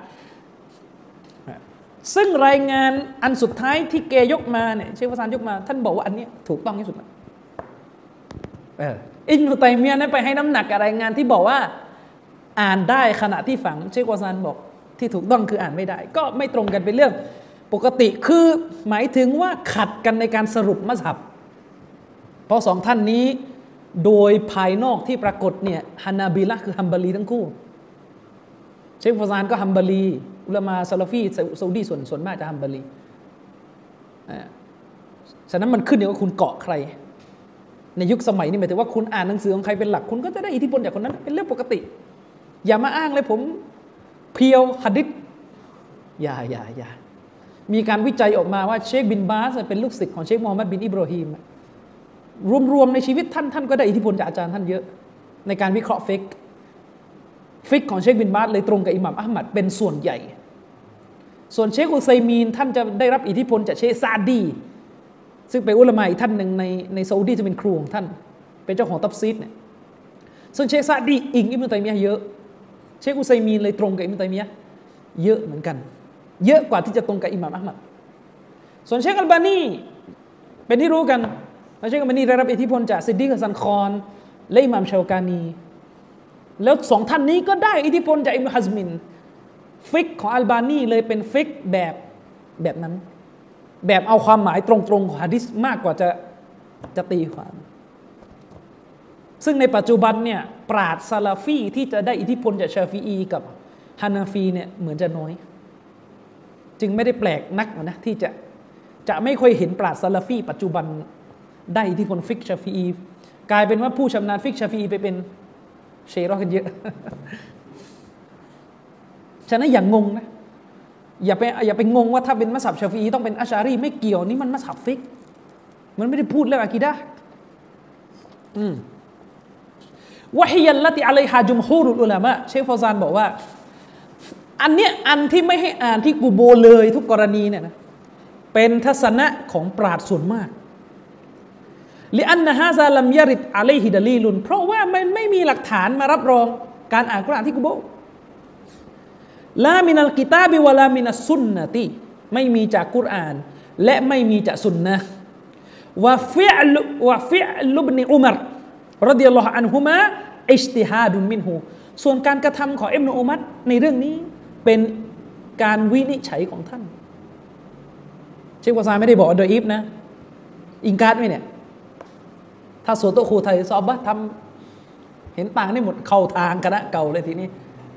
ซึ่งรายงานอันสุดท้ายที่แกยกมาเนี่ยเชคฟาวซานยกมาท่านบอกว่าอันนี้ถูกต้องที่สุดแล้วเอออิบนุตัยมียะห์นั้นไปให้น้ำหนักกับรายงานที่บอกว่าอ่านได้ขณะที่ฝังเชคฟาวซานบอกที่ถูกต้องคืออ่านไม่ได้ก็ไม่ตรงกันเป็นเรื่องปกติคือหมายถึงว่าขัดกันในการสรุปมัซฮับเพราะสองท่านนี้โดยภายนอกที่ปรากฏเนี่ยฮานาบิละห์คือฮัมบารีทั้งคู่เชคฟาวซานก็ฮัมบารีอุลามะซะลาฟีซาอุดีส่วนส่วนมากจะฮัมบารีฉะนั้นมันขึ้นอยู่ว่าคุณเกาะใครในยุคสมัยนี้หมายถึงว่าคุณอ่านหนังสือของใครเป็นหลักคุณก็จะได้อิทธิพลจากคนนั้นเป็นเรื่องปกติอย่ามาอ้างเลยผมเพียวหะดีษอย่าอย่าอย่ามีการวิจัยออกมาว่าเชคบินบาสเป็นลูกศิษย์ของเชคมูฮัมหมัดบินอิบรอฮีมรวมๆในชีวิตท่านท่านก็ได้อิทธิพลจากอาจารย์ท่านเยอะในการวิเคราะห์ฟิกฟิกของเชคบินบาสเลยตรงกับอิหม่ามอะห์มัดเป็นส่วนใหญ่ส่วนเชคอุซัยมีนท่านจะได้รับอิทธิพลจากเชคซาดีซึ่งเป็นอุลามะอีกท่านหนึ่งในในซาอุดีจะเป็นครูของท่านเป็นเจ้าของตัฟซีรเนี่ยซึ่งเชคซะดีอิงอิบนุตัยมียะห์เยอะเชคอุซัยมีนเลยตรงกับอิบนุตัยมียะห์เยอะเหมือนกันเยอะกว่าที่จะตรงกับอิหม่ามอะห์มัดส่วนเชคอัลบานีเป็นที่รู้กันว่าเชคอัลบานีได้รับอิทธิพลจากซิดดีกฮัสซันคอนและอิหม่ามชาวกานีแล้วสองท่านนี้ก็ได้อิทธิพลจากอิบนุฮัซมินฟิกของอัลบานีเลยเป็นฟิกแบบแบบนั้นแบบเอาความหมายตรงๆของหะดีษมากกว่าจะจะตีความซึ่งในปัจจุบันเนี่ยปราชญ์ซาลาฟีที่จะได้อิทธิพลจากชาฟิอีกับฮานาฟีเนี่ยเหมือนจะน้อยจึงไม่ได้แปลกนักนะที่จะจะไม่ค่อยเห็นปราชญ์ซาลาฟีปัจจุบันได้อิทธิพลฟิกชาฟีอีกลายเป็นว่าผู้ชำนาญฟิกชาฟีอีไปเป็นเชรอกันเยอะ ฉะนั้นอย่างงงนะอย่าไปอย่าไปงงว่าถ้าเป็นมัซฮับชาฟีอีต้องเป็นอัชอารีไม่เกี่ยวนี่มันมัซฮับฟิกมันไม่ได้พูดเรื่องอะกีดะห์อืมวะฮิยัลละติอะลัยฮาจุมฮูรุลอุลามะเชคฟาวซานบอกว่าอันเนี้ยอันที่ไม่ให้อ่านที่กูโบเลยทุกกรณีเนี่ยนะเป็นทัศนะของปราชญ์ส่วนมากลิอันนะฮาซาลัมยะริดอะลัยฮิดะลีลุนเพราะว่ามันไม่มีหลักฐานมารับรองการอ่านกุรอานที่กูโบลามินัลกิตาบิวะลามินัสซุนนะติไม่มีจากกุรอานและไม่มีจากซุนนะห์วะฟิอลวะฟิอลอิบนุอุมัรรอฎิยัลลอฮุอันฮุมาอิจติฮาดุนมินฮูส่วนการกระทำของอิบนุอุมัรในเรื่องนี้เป็นการวินิจฉัยของท่านเชคฟาวซานไม่ได้บอกว่าโดยอิฟนะอิงการ์ดไหมเนี่ยถ้าสวดโตะครูไทยซอบะทำเห็นต่างได้หมดเข้าทางคณะเก่าเลยทีนี้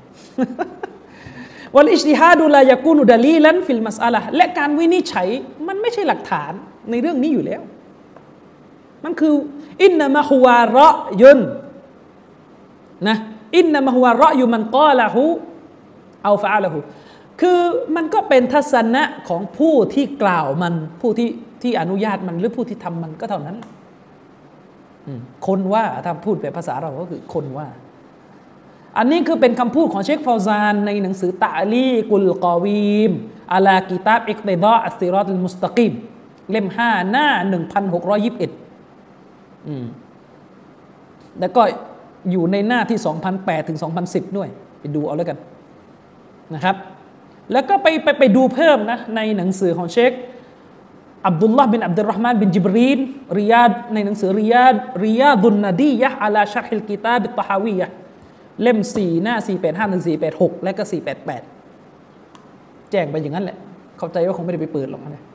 วัลอิจติฮาดุลายะกูนุดะลีลันฟิลมัสอะละห์และการวินิจฉัยมันไม่ใช่หลักฐานในเรื่องนี้อยู่แล้วมันคืออินนะมะฮุวะรอยุนนะอินนะมะฮุวะรอยุมันกอละฮูเอาฟะอะละฮูคือมันก็เป็นทัศนะของผู้ที่กล่าวมันผู้ที่ที่อนุญาตมันหรือผู้ที่ทำมันก็เท่านั้นคนว่าถ้าพูดแบบภาษาเราก็คือคนว่าอันนี้คือเป็นคำพูดของเชคฟาวซานในหนังสือตะลีกุลกอวีมอะลากิตาบอิกติฎออัสซิรอตุลมุสตะกีมเล่มห้าหน้าหนึ่งพันหกร้อยยี่สิบเอ็ดอืมแล้วก็อยู่ในหน้าที่ สองพันแปด ถึง สองพันสิบ ด้วยไปดูเอาแล้วกันนะครับแล้วก็ไปไปไปดูเพิ่มนะในหนังสือของเชคอับดุลลาห์บินอับดุลเราะห์มานบินจิบรีนริยาดในหนังสือริยาดริยาดุนนดียะห์อะลาชัรฮิลกิตาบิตตะฮาวียะห์เล่มสี่หน้าสี่ร้อยแปดสิบห้าถึงสี่ร้อยแปดสิบหกและก็สี่ร้อยแปดสิบแปดแจ้งไปอย่างนั้นแหละเข้าใจว่าคงไม่ได้ไปเปิดหรอกนะ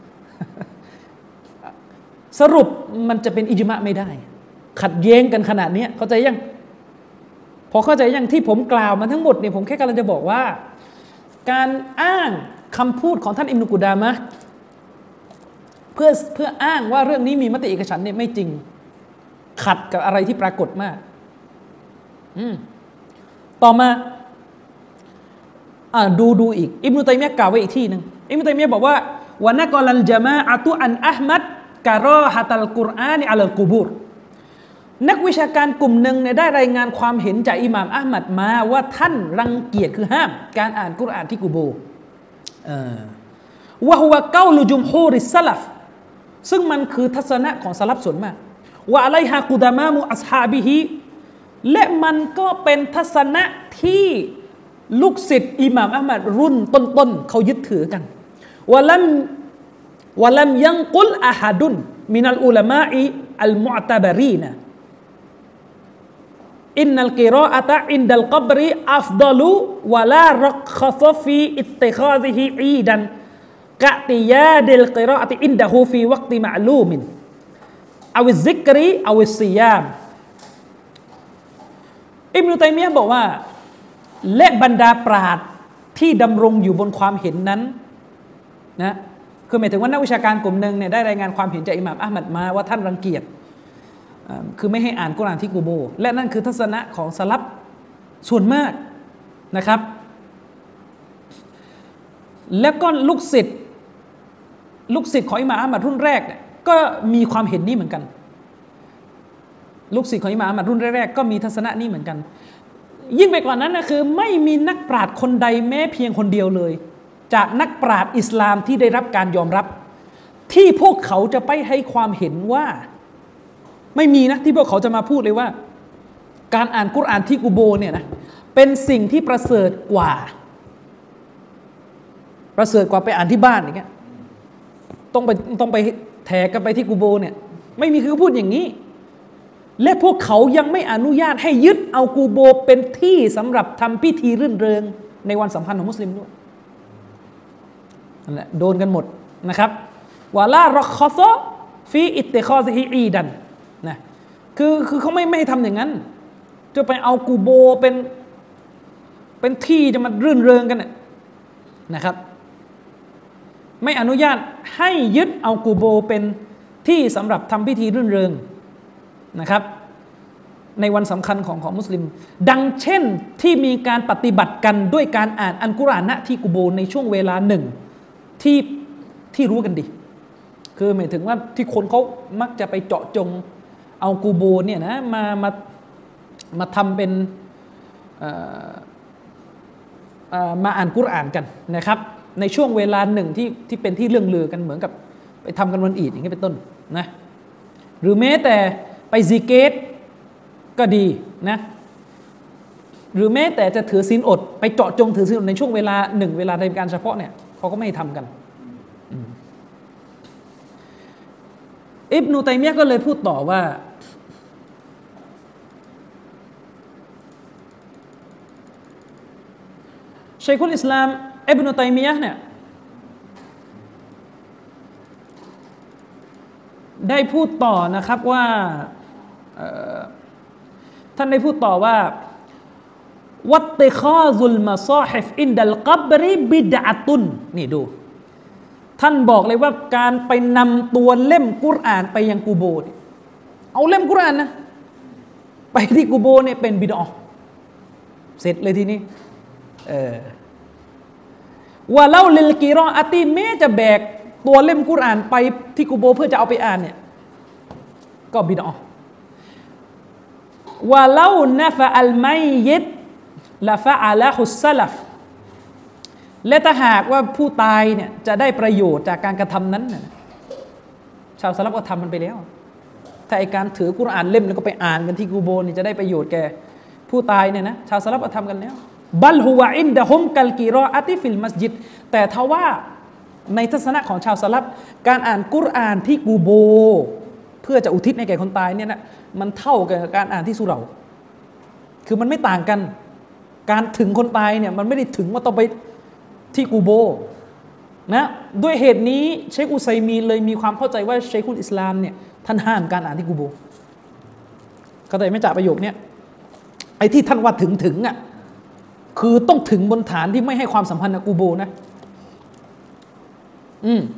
สรุปมันจะเป็นอิจมะไม่ได้ขัดแย้งกันขนาดนี้เข้าใจยังพอเข้าใจยังที่ผมกล่าวมาทั้งหมดเนี่ยผมแค่กำลังจะบอกว่าการอ้างคำพูดของท่านอิบนุกุดามะห์เพื่อเพื่ออ้างว่าเรื่องนี้มีมติเอกฉันท์เนี่ยไม่จริงขัดกับอะไรที่ปรากฏมากอืมต่อมาอ่าดูดูอีกอิบนุตัยมียะห์กล่าวไว้อีกที่นึงอิบนุตัยมียะห์บอกว่าวะนะกอลัลญะมาอะตุอันอะห์มัดกะรอฮะตัลกุรอานิอะลัลกุบูรนักวิชาการกลุ่มหนึ่งเนี่ยได้รายงานความเห็นจากอิหม่ามอะห์มัดมาว่าท่านรังเกียจคือห้ามการอ่านกุรอานที่กุโบร์เออวะฮุวะเกาลุจุมฮูริสซะลัฟซึ่งมันคือทัศนะของสลัฟส่วนมากวะอะลัยฮะกุดามามุอัศฮาบิฮิและมันก็เป็นทัศนะที่ลูกศิษย์อิหม่ามอะห์มัดรุ่นต้นๆเขายึดถือกันวะลัมวะลัมยังกุลอะฮะดุนมินัลอุลามะอิอัลมุอ์ตะบะรีนะอินนัลกิรออะตะอินดัลกับริอัฟฎอลุวะลารักฆะซะฟีอิตติฆาซิฮิอีดันกะติยาดิลกิรออะติอินดะฮูฟีวักติมะอ์ลูมินเอาวิซิกรีเอาวิซิยามอิบนุตัยมียะห์บอกว่าและบรรดาปราชญ์ที่ดำรงอยู่บนความเห็นนั้นนะคือหมายถึงว่านักวิชาการกลุ่มหนึ่งเนี่ยได้รายงานความเห็นจากอิหม่ามอะห์มัดมาว่าท่านรังเกียจคือไม่ให้อ่านกุรอานที่กุโบร์และนั่นคือทัศนะของสลัฟส่วนมากนะครับแล้วก็ลูกศิษย์ลูกศิษย์ของอิหม่ามอะห์มัดรุ่นแรกเนี่ยก็มีความเห็นนี้เหมือนกันลูกศิษย์ของอิหม่ามอะห์มัดรุ่นแรกๆก็มีทัศนะนี้เหมือนกันยิ่งไปกว่านั้นนะคือไม่มีนักปราชญ์คนใดแม้เพียงคนเดียวเลยจากนักปราชญ์อิสลามที่ได้รับการยอมรับที่พวกเขาจะไปให้ความเห็นว่าไม่มีนะที่พวกเขาจะมาพูดเลยว่าการอ่านกุรอานที่กุโบร์เนี่ยนะเป็นสิ่งที่ประเสริฐกว่าประเสริฐกว่าไปอ่านที่บ้านอย่างเงี้ยต้องไปต้องไปแถกันไปที่กุโบร์เนี่ยไม่มีคือพูดอย่างนี้และพวกเขายังไม่อนุญาตให้ยึดเอากูโบเป็นที่สำหรับทำพิธีรื่นเริงในวันสำคัญของมุสลิมด้วยนั่นแหละโดนกันหมดนะครับวะลารอคอซอฟีอิตติคอซิฮิอีดันนะคือคือเขาไม่ไม่ให้ทำอย่างนั้นจะไปเอากูโบเป็นเป็นที่จะมารื่นเริงกันนะครับไม่อนุญาตให้ยึดเอากูโบเป็นที่สำหรับทำพิธีรื่นเริงนะครับในวันสำคัญของของมุสลิมดังเช่นที่มีการปฏิบัติกันด้วยการอ่านอัลกุรอานณที่กูโบในช่วงเวลาหนึ่งที่ที่รู้กันดีคือหมายถึงว่าที่คนเขามักจะไปเจาะจงเอากูโบเนี่ยนะมามามาทำเป็นมาอ่านกุรอานกันนะครับในช่วงเวลาหนึ่งที่ที่เป็นที่เรื่องลือกันเหมือนกับไปทำกันวันอีดอย่างนี้เป็นต้นนะหรือแม้แต่ไปซิกเกตก็ดีนะหรือแม้แต่จะถือศีลอดไปเจาะจงถือศีลอดในช่วงเวลาหนึ่งเวลาในการเฉพาะเนี่ยเขาก็ไม่ให้ทำกันอิบนุตัยมียะห์ก็เลยพูดต่อว่าชัยคุลอิสลามอิบนุตัยมียะห์เนี่ยได้พูดต่อนะครับว่าท่านได้พูดต่อว่าวัตติคาซุลมาซอฮิฟอินดัลกับริบิดอะตุนนี่ดูท่านบอกเลยว่าการไปนำตัวเล่มกุรอานไปยังกูโบเนี่ยเอาเล่มกุรอานนะไปที่กูโบเนี่ยเป็นบิดอะห์เสร็จเลยทีนี้เออว่าเล่าลิลกีรออะตีแม้จะแบกตัวเล่มกุรอานไปที่กูโบเพื่อจะเอาไปอ่านเนี่ยก็บิดอะห์ว่าเล่านะฟะอัลมัยยิตละฟะอะละฮุสซะลัฟและถ้าหากว่าผู้ตายเนี่ยจะได้ประโยชน์จากการกระทำนั้นนะชาวสลับก็ทำมันไปแล้วถ้าไอการถือกุรอานเล่มแล้วก็ไปอ่านกันที่กูโบนี่จะได้ประโยชน์แก่ผู้ตายเนี่ยนะชาวสลับก็ทำกันแล้วบัลฮุวะอินดะฮุมกัลกีรออะติฟิลมัสยิดแต่ทว่าในทัศนะของชาวสลับการอ่านกุรอานที่กูโบเพื่อจะอุทิศให้แก่คนตายเนี่ยนะมันเท่ากับการอ่านที่สุเราคือมันไม่ต่างกันการถึงคนตายเนี่ยมันไม่ได้ถึงว่าต้องไปที่กูโบนะด้วยเหตุนี้เชคอุซัยมีนเลยมีความเข้าใจว่าเชคุลอิสลามเนี่ยท่านห้ามการอ่านที่กูโบเข้าใจไหมจากประโยคนี้ไอ้ที่ท่านว่าถึงถึงอ่ะคือต้องถึงบนฐานที่ไม่ให้ความสัมพันธ์กับกูโบนะอืม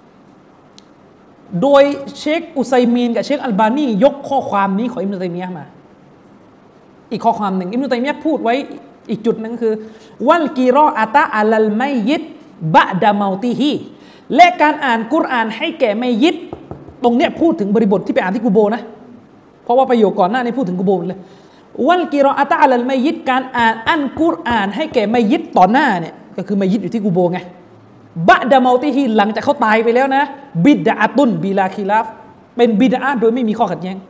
โดยเชคอุซัยมีนกับเชคอัลบานียกข้อความนี้ของอิบนุตัยมียะห์มาอีกข้อความหนึ่งอิบนุตัยมียะห์พูดไว้อีกจุดนึงคือวัลกีรออะตะอะลัลมัยยิตบะดะเมาติฮีและการอ่านกุรอานให้แก่มัยยิตตรงเนี้ยพูดถึงบริบทที่ไปอ่านที่กูโบนะเพราะว่าประโยคก่อนหน้านี้พูดถึงกูโบเลยวัลกีรออะตะอะลัลมัยยิตการอ่านอันกุรอานให้แก่มัยยิตต่อหน้าเนี่ยก็คือมัยยิตอยู่ที่กูโบไงบะดะเมาติฮีหลังจากเขาตายไปแล้วนะบิดอะตุนบิลาคิลาฟเป็นบิดอะโดยไม่มีข้อขัดแย้ง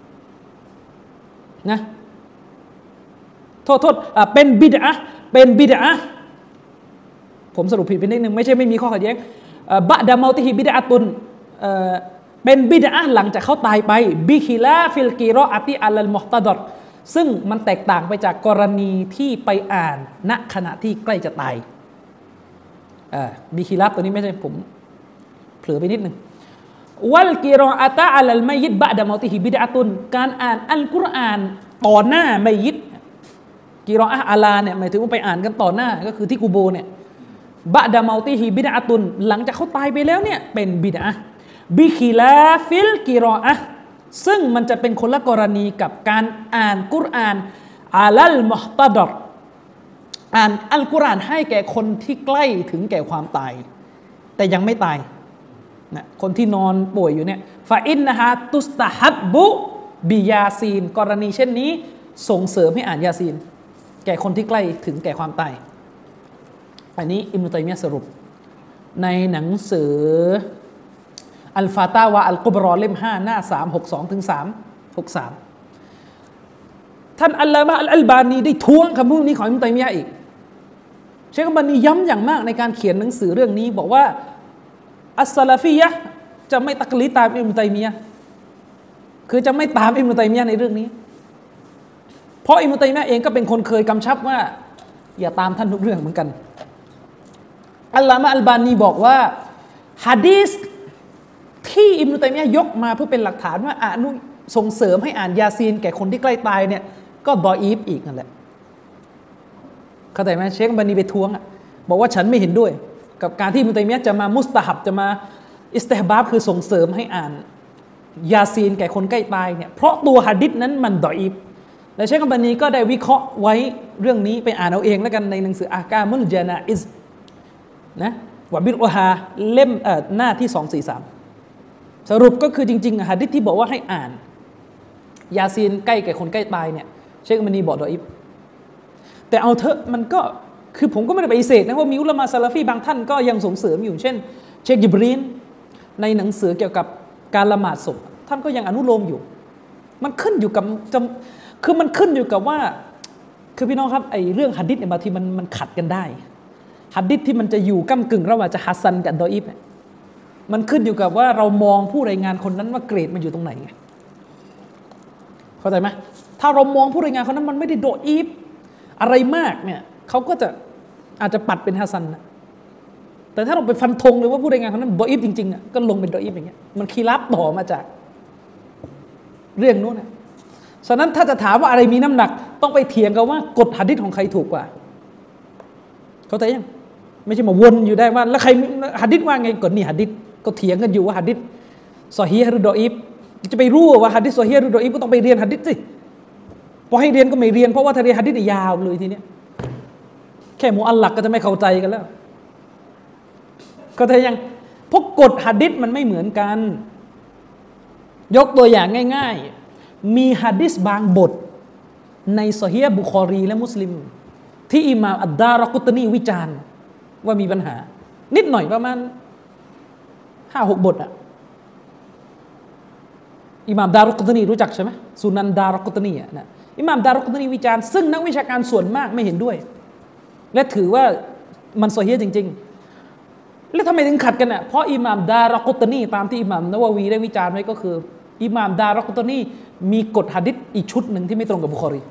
นะโทษโทษเป็นบิดอะเป็นบิดอะผมสรุปผิดไปนิดนึงไม่ใช่ไม่มีข้อขัดแย้งบะดะเมาติฮีบิดอะตุนเป็นบิดอะหลังจากเขาตายไปบิคิลาฟิลกีรออะติอัลมุฮตะดรซึ่งมันแตกต่างไปจากกรณีที่ไปอ่านณขณะที่ใกล้จะตายบิคิลาฟตัวนี้ไม่ใช่ผมเผลอไปนิดนึงวัลกีรออะตะอัลมัยยิตบะดะเมาติฮีบิดอะตุนการอ่านอัลกุรอานต่อหน้ามัยยิตกีรออะห์อะลาเนี่ยหมายถึงว่าไปอ่านกันต่อหน้าก็คือที่กูโบเนี่ยบะดะเมาติฮีบิดอะตุนหลังจากเขาตายไปแล้วเนี่ยเป็นบิดอะห์บิคิลาฟิลกีรออะห์ซึ่งมันจะเป็นคนละกรณีกับการอ่านกุรอานอะลัลมุฮตะดรอ่านอัลกุรอานให้แก่คนที่ใกล้ถึงแก่ความตายแต่ยังไม่ตายนะคนที่นอนป่วยอยู่เนี่ยฟาอินนะฮะตุสตะฮับบุบิยาซีนกรณีเช่นนี้ส่งเสริมให้อ่านยาซีนแก่คนที่ใกล้ถึงแก่ความตายอันนี้อิบนุตัยมียะห์สรุปในหนังสืออัลฟาตาวะอัลกุบรอเล่มห้าหน้าสามหกสองถึงสามหกสามท่านอัลลามะฮ์อัลอัลบานีได้ท้วงคำพูดนี้ของอิบนุตัยมียะห์อีกเชคอัลบานีย้ำอย่างมากในการเขียนหนังสือเรื่องนี้บอกว่าอัสซะลาฟียะห์จะไม่ตักลีดตามอิบนุตัยมียะห์คือจะไม่ตามอิบนุตัยมียะห์ในเรื่องนี้เพราะอิบนุตัยมียะห์เองก็เป็นคนเคยกำชับว่าอย่าตามท่านทุกเรื่องเหมือนกันอัลลามะฮ์อัลบานีบอกว่าหะดีษที่อิบนุตัยมียะห์ยกมาเพื่อเป็นหลักฐานว่าอนุส่งเสริมให้อ่านยาซีนแก่คนที่ใกล้ตายเนี่ยก็ดออีฟอีกนั่นแหละเข้าใจไหมเชคบันีไปท้วงอ่ะบอกว่าฉันไม่เห็นด้วยกับการที่อิบนุตัยมียะห์จะมามุสตะฮับจะมาอิสติฮบาบคือส่งเสริมให้อ่านยาซีนแก่คนใกล้ตายเนี่ยเพราะตัวหะดีษนั้นมันดออีฟและเชคบันีก็ได้วิเคราะห์ไว้เรื่องนี้ไปอ่านเอาเองแล้วกันในหนังสืออะกามุลญะนาอิซนะวะบิรอฮาเล่มเอ่อหน้าที่สองร้อยสี่สิบสามสรุปก็คือจริงๆหะดีษที่บอกว่าให้อ่านยาซีนใกล้แก่คนใกล้ตายเนี่ยเชคบันีบอกดออีฟแต่เอาเถอะมันก็คือผมก็ไม่ได้ปฏิเสธนะว่ามีอุลามะซะลาฟีบางท่านก็ยังส่งเสริมอยู่เช่นเชคญิบรีนในหนังสือเกี่ยวกับการละหมาดศพท่านก็ยังอนุโลมอยู่มันขึ้นอยู่กับจำคือมันขึ้นอยู่กับว่าคือพี่น้องครับไอ้เรื่องหะดีษเนี่ยบางทีมันมันขัดกันได้หะดีษที่มันจะอยู่ก้ำกึ่งระหว่างจะฮัสซันกับดออีฟเนี่ยมันขึ้นอยู่กับว่าเรามองผู้รายงานคนนั้นว่าเกรดมันอยู่ตรงไหนไงเข้าใจไหมถ้าเรามองผู้รายงานคนนั้นมันไม่ได้ดออีฟอะไรมากเนี่ยเขาก็จะอาจจะปัดเป็นฮัสซันนะแต่ถ้าเราไปฟันธงเลยว่าผู้รายงานคนนั้นดออีฟจริงๆอ่ะก็ลงเป็นดออีฟอย่างเงี้ยมันคีรับต่อมาจากเรื่องนู้นนะฉะนั้นถ้าจะถามว่าอะไรมีน้ำหนักต้องไปเถียงกันว่ากฎหะดีษของใครถูกกว่าเข้าใจยังไม่ใช่มาวนอยู่ได้ว่าแล้วใครหะดีษว่าไงก่อนนี่หะดีษก็เถียงกันอยู่ว่าหะดีษซอฮีฮ์หรือดออีฟจะไปรู้ว่าหะดีษซอฮีฮ์หรือดออีฟก็ต้องไปเรียนหะดีษสิพอให้เรียนก็ไม่เรียนเพราะว่าถ้าเรียนหะดีษยาวเลยทีเนี้ยแค่มุอัลลักก็จะไม่เข้าใจกันแล้วก็แต่ยังพวกกฎหะดีษมันไม่เหมือนกันยกตัวอย่างง่ายๆมีหะดีษบางบทในซอฮีฮ์บุคอรีและมุสลิมที่อิหม่ามอัดดารกุตนีวิจารณ์ว่ามีปัญหานิดหน่อยประมาณ ห้าหก บทอะอิหม่ามดารุกุตนีรู้จักใช่ไหมสุนันดารุกุตนีอะนะอิหม่ามดารุกุตนีวิจารณ์ซึ่งนักวิชาการส่วนมากไม่เห็นด้วยและถือว่ามันซอฮีฮ์จริงๆแล้วทำไมถึงขัดกันอะเพราะอิหม่ามดารุกุตนีตามที่อิหม่ามนะวะวีได้วิจารณ์ไว้ก็คืออิหม่ามดารุกุตนีมีกฎหะดีษอีกชุดหนึ่งที่ไม่ตรงกับบุคอรี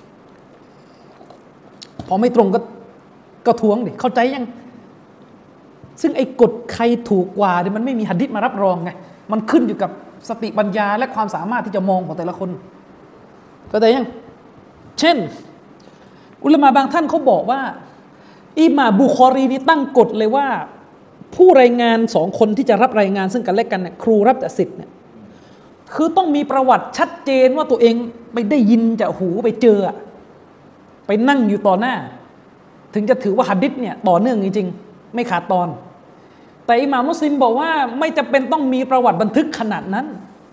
พอไม่ตรงก็ก็ทวงดิเข้าใจยังซึ่งไอ้กฎใครถูกกว่าเนี่ยมันไม่มีหะดีษมารับรองไงมันขึ้นอยู่กับสติปัญญาและความสามารถที่จะมองของแต่ละคนเข้าใจยังเช่นอุลามะบางท่านเขาบอกว่าอิหม่ามบุคอรีนี่ตั้งกฎเลยว่าผู้รายงานสองคนที่จะรับรายงานซึ่งกันและกันเนี่ยครูรับจากศิษย์เนี่ยคือต้องมีประวัติชัดเจนว่าตัวเองไปได้ยินจากหูไปเจอไปนั่งอยู่ต่อหน้าถึงจะถือว่าหะดีษเนี่ยต่อเนื่องจริงๆไม่ขาดตอนแต่อิหม่ามมุสลิมบอกว่าไม่จำเป็นต้องมีประวัติบันทึกขนาดนั้น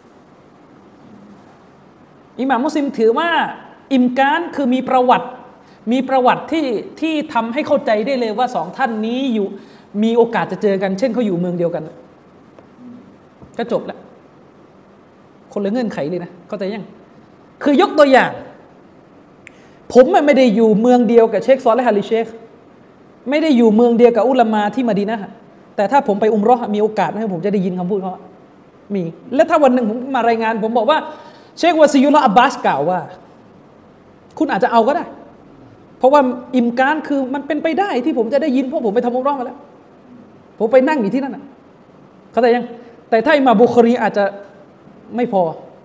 อิหม่ามมุสลิมถือว่าอิมกานคือมีประวัติมีประวัติที่ที่ทำให้เข้าใจได้เลยว่าสองท่านนี้อยู่มีโอกาสจะเจอกันเช่นเขาอยู่เมืองเดียวกันก็จบแล้วคนละเงื่อนไขเลยนะเข้าใจยังคือยกตัวอย่างผมไม่ได้อยู่เมืองเดียวกับเชคซอลิฮ์ อาลีเชคไม่ได้อยู่เมืองเดียวกับอุลามะที่มะดีนะห์แต่ถ้าผมไปอุมเราะห์มีโอกาสให้ผมจะได้ยินคำพูดเขามีและถ้าวันหนึ่งผมมารายงานผมบอกว่าเชควะซียุลลาฮ์อับบาสกล่าวว่าคุณอาจจะเอาก็ได้เพราะว่าอิมกานคือมันเป็นไปได้ที่ผมจะได้ยินเพราะผมไปทำอุมเราะห์มาแล้วผมไปนั่งอยู่ที่นั่นน่ะเข้าใจยังแต่ถ้าอิหม่ามบุคอรีอาจจะไม่พอ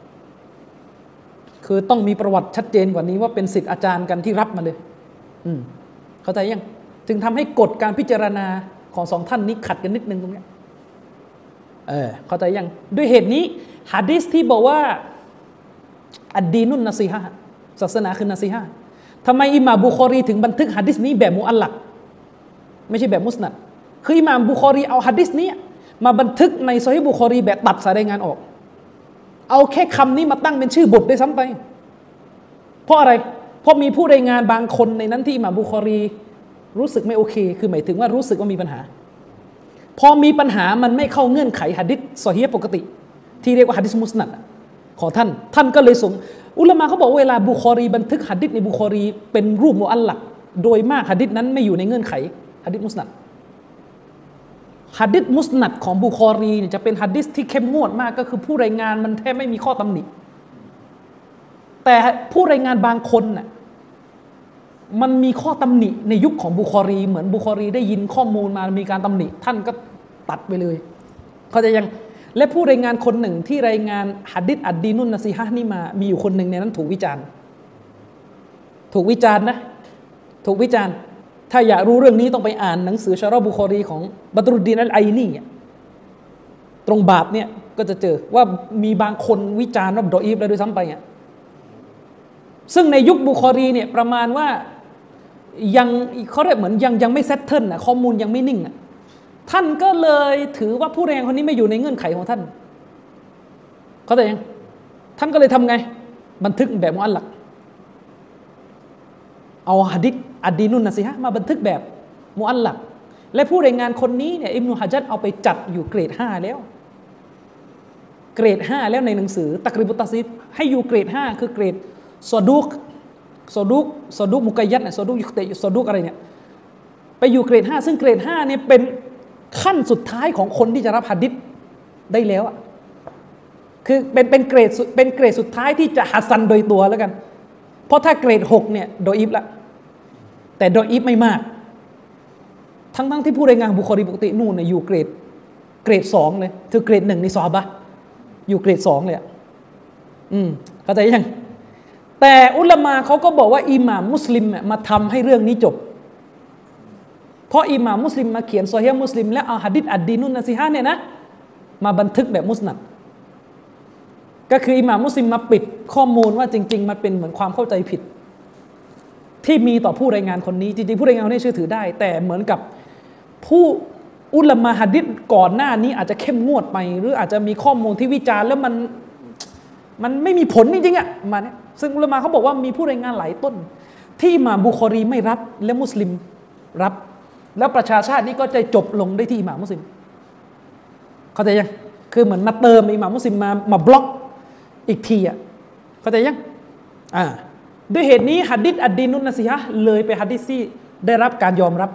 คือต้องมีประวัติชัดเจนกว่านี้ว่าเป็นศิษย์อาจารย์กันที่รับมาเลยอืมเข้าใจยังจึงทำให้กฎการพิจารณาของสองท่านนี้ขัดกันนิดนึงตรงนี้เออเข้าใจยังด้วยเหตุนี้หะดีษที่บอกว่าอัดดีนุนนะซีฮะห์ศาสนาคือนะซีฮะห์ทำไมอิหม่ามบุคอรีถึงบันทึกหะดีษนี้แบบมุอัลลักไม่ใช่แบบมุสนัดคืออิหม่ามบุคอรีเอาหะดีษนี้มาบันทึกในซอฮีฮ์บุคอรีแบบตัดสายรายงานออกเอาแค่คำนี้มาตั้งเป็นชื่อบทได้ซ้ำไปเพราะอะไรเพราะมีผู้รายงานบางคนในนั้นที่อิหม่ามบุคอรีรู้สึกไม่โอเคคือหมายถึงว่ารู้สึกว่ามีปัญหาพอมีปัญหามันไม่เข้าเงื่อนไขหะดีษซอฮีฮ์ปกติที่เรียกว่าหะดีษมุสนัดของท่านท่านก็เลยส่งอุลามะเขาบอกเวลาบุคอรีบันทึกหะดีษในบุคอรีเป็นรูปมุอัลลักโดยมากหะดีษนั้นไม่อยู่ในเงื่อนไขหะดีษมุสนัดหะดีษมุสนัดของบุคอรีเนี่ยจะเป็นหะดีษที่เข้มงวดมากก็คือผู้รายงานมันแทบไม่มีข้อตำหนิแต่ผู้รายงานบางคนน่ะมันมีข้อตำหนิในยุคของบุคอรีเหมือนบุคอรีได้ยินข้อมูลมามีการตำหนิท่านก็ตัดไปเลยเขาจะยังและผู้รายงานคนหนึ่งที่รายงานหะดีษอัดดีนุนนะซีฮะห์นี่มามีอยู่คนหนึ่งในนั้นถูกวิจารณ์ถูกวิจารณ์นะถูกวิจารณ์ถ้าอยากรู้เรื่องนี้ต้องไปอ่านหนังสือชะรอห์บุคอรีของบัตรุดดีนอัลไอนีตรงบาปเนี่ยก็จะเจอว่ามีบางคนวิจารณ์ว่าดออีฟแล้วด้วยซ้ำไปอ่ะซึ่งในยุคบุคอรีเนี่ยประมาณว่ายังเขาเรียกเหมือนยังยังไม่เซตเทิลน่ะข้อมูลยังไม่นิ่งอ่ะท่านก็เลยถือว่าผู้รายงานคนนี้ไม่อยู่ในเงื่อนไขของท่านเขาแต่ยังท่านก็เลยทำไงบันทึกแบบมุอัลลักเอาหะดีษอัดดีนุนนะสิฮะมาบันทึกแบบมุอัลลักและผู้รายงานคนนี้เนี่ยอิบนุฮะญัรเอาไปจัดอยู่เกรดห้าแล้วเกรดห้าแล้วในหนังสือตักริบุตตัสซีดให้อยู่เกรดห้าคือเกรดซอดูกซอดูกซอดูกมุกัยยัดเนี่ยซอดูกยุคเตซอดูกอะไรเนี่ยไปอยู่เกรดห้าซึ่งเกรดห้าเนี่ยเป็นขั้นสุดท้ายของคนที่จะรับหะดีษได้แล้วอ่ะคือเป็นเป็นเกรดเป็นเกรดสุดท้ายที่จะฮัสซันโดยตัวแล้วกันเพราะถ้าเกรดหกเนี่ยดออีฟละแต่ดออีฟไม่มากทั้งทั้งที่ผู้รายงานบุคอรีปกตินู่นเนี่ยอยู่เกรดเกรดสองเลยคือเกรดหนึ่งในซอฮาบะห์อยู่เกรดสองเลยอ่ะอืมเข้าใจยังแต่อุลามะเขาก็บอกว่าอิหม่ามมุสลิมมาทำให้เรื่องนี้จบเพราะอิหม่ามมุสลิมมาเขียนซอฮีฮ์มุสลิมและเอาหะดีษอัดดีนุนนะซีฮะห์เนี่ยนะมาบันทึกแบบมุสนัดก็คืออิหม่ามมุสลิมมาปิดข้อมูลว่าจริงๆมันเป็นเหมือนความเข้าใจผิดที่มีต่อผู้รายงานคนนี้จริงๆผู้รายงานคนนี้เชื่อถือได้แต่เหมือนกับผู้อุลามะหะดีษก่อนหน้านี้อาจจะเข้มงวดไปหรืออาจจะมีข้อมูลที่วิจารณ์แล้วมันมันไม่มีผลจริงๆอ่ะมาเนี่ยซึ่งอุลามะเขาบอกว่ามีผู้รายงานหลายต้นที่อิหม่ามบุคอรีไม่รับและมุสลิมรับแล้วประชาชาตินี้ก็จะจบลงได้ที่อิหม่ามมุสลิมเข้าใจยังคือเหมือนมาเติมอิหม่ามมุสลิมมามาบล็อกอีกทีอ่ะเข้าใจยังอ่าด้วยเหตุนี้หะดีษอัดดีนุนนะซีฮะห์เลยเป็นหะดีษที่ได้รับการยอมรับ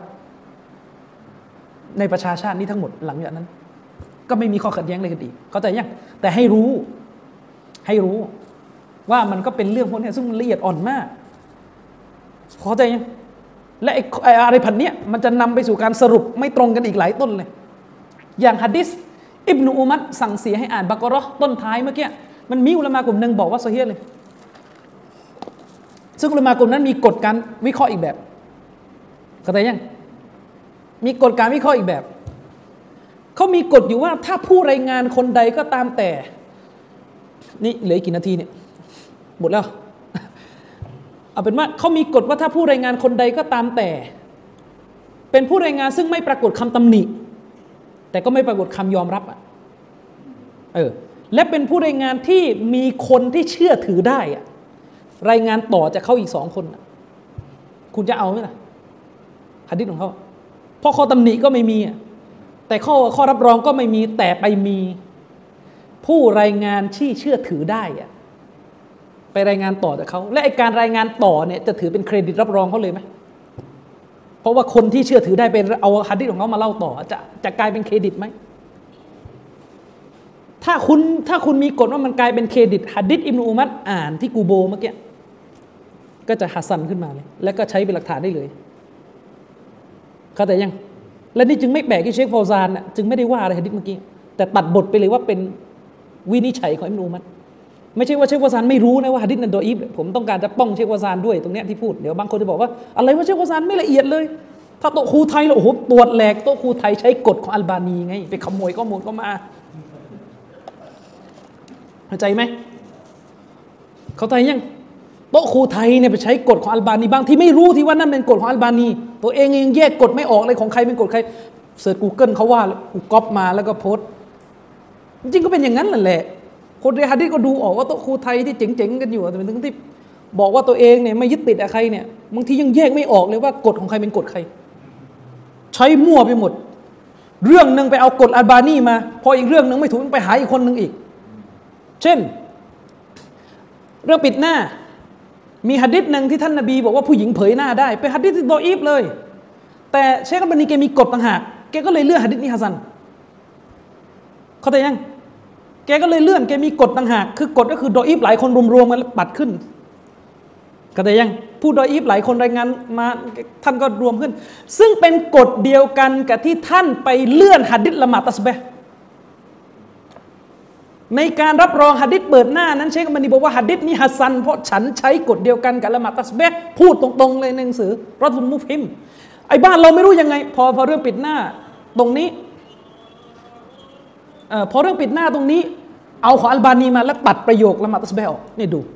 ในประชาชาตินี้ทั้งหมดหลังจากนั้นก็ไม่มีข้อขัดแย้งอะไรกันอีกเข้าใจยังแต่ให้รู้ให้รู้ว่ามันก็เป็นเรื่องพวกนี้ซึ่งละเอียดอ่อนมากเข้าใจยังและไอ้อะไรพันเนี้ยมันจะนำไปสู่การสรุปไม่ตรงกันอีกหลายต้นเลยอย่างหะดีษอิบนุอุมัรสั่งเสียให้อ่านบักเราะห์ต้นท้ายเมื่อกี้มันมีอุลามะกลุ่มนึงบอกว่าซอฮีฮ์เลยซึ่งอุลามะกลุ่มนั้นมีกฎการวิเคราะห์อีกแบบเข้าใจยังมีกฎการวิเคราะห์อีกแบบเขามีกฎอยู่ว่าถ้าผู้รายงานคนใดก็ตามแต่นี่เหลือกี่นาทีเนี่ยหมดแล้วเอาเป็นว่าเขามีกฎว่าถ้าผู้รายงานคนใดก็ตามแต่เป็นผู้รายงานซึ่งไม่ปรากฏคำตำหนิแต่ก็ไม่ปรากฏคำยอมรับอ่ะเออและเป็นผู้รายงานที่มีคนที่เชื่อถือได้อ่ะรายงานต่อจากเขาอีกสองคนคุณจะเอาไหมล่ะหะดีษของเขาเพราะข้อตำหนิก็ไม่มีแต่ข้อข้อรับรองก็ไม่มีแต่ไปมีผู้รายงานที่เชื่อถือได้อะไปรายงานต่อจากเขาและไอการรายงานต่อเนี่ยจะถือเป็นเครดิตรับรองเขาเลยไหมเพราะว่าคนที่เชื่อถือได้เป็นเอาหะดีษของเขามาเล่าต่อจะจะกลายเป็นเครดิตไหมถ้าคุณถ้าคุณมีกฎว่ามันกลายเป็นเครดิตหะดีษอิบนุอุมัรอ่านที่กูโบเมื่อกี้ก็จะฮัสซันขึ้นมาเลยแล้วก็ใช้เป็นหลักฐานได้เลยเข้าใจยังและนี่จึงไม่แปลกที่เชคฟาวซานน่ะจึงไม่ได้ว่าอะไรหะดีษเมื่อกี้แต่ตัดบทไปเลยว่าเป็นวินิจฉัยของอิบนุอุมัรไม่ใช่ว่าเชคฟาวซานไม่รู้นะว่าหะดีษนั้นดออีฟผมต้องการจะป้องเชคฟาวซานด้วยตรงเนี้ยที่พูดเดี๋ยวบางคนจะบอกว่าอะไรว่าเชคฟาวซานไม่ละเอียดเลยถ้าโต๊ะครูไทยแล้วโอ้โหตรวจแหลกโต๊ะครูไทยใช้กฎของอัลบานีไงไปขโมยข้อมูลก็มาเข้าใจไหมเข้าใจยังโต๊ะครูไทยเนี่ยไปใช้กฎของอัลบานีบางที่ไม่รู้ที่ว่านั่นเป็นกฎของอัลบานีตัวเองยังแยกกฎไม่ออกเลยของใครเป็นกฎใครเสิร์ช Google เขาว่ากูก๊อปมาแล้วก็โพสต์จริงๆก็เป็นอย่างนั้นแหละคนเรียนหะดีษก็ดูออกว่าโต๊ะครูไทยที่เจ๋งๆกันอยู่แต่เป็นถึงที่บอกว่าตัวเองเนี่ยไม่ยึดติดอะไรเนี่ยบางทียังแยกไม่ออกเลยว่ากฎของใครเป็นกฎใครใช้มั่วไปหมดเรื่องหนึ่งไปเอากฎอัลบานีมาพออีกเรื่องหนึ่งไม่ถูกไปหาอีกคนหนึ่งอีกเช่นเรื่องปิดหน้ามีหะดีษหนึ่งที่ท่านนบีบอกว่าผู้หญิงเผยหน้าได้เป็นหะดีษที่ดออีฟเลยแต่เชคอัลบานีแกมีกฎต่างหากแกก็เลยเลื่อนหะดีษนี้ฮะซันเข้าใจยังแกก็เลยเลื่อนแกมีกฎต่างหากคือกฎก็คือดออีฟหลายคนรวมๆกันแล้วปัดขึ้นเข้าใจยังผู้ดออีฟหลายคนรายงานมาท่านก็รวมขึ้นซึ่งเป็นกฎเดียวกันกับที่ท่านไปเลื่อนหะดีษละหมาดตัสบีห์ในการรับรองหะดีษเปิดหน้านั้นเชคอัลบานีบอกว่าหะดีษนี้ฮัสซันเพราะฉันใช้กฎเดียวกันกับละหมาดตัสบีห์พูดตรงๆเลยในหนังสือรอดุลมุฟฮิมไอ้บ้านเราไม่รู้ยังไงพอพอเรื่องปิดหน้าตรงนี้เอ่อพอเรื่องปิดหน้าตรงนี้เอาของอัลบานีมาแล้วตัดประโยคละหมาดตัสบีห์ออกนี่ดู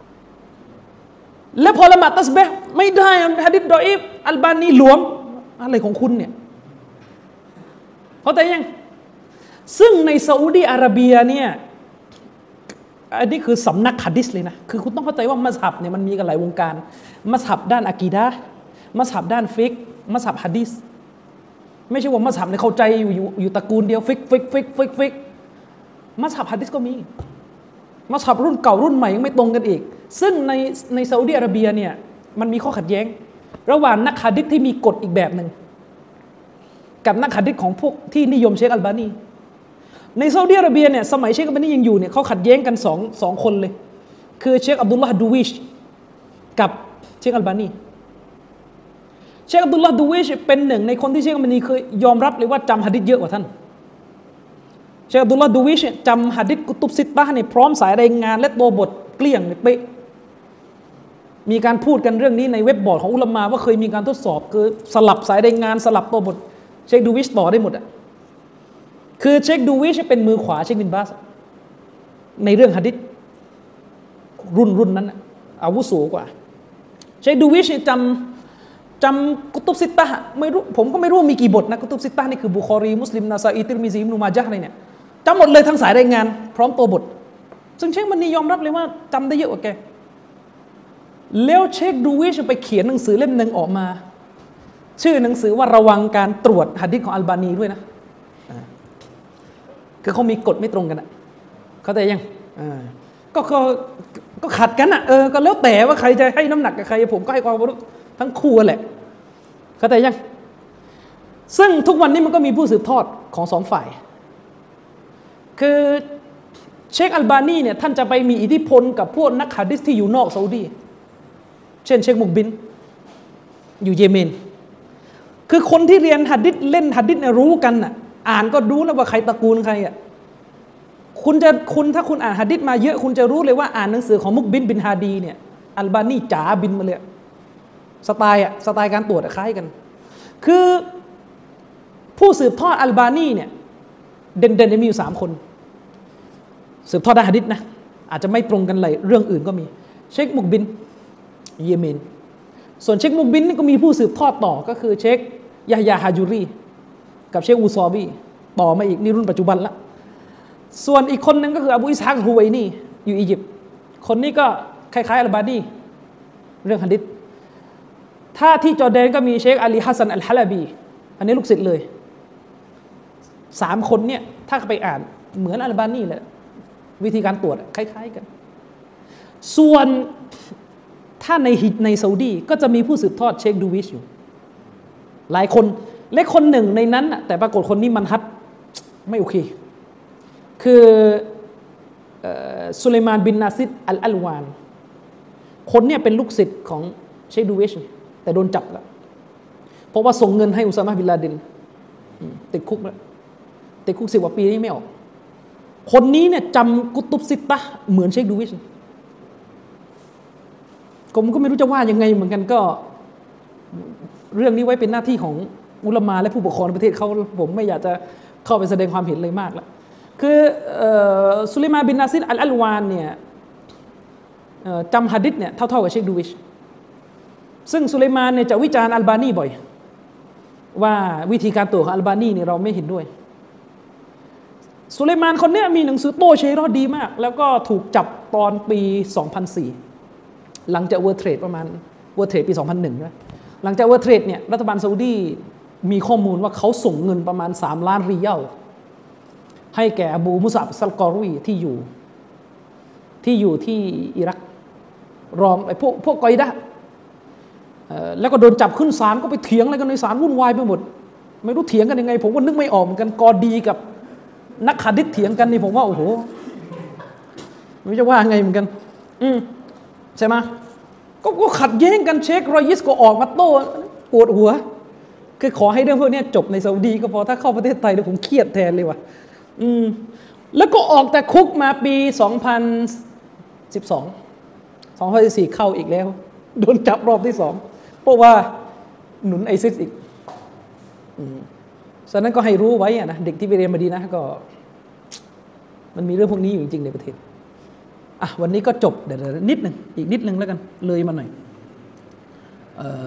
แล้วพอละหมาดตัสบีห์ไม่ได้หะดีษดออีฟอัลบานีหลวมอะไรของคุณเนี่ยเข้าใจยังซึ่งในซาอุดีอาระเบียเนี่ยอันนี้คือสำนักหะดีษเลยนะคือคุณต้องเข้าใจว่ามัซฮับเนี่ยมันมีกันหลายวงการมัซฮับด้านอะกีดะห์มัซฮับด้านฟิกห์มัซฮับหะดีษไม่ใช่ว่ามัซฮับเนี่ยเข้าใจอยู่อยู่อยู่ตระกูลเดียวฟิกฟิกฟิกฟิกฟิกมัซฮับหะดีษก็มีมัซฮับรุ่นเก่ารุ่นใหม่ยังไม่ตรงกันอีกซึ่งในในซาอุดีอาระเบียเนี่ยมันมีข้อขัดแย้งระหว่างนักหะดีษที่มีกฎอีกแบบหนึ่งกับนักหะดีษของพวกที่นิยมเชคอัลบานีในซาอุดิอาระเบียเนี่ยสมัยเชคอัลบานียังอยู่เนี่ยเขาขัดแย้งกันสองสองคนเลยคือเชคอับดุลลาห์ดูวิชกับเชคอัลบานีเชคอับดุลลาห์ดูวิชเป็นหนึ่งในคนที่เชคอัลบานีเคยยอมรับเลยว่าจำหะดีษเยอะกว่าท่านเชคอับดุลลาห์ดูวิชจำหะดีษกุตุบซิตตะห์เนี่ยพร้อมสายรายงานและตัวบทเกลี้ยงเป๊ะมีการพูดกันเรื่องนี้ในเว็บบอร์ดของอุลามะว่าเคยมีการทดสอบคือสลับสายรายงานสลับตัวบทเชคดูวิชต่อได้หมดอ่ะคือเชคดูวิชเป็นมือขวาเชคบินบาสในเรื่องหะดีษรุ่นรุ่นนั้นอาวุโสกว่าเชคดูวิชจำจำกุตุบซิตตะห์ไม่รู้ผมก็ไม่รู้มีกี่บทนะกุตุบซิตตะห์นี่คือบุคอรีมุสลิมนาซาอีติรมิซีอิบนุมาญะห์อะไรเนี่ยจำหมดเลยทั้งสายรายงานพร้อมตัวบทซึ่งเชคมันนี่ยอมรับเลยว่าจำได้เยอะกว่าแกแล้วเชคดูวิชไปเขียนหนังสือเล่มหนึ่งออกมาชื่อหนังสือว่าระวังการตรวจหะดีษของอัลบานีด้วยนะคือเขามีกฎไม่ตรงกันอ่ะเข้าใจยังก็ก็ก็ขัดกันอ่ะเออก็แล้วแต่ว่าใครจะให้น้ำหนักกับใครผมก็ให้ความรู้ทั้งคู่แหละเข้าใจยังซึ่งทุกวันนี้มันก็มีผู้สืบทอดของสองฝ่ายคือเชคอัลบานีเนี่ยท่านจะไปมีอิทธิพลกับพวกนักหะดีษที่อยู่นอกซาอุดีเช่นเชคมุกบินอยู่เยเมนคือคนที่เรียนหะดีษเล่นหะดีษเนี่ยรู้กันน่ะอ่านก็รู้แล้วว่าใครตระกูลใครอ่ะคุณจะคุณถ้าคุณอ่านหะดีษมาเยอะคุณจะรู้เลยว่าอ่านหนังสือของมุกบินบินฮาดีเนี่ยอัลบานีจ๋าบินมาเลยสไตล์อ่ะสไตล์การตรวจคล้ายกันคือผู้สืบทอดอัลบานีเนี่ยเด่นๆมีอยู่สามคนสืบทอดด้านหะดีษนะอาจจะไม่ตรงกันเลยเรื่องอื่นก็มีเชคมุกบินเยเมนส่วนเชคมุกบินนี่ก็มีผู้สืบทอดต่อก็คือเชคยะฮยาฮาจูรีกับเชคอูซอบีต่อมาอีกนี่รุ่นปัจจุบันละส่วนอีกคนนึงก็คืออบูอิสฮากฮุไวนีอยู่อียิปต์คนนี้ก็คล้ายๆอัลบานีเรื่องหะดีษถ้าที่จอร์แดนก็มีเชคอาลีฮัสซันอัลฮะลาบีอันนี้ลูกศิษย์เลยสามคนเนี่ยถ้าไปอ่านเหมือนอัลบานีแหละวิธีการตรวจคล้ายๆกันส่วนถ้าในในซาอุดีก็จะมีผู้สืบทอดเชคดูวิชอยู่หลายคนเล็กคนหนึ่งในนั้นแต่ปรากฏคนนี้มันฮัดไม่โอเคคือสุไลมานบินนาซิดอัลอัลวานคนเนี่ยเป็นลูกศิษย์ของเชคดูวิชแต่โดนจับแล้วเพราะว่าส่งเงินให้อุซามะห์บินลาเดนติดคุกแล้วติดคุกสิบกว่าปีนี่ไม่ออกคนนี้เนี่ยจำกุตุบซิตตะห์เหมือนเชคดูวิชผมก็ไม่รู้จะว่ายังไงเหมือนกันก็เรื่องนี้ไว้เป็นหน้าที่ของอุลามะและผู้ปกครองในประเทศเขาผมไม่อยากจะเข้าไปแสดงความเห็นเลยมากแล้วคือสุไลมานบินนาซิดอัลอัลวานเนี่ยจำหะดีษเนี่ยเท่าๆกับเชคดูวิชซึ่งสุไลมานเนี่ยจะวิจารณ์อัลบานีบ่อยว่าวิธีการตรวจของอัลบานีเนี่ยเราไม่เห็นด้วยสุไลมานคนนี้มีหนังสือโต้เชรอดดีมากแล้วก็ถูกจับตอนปีสองพันสี่หลังจากเวิร์เทรดประมาณเวิร์เทรดปีสองพันหนึ่งใช่ไหมหลังจากเวิร์เทรดเนี่ยรัฐบาลซาอุดีมีข้อมูลว่าเขาส่งเงินประมาณสามล้านริยัลให้แก่อบูมุซับซัลกอรีที่อยู่ที่อยู่ที่อิรักรองไอ้พวกพวกกอยดะแล้วก็โดนจับขึ้นศาลก็ไปเถียงอะไรกันในศาลวุ่นวายไปหมดไม่รู้เถียงกันยังไงผมก็นึกไม่ออกเหมือนกันกอดีกับนักหะดีษเถียงกันนี่ผมว่าโอ้โหไม่จะว่าไงเหมือนกันอืมใช่ไหมก็ก็ขัดแย้งกันเชครอยิสก็ออกมาโต้ปวดหัวคือขอให้เรื่องพวกนี้จบในซาอุดีก็พอถ้าเข้าประเทศไทยเดี๋ยวผมเครียดแทนเลยว่ะอืมแล้วก็ออกแต่คุกมาปีสองพันสิบสอง สองพันสิบสี่เข้าอีกแล้วโดนจับรอบที่สองเพราะว่าหนุนไอซิสอีกอืมฉะนั้นก็ให้รู้ไว้อะนะเด็กที่ไปเรียนมาดีนะก็มันมีเรื่องพวกนี้อยู่จริงๆในประเทศอ่ะวันนี้ก็จบเดี๋ยวนิดหนึ่งอีกนิดหนึ่งแล้วกันเลยมาหน่อยเอ่อ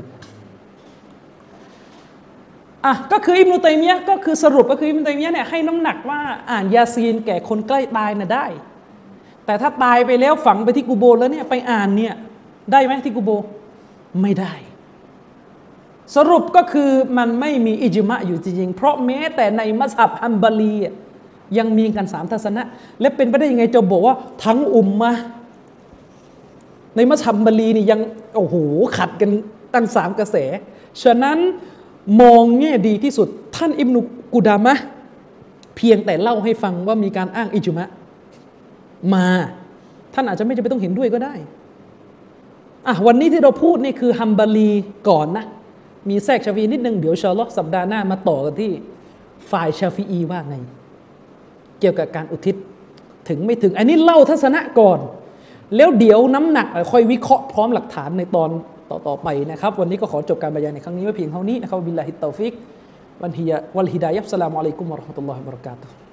อ่ะก็คืออิบนุตัยมียะห์ก็คือสรุปก็คืออิบนุตัยมียะห์เนี่ยให้น้ำหนักว่าอ่านยาซีนแก่คนใกล้ตายน่ะได้แต่ถ้าตายไปแล้วฝังไปที่กูโบแล้วเนี่ยไปอ่านเนี่ยได้ไหมที่กูโบไม่ได้สรุปก็คือมันไม่มีอิจมะอยู่จริงๆเพราะแม้แต่ในมัซฮับฮัมบารียังมีกันสามทัศนะและเป็นไปได้ยังไงจะบอกว่าทั้งอุมมะในมัซฮับฮัมบารีนี่ยังโอ้โหขัดกันตั้งสามกระแสฉะนั้นมองแง่ดีที่สุดท่านอิบนุกุดามะห์เพียงแต่เล่าให้ฟังว่ามีการอ้างอิจมะมาท่านอาจจะไม่จำเป็นต้องเห็นด้วยก็ได้อ่ะวันนี้ที่เราพูดนี่คือฮัมบารีก่อนนะมีแทรกชาฟีนิดนึงเดี๋ยวอินชาอัลเลาะห์สัปดาห์หน้ามาต่อกันที่ฝ่ายชาฟีอีว่าไงเกี่ยวกับการอุทิศถึงไม่ถึงอันนี้เล่าทัศนะก่อนแล้วเดี๋ยวน้ำหนักค่อยวิเคราะห์พร้อมหลักฐานในตอนต่อๆไปนะครับวันนี้ก็ขอจบการบรรยายในครั้งนี้ไว้เพียงเท่านี้นะครับบิลลาฮิตตอฟิกวันฮิยะวัลฮิดายะฮ์อัสสลามุอะลัยกุมวะเราะห์มะตุลลอฮิวะบะเราะกาตุฮ์